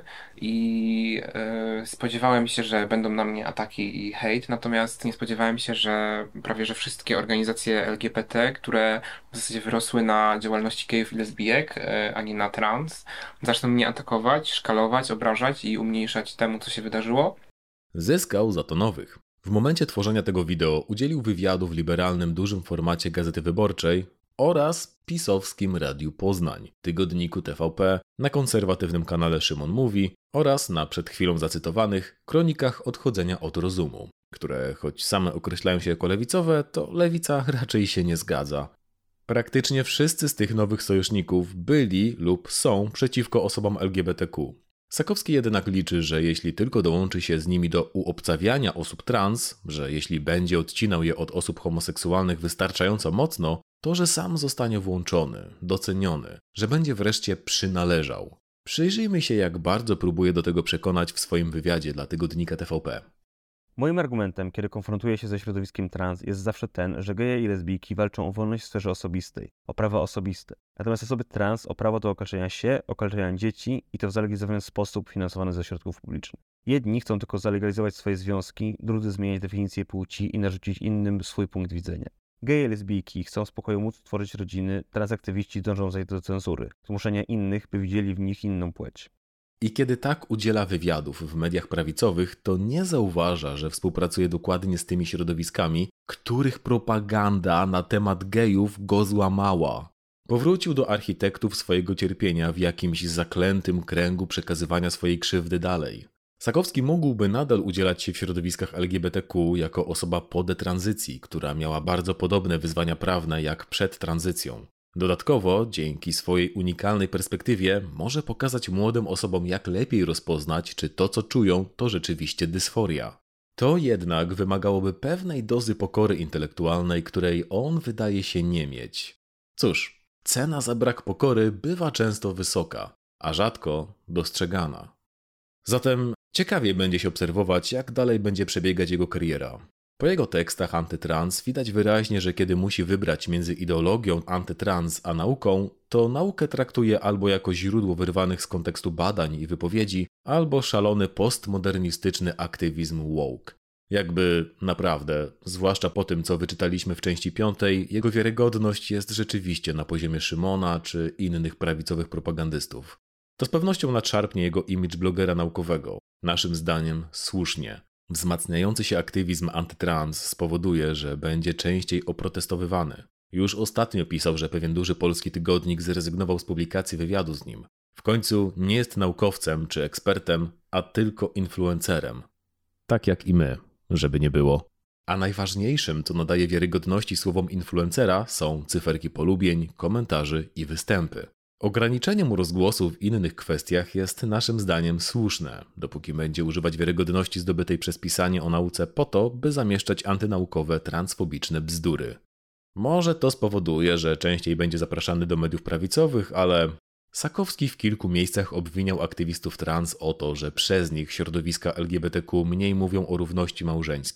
i yy, spodziewałem się, że będą na mnie ataki i hejt, natomiast nie spodziewałem się, że prawie że wszystkie organizacje L G B T, które w zasadzie wyrosły na działalności gejów i lesbijek, yy, a nie na trans, zaczną mnie atakować, szkalować, obrażać i umniejszać temu, co się wydarzyło. Zyskał za to nowych. W momencie tworzenia tego wideo udzielił wywiadu w liberalnym dużym formacie Gazety Wyborczej oraz pisowskim Radiu Poznań, tygodniku T V P, na konserwatywnym kanale Szymon Mówi oraz na przed chwilą zacytowanych kronikach odchodzenia od rozumu, które choć same określają się jako lewicowe, to lewica raczej się nie zgadza. Praktycznie wszyscy z tych nowych sojuszników byli lub są przeciwko osobom L G B T Q. Sakowski jednak liczy, że jeśli tylko dołączy się z nimi do uobcawiania osób trans, że jeśli będzie odcinał je od osób homoseksualnych wystarczająco mocno, to że sam zostanie włączony, doceniony, że będzie wreszcie przynależał. Przyjrzyjmy się, jak bardzo próbuje do tego przekonać w swoim wywiadzie dla tygodnika T V P. Moim argumentem, kiedy konfrontuję się ze środowiskiem trans, jest zawsze ten, że geje i lesbijki walczą o wolność w sferze osobistej, o prawa osobiste. Natomiast osoby trans o prawo do okaleczenia się, okaleczenia dzieci i to w zalegalizowany sposób finansowany ze środków publicznych. Jedni chcą tylko zalegalizować swoje związki, drudzy zmieniać definicję płci i narzucić innym swój punkt widzenia. Geje i lesbijki chcą w spokoju móc tworzyć rodziny, transaktywiści dążą zajść do cenzury, zmuszenia innych, by widzieli w nich inną płeć. I kiedy tak udziela wywiadów w mediach prawicowych, to nie zauważa, że współpracuje dokładnie z tymi środowiskami, których propaganda na temat gejów go złamała. Powrócił do architektów swojego cierpienia w jakimś zaklętym kręgu przekazywania swojej krzywdy dalej. Sakowski mógłby nadal udzielać się w środowiskach L G B T Q jako osoba po detranzycji, która miała bardzo podobne wyzwania prawne jak przed tranzycją. Dodatkowo, dzięki swojej unikalnej perspektywie, może pokazać młodym osobom, jak lepiej rozpoznać, czy to, co czują, to rzeczywiście dysforia. To jednak wymagałoby pewnej dozy pokory intelektualnej, której on wydaje się nie mieć. Cóż, cena za brak pokory bywa często wysoka, a rzadko dostrzegana. Zatem ciekawie będzie się obserwować, jak dalej będzie przebiegać jego kariera. Po jego tekstach antytrans widać wyraźnie, że kiedy musi wybrać między ideologią antytrans a nauką, to naukę traktuje albo jako źródło wyrwanych z kontekstu badań i wypowiedzi, albo szalony postmodernistyczny aktywizm woke. Jakby naprawdę, zwłaszcza po tym, co wyczytaliśmy w części piątej, jego wiarygodność jest rzeczywiście na poziomie Szymona czy innych prawicowych propagandystów. To z pewnością nadszarpnie jego imidż blogera naukowego. Naszym zdaniem słusznie. Wzmacniający się aktywizm antytrans spowoduje, że będzie częściej oprotestowywany. Już ostatnio pisał, że pewien duży polski tygodnik zrezygnował z publikacji wywiadu z nim. W końcu nie jest naukowcem czy ekspertem, a tylko influencerem. Tak jak i my, żeby nie było. A najważniejszym, co nadaje wiarygodności słowom influencera, są cyferki polubień, komentarzy i występy. Ograniczenie mu rozgłosu w innych kwestiach jest naszym zdaniem słuszne, dopóki będzie używać wiarygodności zdobytej przez pisanie o nauce po to, by zamieszczać antynaukowe, transfobiczne bzdury. Może to spowoduje, że częściej będzie zapraszany do mediów prawicowych, ale Sakowski w kilku miejscach obwiniał aktywistów trans o to, że przez nich środowiska L G B T Q mniej mówią o równości małżeńskiej.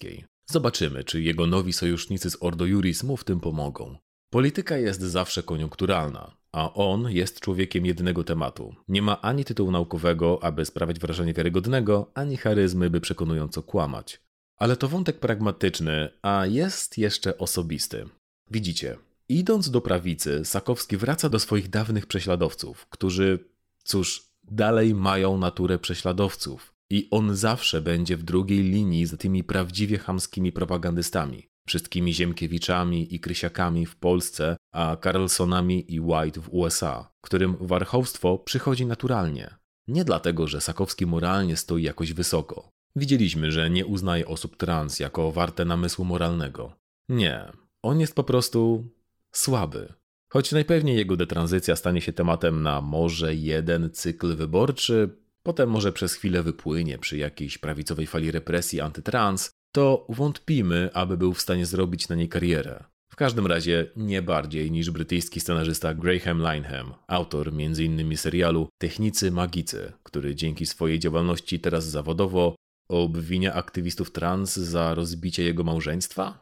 Zobaczymy, czy jego nowi sojusznicy z Ordo Iuris mu w tym pomogą. Polityka jest zawsze koniunkturalna, a on jest człowiekiem jedynego tematu. Nie ma ani tytułu naukowego, aby sprawiać wrażenie wiarygodnego, ani charyzmy, by przekonująco kłamać. Ale to wątek pragmatyczny, a jest jeszcze osobisty. Widzicie, idąc do prawicy, Sakowski wraca do swoich dawnych prześladowców, którzy, cóż, dalej mają naturę prześladowców. I on zawsze będzie w drugiej linii za tymi prawdziwie chamskimi propagandystami. Wszystkimi Ziemkiewiczami i Krysiakami w Polsce, a Carlsonami i White w U S A, którym warchołstwo przychodzi naturalnie. Nie dlatego, że Sakowski moralnie stoi jakoś wysoko. Widzieliśmy, że nie uznaje osób trans jako warte namysłu moralnego. Nie, on jest po prostu słaby. Choć najpewniej jego detranzycja stanie się tematem na może jeden cykl wyborczy, potem może przez chwilę wypłynie przy jakiejś prawicowej fali represji antytrans, to wątpimy, aby był w stanie zrobić na niej karierę. W każdym razie nie bardziej niż brytyjski scenarzysta Graham Linehan, autor między innymi serialu Technicy Magicy, który dzięki swojej działalności teraz zawodowo obwinia aktywistów trans za rozbicie jego małżeństwa?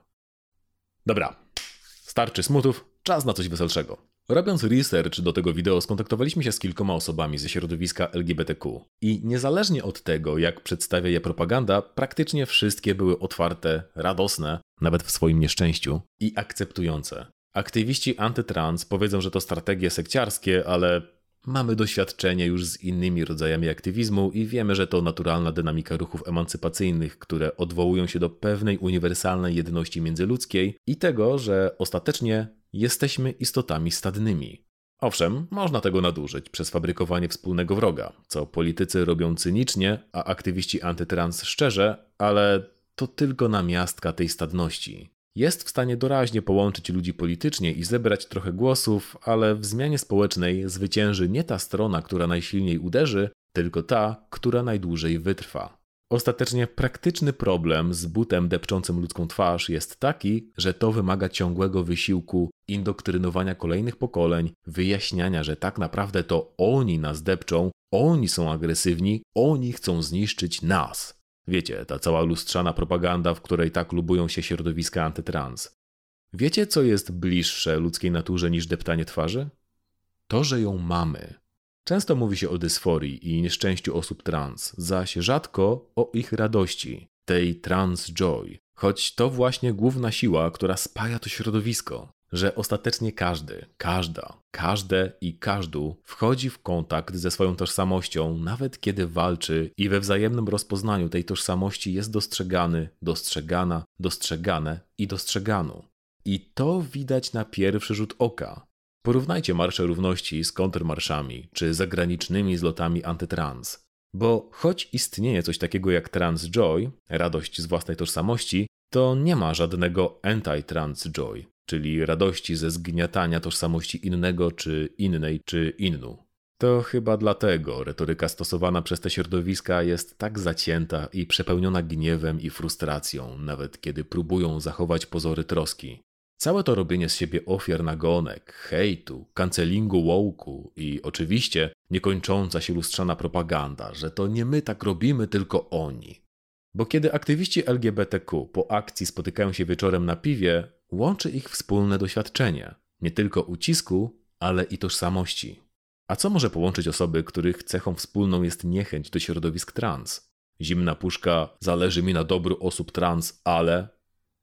Dobra, starczy smutów, czas na coś weselszego. Robiąc research do tego wideo, skontaktowaliśmy się z kilkoma osobami ze środowiska L G B T Q. I niezależnie od tego, jak przedstawia je propaganda, praktycznie wszystkie były otwarte, radosne, nawet w swoim nieszczęściu, i akceptujące. Aktywiści antytrans powiedzą, że to strategie sekciarskie, ale mamy doświadczenie już z innymi rodzajami aktywizmu i wiemy, że to naturalna dynamika ruchów emancypacyjnych, które odwołują się do pewnej uniwersalnej jedności międzyludzkiej i tego, że ostatecznie jesteśmy istotami stadnymi. Owszem, można tego nadużyć przez fabrykowanie wspólnego wroga, co politycy robią cynicznie, a aktywiści antytrans szczerze, ale to tylko namiastka tej stadności. Jest w stanie doraźnie połączyć ludzi politycznie i zebrać trochę głosów, ale w zmianie społecznej zwycięży nie ta strona, która najsilniej uderzy, tylko ta, która najdłużej wytrwa. Ostatecznie praktyczny problem z butem depczącym ludzką twarz jest taki, że to wymaga ciągłego wysiłku, indoktrynowania kolejnych pokoleń, wyjaśniania, że tak naprawdę to oni nas depczą, oni są agresywni, oni chcą zniszczyć nas. Wiecie, ta cała lustrzana propaganda, w której tak lubują się środowiska antytrans. Wiecie, co jest bliższe ludzkiej naturze niż deptanie twarzy? To, że ją mamy. Często mówi się o dysforii i nieszczęściu osób trans, zaś rzadko o ich radości, tej trans joy. Choć to właśnie główna siła, która spaja to środowisko. Że ostatecznie każdy, każda, każde i każdu wchodzi w kontakt ze swoją tożsamością, nawet kiedy walczy i we wzajemnym rozpoznaniu tej tożsamości jest dostrzegany, dostrzegana, dostrzegane i dostrzegano. I to widać na pierwszy rzut oka. Porównajcie Marsze Równości z kontrmarszami czy zagranicznymi zlotami antytrans. Bo choć istnieje coś takiego jak trans joy, radość z własnej tożsamości, to nie ma żadnego anti-trans joy, czyli radości ze zgniatania tożsamości innego czy innej czy innu. To chyba dlatego retoryka stosowana przez te środowiska jest tak zacięta i przepełniona gniewem i frustracją, nawet kiedy próbują zachować pozory troski. Całe to robienie z siebie ofiar nagonek, hejtu, cancelingu wołku i oczywiście niekończąca się lustrzana propaganda, że to nie my tak robimy, tylko oni. Bo kiedy aktywiści L G B T Q po akcji spotykają się wieczorem na piwie, łączy ich wspólne doświadczenie. Nie tylko ucisku, ale i tożsamości. A co może połączyć osoby, których cechą wspólną jest niechęć do środowisk trans? Zimna puszka, zależy mi na dobru osób trans, ale...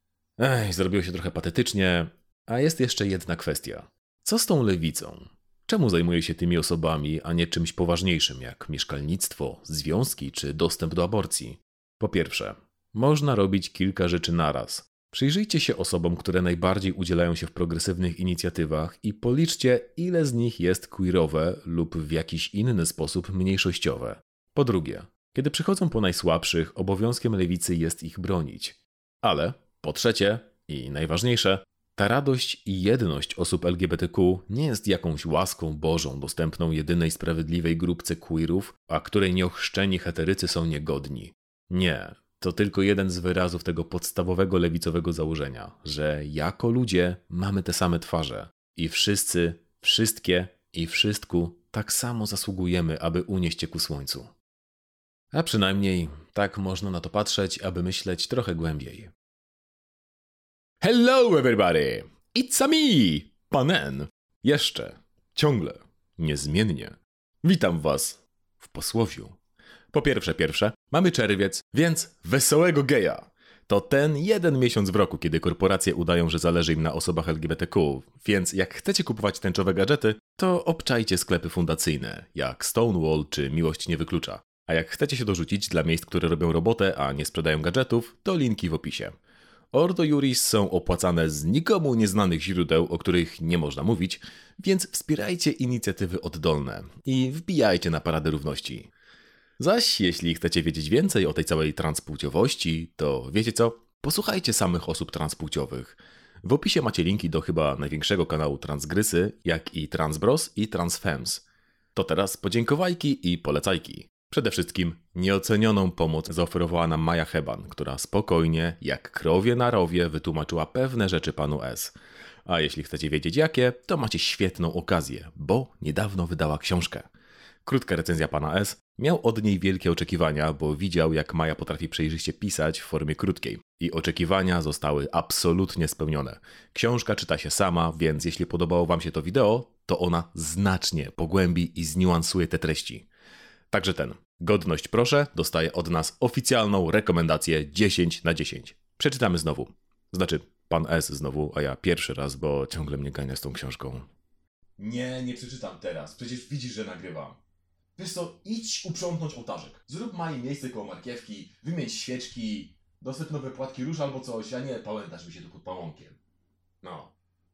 Ej, zrobiło się trochę patetycznie. A jest jeszcze jedna kwestia. Co z tą lewicą? Czemu zajmuje się tymi osobami, a nie czymś poważniejszym jak mieszkalnictwo, związki czy dostęp do aborcji? Po pierwsze, można robić kilka rzeczy naraz. Przyjrzyjcie się osobom, które najbardziej udzielają się w progresywnych inicjatywach i policzcie, ile z nich jest queerowe lub w jakiś inny sposób mniejszościowe. Po drugie, kiedy przychodzą po najsłabszych, obowiązkiem lewicy jest ich bronić. Ale, po trzecie i najważniejsze, ta radość i jedność osób L G B T Q nie jest jakąś łaską Bożą dostępną jedynej sprawiedliwej grupce queerów, a której nieochrzczeni heterycy są niegodni. Nie, to tylko jeden z wyrazów tego podstawowego lewicowego założenia, że jako ludzie mamy te same twarze i wszyscy, wszystkie i wszystku tak samo zasługujemy, aby unieść się ku słońcu. A przynajmniej tak można na to patrzeć, aby myśleć trochę głębiej. Hello everybody! It's a me, Pan N. Jeszcze, ciągle, niezmiennie. Witam was w posłowiu. Po pierwsze, pierwsze, mamy czerwiec, więc wesołego geja. To ten jeden miesiąc w roku, kiedy korporacje udają, że zależy im na osobach L G B T Q, więc jak chcecie kupować tęczowe gadżety, to obczajcie sklepy fundacyjne, jak Stonewall czy Miłość nie wyklucza. A jak chcecie się dorzucić dla miejsc, które robią robotę, a nie sprzedają gadżetów, to linki w opisie. Ordo Juris są opłacane z nikomu nieznanych źródeł, o których nie można mówić, więc wspierajcie inicjatywy oddolne i wbijajcie na Paradę Równości. Zaś jeśli chcecie wiedzieć więcej o tej całej transpłciowości, to wiecie co? Posłuchajcie samych osób transpłciowych. W opisie macie linki do chyba największego kanału Transgrysy, jak i Transbros i Transfems. To teraz podziękowajki i polecajki. Przede wszystkim nieocenioną pomoc zaoferowała nam Maja Heban, która spokojnie, jak krowie na rowie, wytłumaczyła pewne rzeczy panu S. A jeśli chcecie wiedzieć jakie, to macie świetną okazję, bo niedawno wydała książkę. Krótka recenzja pana S. Miał od niej wielkie oczekiwania, bo widział, jak Maja potrafi przejrzyście pisać w formie krótkiej. I oczekiwania zostały absolutnie spełnione. Książka czyta się sama, więc jeśli podobało wam się to wideo, to ona znacznie pogłębi i zniuansuje te treści. Także ten, godność proszę, dostaje od nas oficjalną rekomendację dziesięć na dziesięć. Przeczytamy znowu. Znaczy, pan S znowu, a ja pierwszy raz, bo ciągle mnie gania z tą książką. Nie, nie przeczytam teraz. Przecież widzisz, że nagrywam. Wiesz co, idź uprzątnąć ołtarzek. Zrób Mai miejsce koło markiewki, wymień świeczki, dosyp nowe płatki róż albo coś, a nie pałętasz mi się tu pod pałąkiem. No.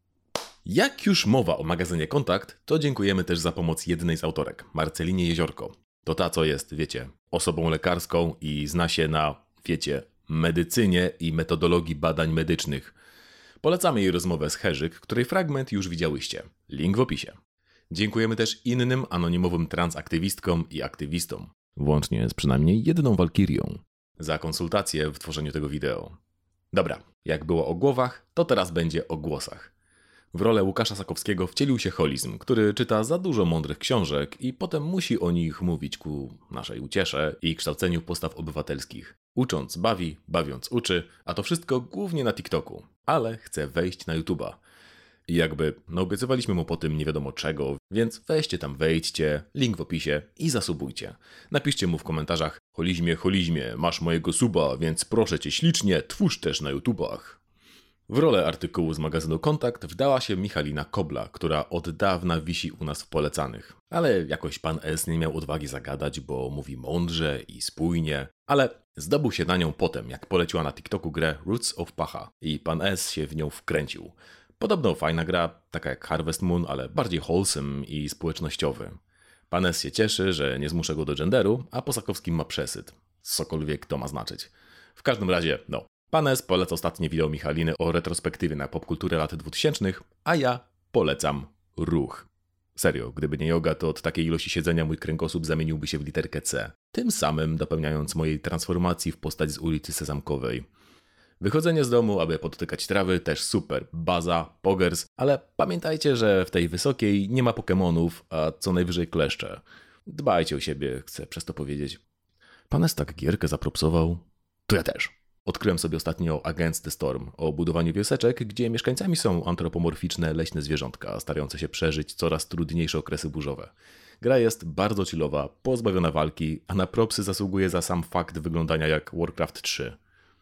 Jak już mowa o magazynie Kontakt, to dziękujemy też za pomoc jednej z autorek, Marcelinie Jeziorko. To ta, co jest, wiecie, osobą lekarską i zna się na, wiecie, medycynie i metodologii badań medycznych. Polecamy jej rozmowę z Herzyk, której fragment już widziałyście. Link w opisie. Dziękujemy też innym anonimowym transaktywistkom i aktywistom, włącznie z przynajmniej jedną walkirią, za konsultacje w tworzeniu tego wideo. Dobra, jak było o głowach, to teraz będzie o głosach. W rolę Łukasza Sakowskiego wcielił się Holizm, który czyta za dużo mądrych książek i potem musi o nich mówić ku naszej uciesze i kształceniu postaw obywatelskich. Ucząc bawi, bawiąc uczy, a to wszystko głównie na TikToku, ale chce wejść na YouTube'a. I jakby, no obiecywaliśmy mu po tym nie wiadomo czego, więc weźcie tam, wejdźcie, link w opisie i zasubujcie. Napiszcie mu w komentarzach: Holizmie, Holizmie, masz mojego suba, więc proszę cię ślicznie, twórz też na YouTubach. W rolę artykułu z magazynu Kontakt wdała się Michalina Kobla, która od dawna wisi u nas w polecanych. Ale jakoś pan S nie miał odwagi zagadać, bo mówi mądrze i spójnie, ale zdobył się na nią potem, jak poleciła na TikToku grę Roots of Pacha i pan S się w nią wkręcił. Podobno fajna gra, taka jak Harvest Moon, ale bardziej wholesome i społecznościowy. Pan S się cieszy, że nie zmuszę go do genderu, a po Sakowskim ma przesyt. Cokolwiek to ma znaczyć. W każdym razie, no. Pan S poleca ostatnie wideo Michaliny o retrospektywie na popkulturę lat dwutysięcznych, a ja polecam Ruch. Serio, gdyby nie joga, to od takiej ilości siedzenia mój kręgosłup zamieniłby się w literkę C. Tym samym dopełniając mojej transformacji w postać z ulicy Sezamkowej. Wychodzenie z domu, aby podtykać trawy, też super, baza, pogers, ale pamiętajcie, że w tej wysokiej nie ma Pokemonów, a co najwyżej kleszcze. Dbajcie o siebie, chcę przez to powiedzieć. Pan S tak gierkę zapropsował, to ja też. Odkryłem sobie ostatnio Against the Storm o budowaniu wioseczek, gdzie mieszkańcami są antropomorficzne leśne zwierzątka, starające się przeżyć coraz trudniejsze okresy burzowe. Gra jest bardzo chillowa, pozbawiona walki, a na propsy zasługuje za sam fakt wyglądania jak Warcraft trzy.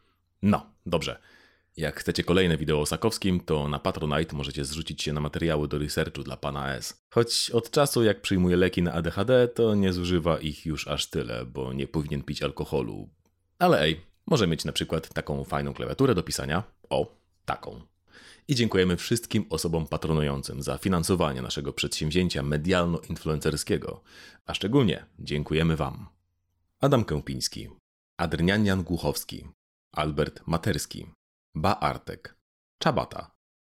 No, dobrze. Jak chcecie kolejne wideo o Sakowskim, to na Patronite możecie zrzucić się na materiały do researchu dla pana S. Choć od czasu jak przyjmuje leki na A D H D, to nie zużywa ich już aż tyle, bo nie powinien pić alkoholu. Ale ej, może mieć na przykład taką fajną klawiaturę do pisania. O, taką. I dziękujemy wszystkim osobom patronującym za finansowanie naszego przedsięwzięcia medialno-influencerskiego. A szczególnie dziękujemy wam. Adam Kępiński, Adrnianian Głuchowski, Albert Materski, Ba Artek, Czabata,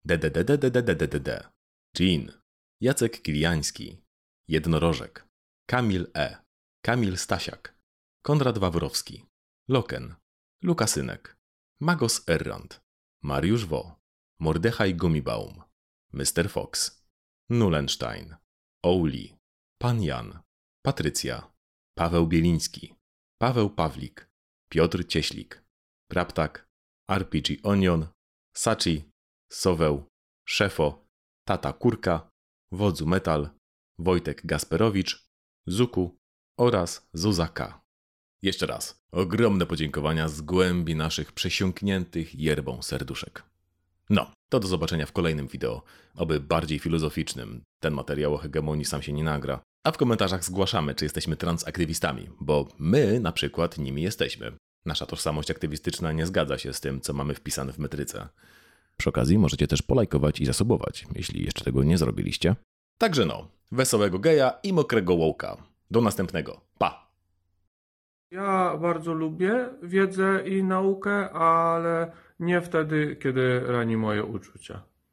DDDDDDDDD, Jean, Jacek Kiliański, Jednorożek, Kamil E, Kamil Stasiak, Konrad Wawrowski, Loken, Lukasynek, Magos Errant, Mariusz Wo, Mordechaj Gumibaum, mister Fox, Nulenstein, Ouli, Pan Jan, Patrycja, Paweł Bieliński, Paweł Pawlik, Piotr Cieślik, Praptak, R P G Onion, Sachi, Soweł, Szefo, Tata Kurka, Wodzu Metal, Wojtek Gasperowicz, Zuku oraz Zuza K. Jeszcze raz ogromne podziękowania z głębi naszych przesiąkniętych yerbą serduszek. No, to do zobaczenia w kolejnym wideo, oby bardziej filozoficznym. Ten materiał o hegemonii sam się nie nagra. A w komentarzach zgłaszamy, czy jesteśmy transaktywistami, bo my na przykład nimi jesteśmy. Nasza tożsamość aktywistyczna nie zgadza się z tym, co mamy wpisane w metryce. Przy okazji możecie też polajkować i zasubować, jeśli jeszcze tego nie zrobiliście. Także no, wesołego geja i mokrego łołka. Do następnego. Pa! Ja bardzo lubię wiedzę i naukę, ale nie wtedy, kiedy rani moje uczucia.